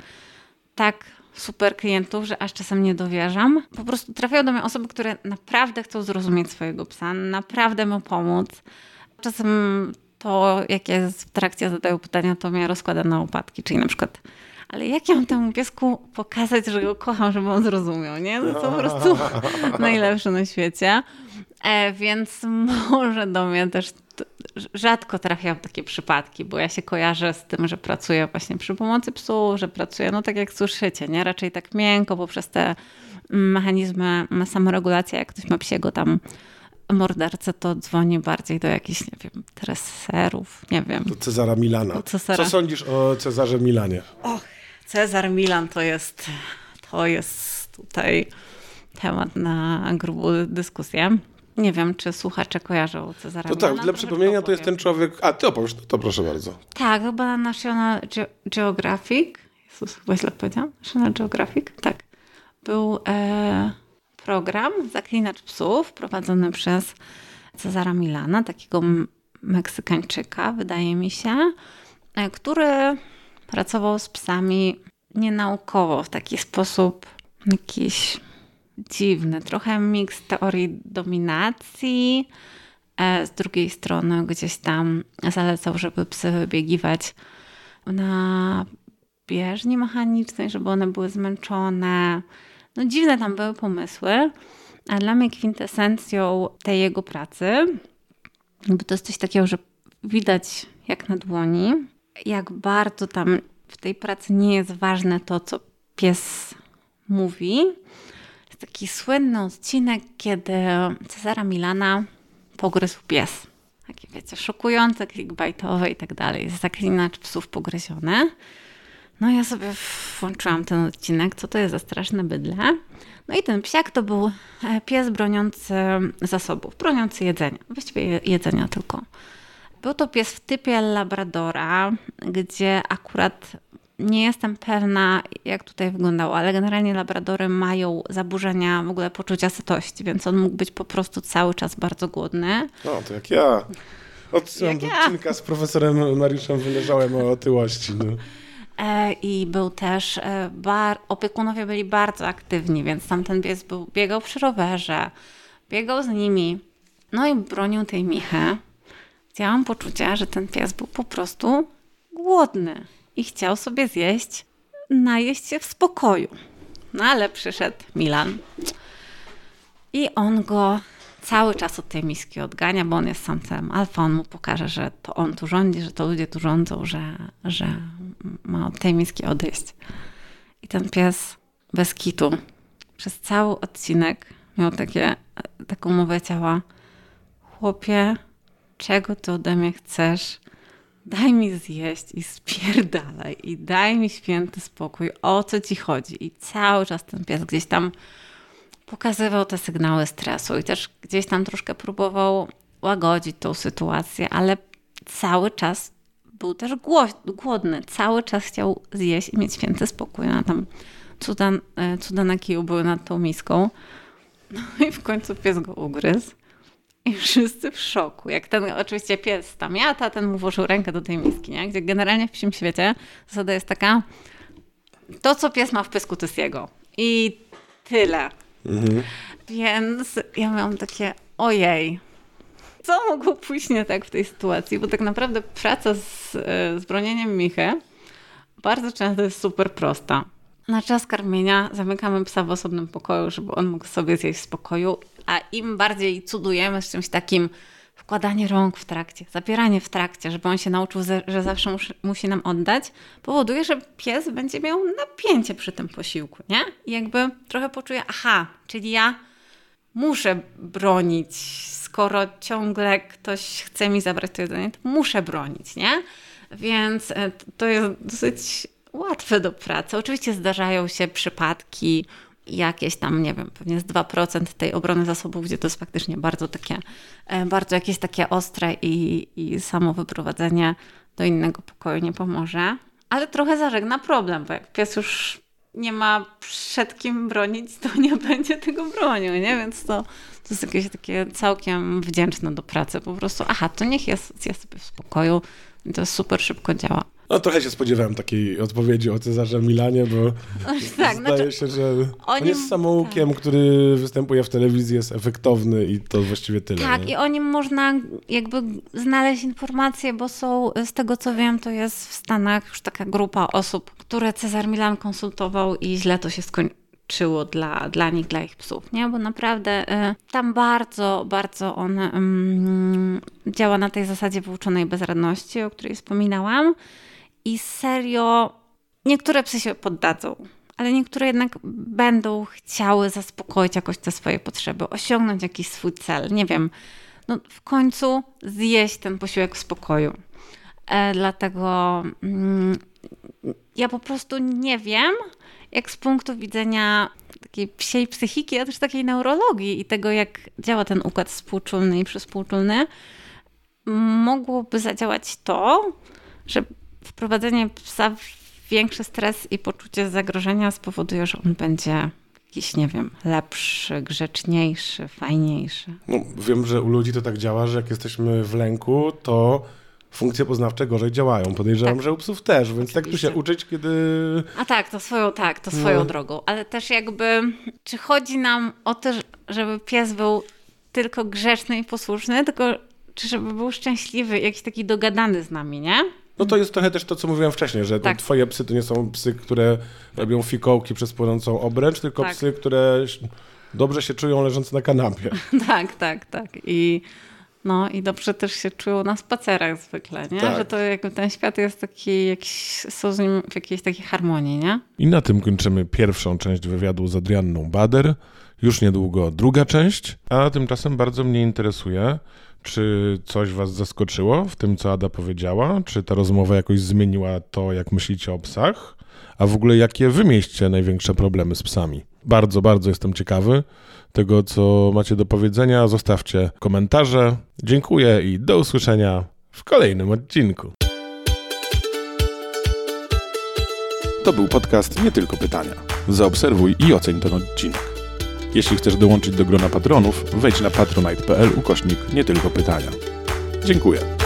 A: tak super klientów, że aż czasem nie dowierzam. Po prostu trafiają do mnie osoby, które naprawdę chcą zrozumieć swojego psa, naprawdę mu pomóc. Czasem to, jak ja w trakcie zadają pytania, to mnie rozkłada na łopatki, czyli na przykład ale jak ja mam temu piesku pokazać, że go kocham, żeby on zrozumiał, nie? No to po prostu najlepsze na świecie. E, więc może do mnie też t- rzadko trafiają takie przypadki, bo ja się kojarzę z tym, że pracuję właśnie przy pomocy psu, że pracuję, no tak jak słyszycie, nie? Raczej tak miękko, poprzez te mechanizmy samoregulacji, jak ktoś ma psiego tam mordercę, to dzwoni bardziej do jakichś, nie wiem, treserów, nie wiem.
B: Do Cezara Milana. Do Cezara. Co sądzisz o Cezarze Milanie?
A: Och, Cezar Milan to jest, to jest tutaj temat na grubą dyskusję. Nie wiem, czy słuchacze kojarzą Cezara
B: to
A: Milana.
B: Tak, dla przypomnienia to jest ten człowiek... A, ty opowiesz, to, to proszę bardzo.
A: Tak, chyba National Ge- Geographic. Jezus, chyba źle powiedziałam? National Geographic? Tak. Był e, program Zaklinacz psów prowadzony przez Cezara Milana, takiego Meksykańczyka, wydaje mi się, e, który pracował z psami nienaukowo, w taki sposób jakiś dziwny, trochę miks teorii dominacji. Z drugiej strony gdzieś tam zalecał, żeby psy wybiegiwać na bieżni mechanicznej, żeby one były zmęczone. No dziwne tam były pomysły, a dla mnie kwintesencją tej jego pracy jakby to jest coś takiego, że widać jak na dłoni, jak bardzo tam w tej pracy nie jest ważne to, co pies mówi. Jest taki słynny odcinek, kiedy Cezara Milana pogryzł pies. Takie, wiecie, szokujące, clickbaitowe i tak dalej. Zaklinacz psów pogryziony. No ja sobie włączyłam ten odcinek, co to jest za straszne bydle. No i ten psiak to był pies broniący zasobów, broniący jedzenia. Właściwie jedzenia tylko. Był to pies w typie labradora, gdzie akurat nie jestem pewna, jak tutaj wyglądało, ale generalnie labradory mają zaburzenia w ogóle poczucia sytości, więc on mógł być po prostu cały czas bardzo głodny.
B: No, to jak ja. Odsyłam do odcinka z profesorem Mariuszem Wyleżałem o otyłości. No.
A: I był też, bar, opiekunowie byli bardzo aktywni, więc tamten pies był, biegał przy rowerze, biegał z nimi, no i bronił tej Michy. Miałam poczucie, że ten pies był po prostu głodny i chciał sobie zjeść, najeść się w spokoju. No ale przyszedł Milan i on go cały czas od tej miski odgania, bo on jest samcem alfa, on mu pokaże, że to on tu rządzi, że to ludzie tu rządzą, że, że ma od tej miski odejść. I ten pies bez kitu przez cały odcinek miał takie, taką mowę ciała: chłopie, czego ty ode mnie chcesz? Daj mi zjeść i spierdalaj i daj mi święty spokój, o co ci chodzi? I cały czas ten pies gdzieś tam pokazywał te sygnały stresu i też gdzieś tam troszkę próbował łagodzić tą sytuację, ale cały czas był też głodny, cały czas chciał zjeść i mieć święty spokój. A tam cuda, cuda na kiju były nad tą miską. No i w końcu pies go ugryzł. I wszyscy w szoku. Jak ten oczywiście pies tam jata, ten mu włożył rękę do tej miski, nie? Gdzie generalnie w psim świecie zasada jest taka, to co pies ma w pysku to jest jego. I tyle. Mhm. Więc ja miałam takie, ojej, co mogło pójść nie tak w tej sytuacji? Bo tak naprawdę praca z, z bronieniem Michy bardzo często jest super prosta. Na czas karmienia zamykamy psa w osobnym pokoju, żeby on mógł sobie zjeść w spokoju, a im bardziej cudujemy z czymś takim, wkładanie rąk w trakcie, zabieranie w trakcie, żeby on się nauczył, że zawsze musi, musi nam oddać, powoduje, że pies będzie miał napięcie przy tym posiłku, nie? I jakby trochę poczuje, aha, czyli ja muszę bronić, skoro ciągle ktoś chce mi zabrać to jedzenie, to muszę bronić, nie? Więc to jest dosyć łatwe do pracy. Oczywiście zdarzają się przypadki, jakieś tam, nie wiem, pewnie z dwa procent tej obrony zasobów, gdzie to jest faktycznie bardzo takie, bardzo jakieś takie ostre i, i samo wyprowadzenie do innego pokoju nie pomoże. Ale trochę zażegna problem, bo jak pies już nie ma przed kim bronić, to nie będzie tego bronił, nie? Więc to, to jest jakieś takie całkiem wdzięczne do pracy. Po prostu, aha, to niech jest, jest sobie w spokoju i to super szybko działa.
B: No trochę się spodziewałem takiej odpowiedzi o Cezarze Milanie, bo tak, zdaje znaczy, się, że on nim, jest samoukiem, tak. który występuje w telewizji, jest efektowny i to właściwie tyle.
A: Tak, nie? I o nim można jakby znaleźć informacje, bo są, z tego co wiem, to jest w Stanach już taka grupa osób, które Cezar Milan konsultował i źle to się skończyło dla, dla nich, dla ich psów, nie? Bo naprawdę y, tam bardzo, bardzo on y, działa na tej zasadzie wyuczonej bezradności, o której wspominałam. I serio, niektóre psy się poddadzą, ale niektóre jednak będą chciały zaspokoić jakoś te swoje potrzeby, osiągnąć jakiś swój cel. Nie wiem, no w końcu zjeść ten posiłek w spokoju. E, dlatego mm, ja po prostu nie wiem, jak z punktu widzenia takiej psiej psychiki, a też takiej neurologii i tego, jak działa ten układ współczulny i przyspółczulny, mogłoby zadziałać to, że wprowadzenie psa w większy stres i poczucie zagrożenia spowoduje, że on będzie jakiś, nie wiem, lepszy, grzeczniejszy, fajniejszy.
B: No, wiem, że u ludzi to tak działa, że jak jesteśmy w lęku, to funkcje poznawcze gorzej działają. Podejrzewam, tak. że u psów też, więc tak tu się uczyć, kiedy...
A: A tak, to swoją, tak, to swoją no. drogą. Ale też jakby, czy chodzi nam o to, żeby pies był tylko grzeczny i posłuszny, tylko czy żeby był szczęśliwy, jakiś taki dogadany z nami, nie?
B: No to jest trochę też to, co mówiłem wcześniej, że tak. twoje psy to nie są psy, które robią fikołki przez płonącą obręcz, tylko tak. psy, które dobrze się czują leżąc na kanapie.
A: Tak, tak, tak. I, no, i dobrze też się czują na spacerach zwykle, nie? Tak. Że to jakby ten świat jest taki, jakiś, są z nim w jakiejś takiej harmonii, nie?
B: I na tym kończymy pierwszą część wywiadu z Adrianną Bader. Już niedługo druga część, a tymczasem bardzo mnie interesuje, czy coś was zaskoczyło w tym, co Ada powiedziała? Czy ta rozmowa jakoś zmieniła to, jak myślicie o psach? A w ogóle jakie wy mieliście największe problemy z psami? Bardzo, bardzo jestem ciekawy tego, co macie do powiedzenia. Zostawcie komentarze. Dziękuję i do usłyszenia w kolejnym odcinku. To był podcast Nie Tylko Pytania. Zaobserwuj i oceń ten odcinek. Jeśli chcesz dołączyć do grona patronów, wejdź na patronite kropka pl ukośnik Nie Tylko Pytania. Dziękuję.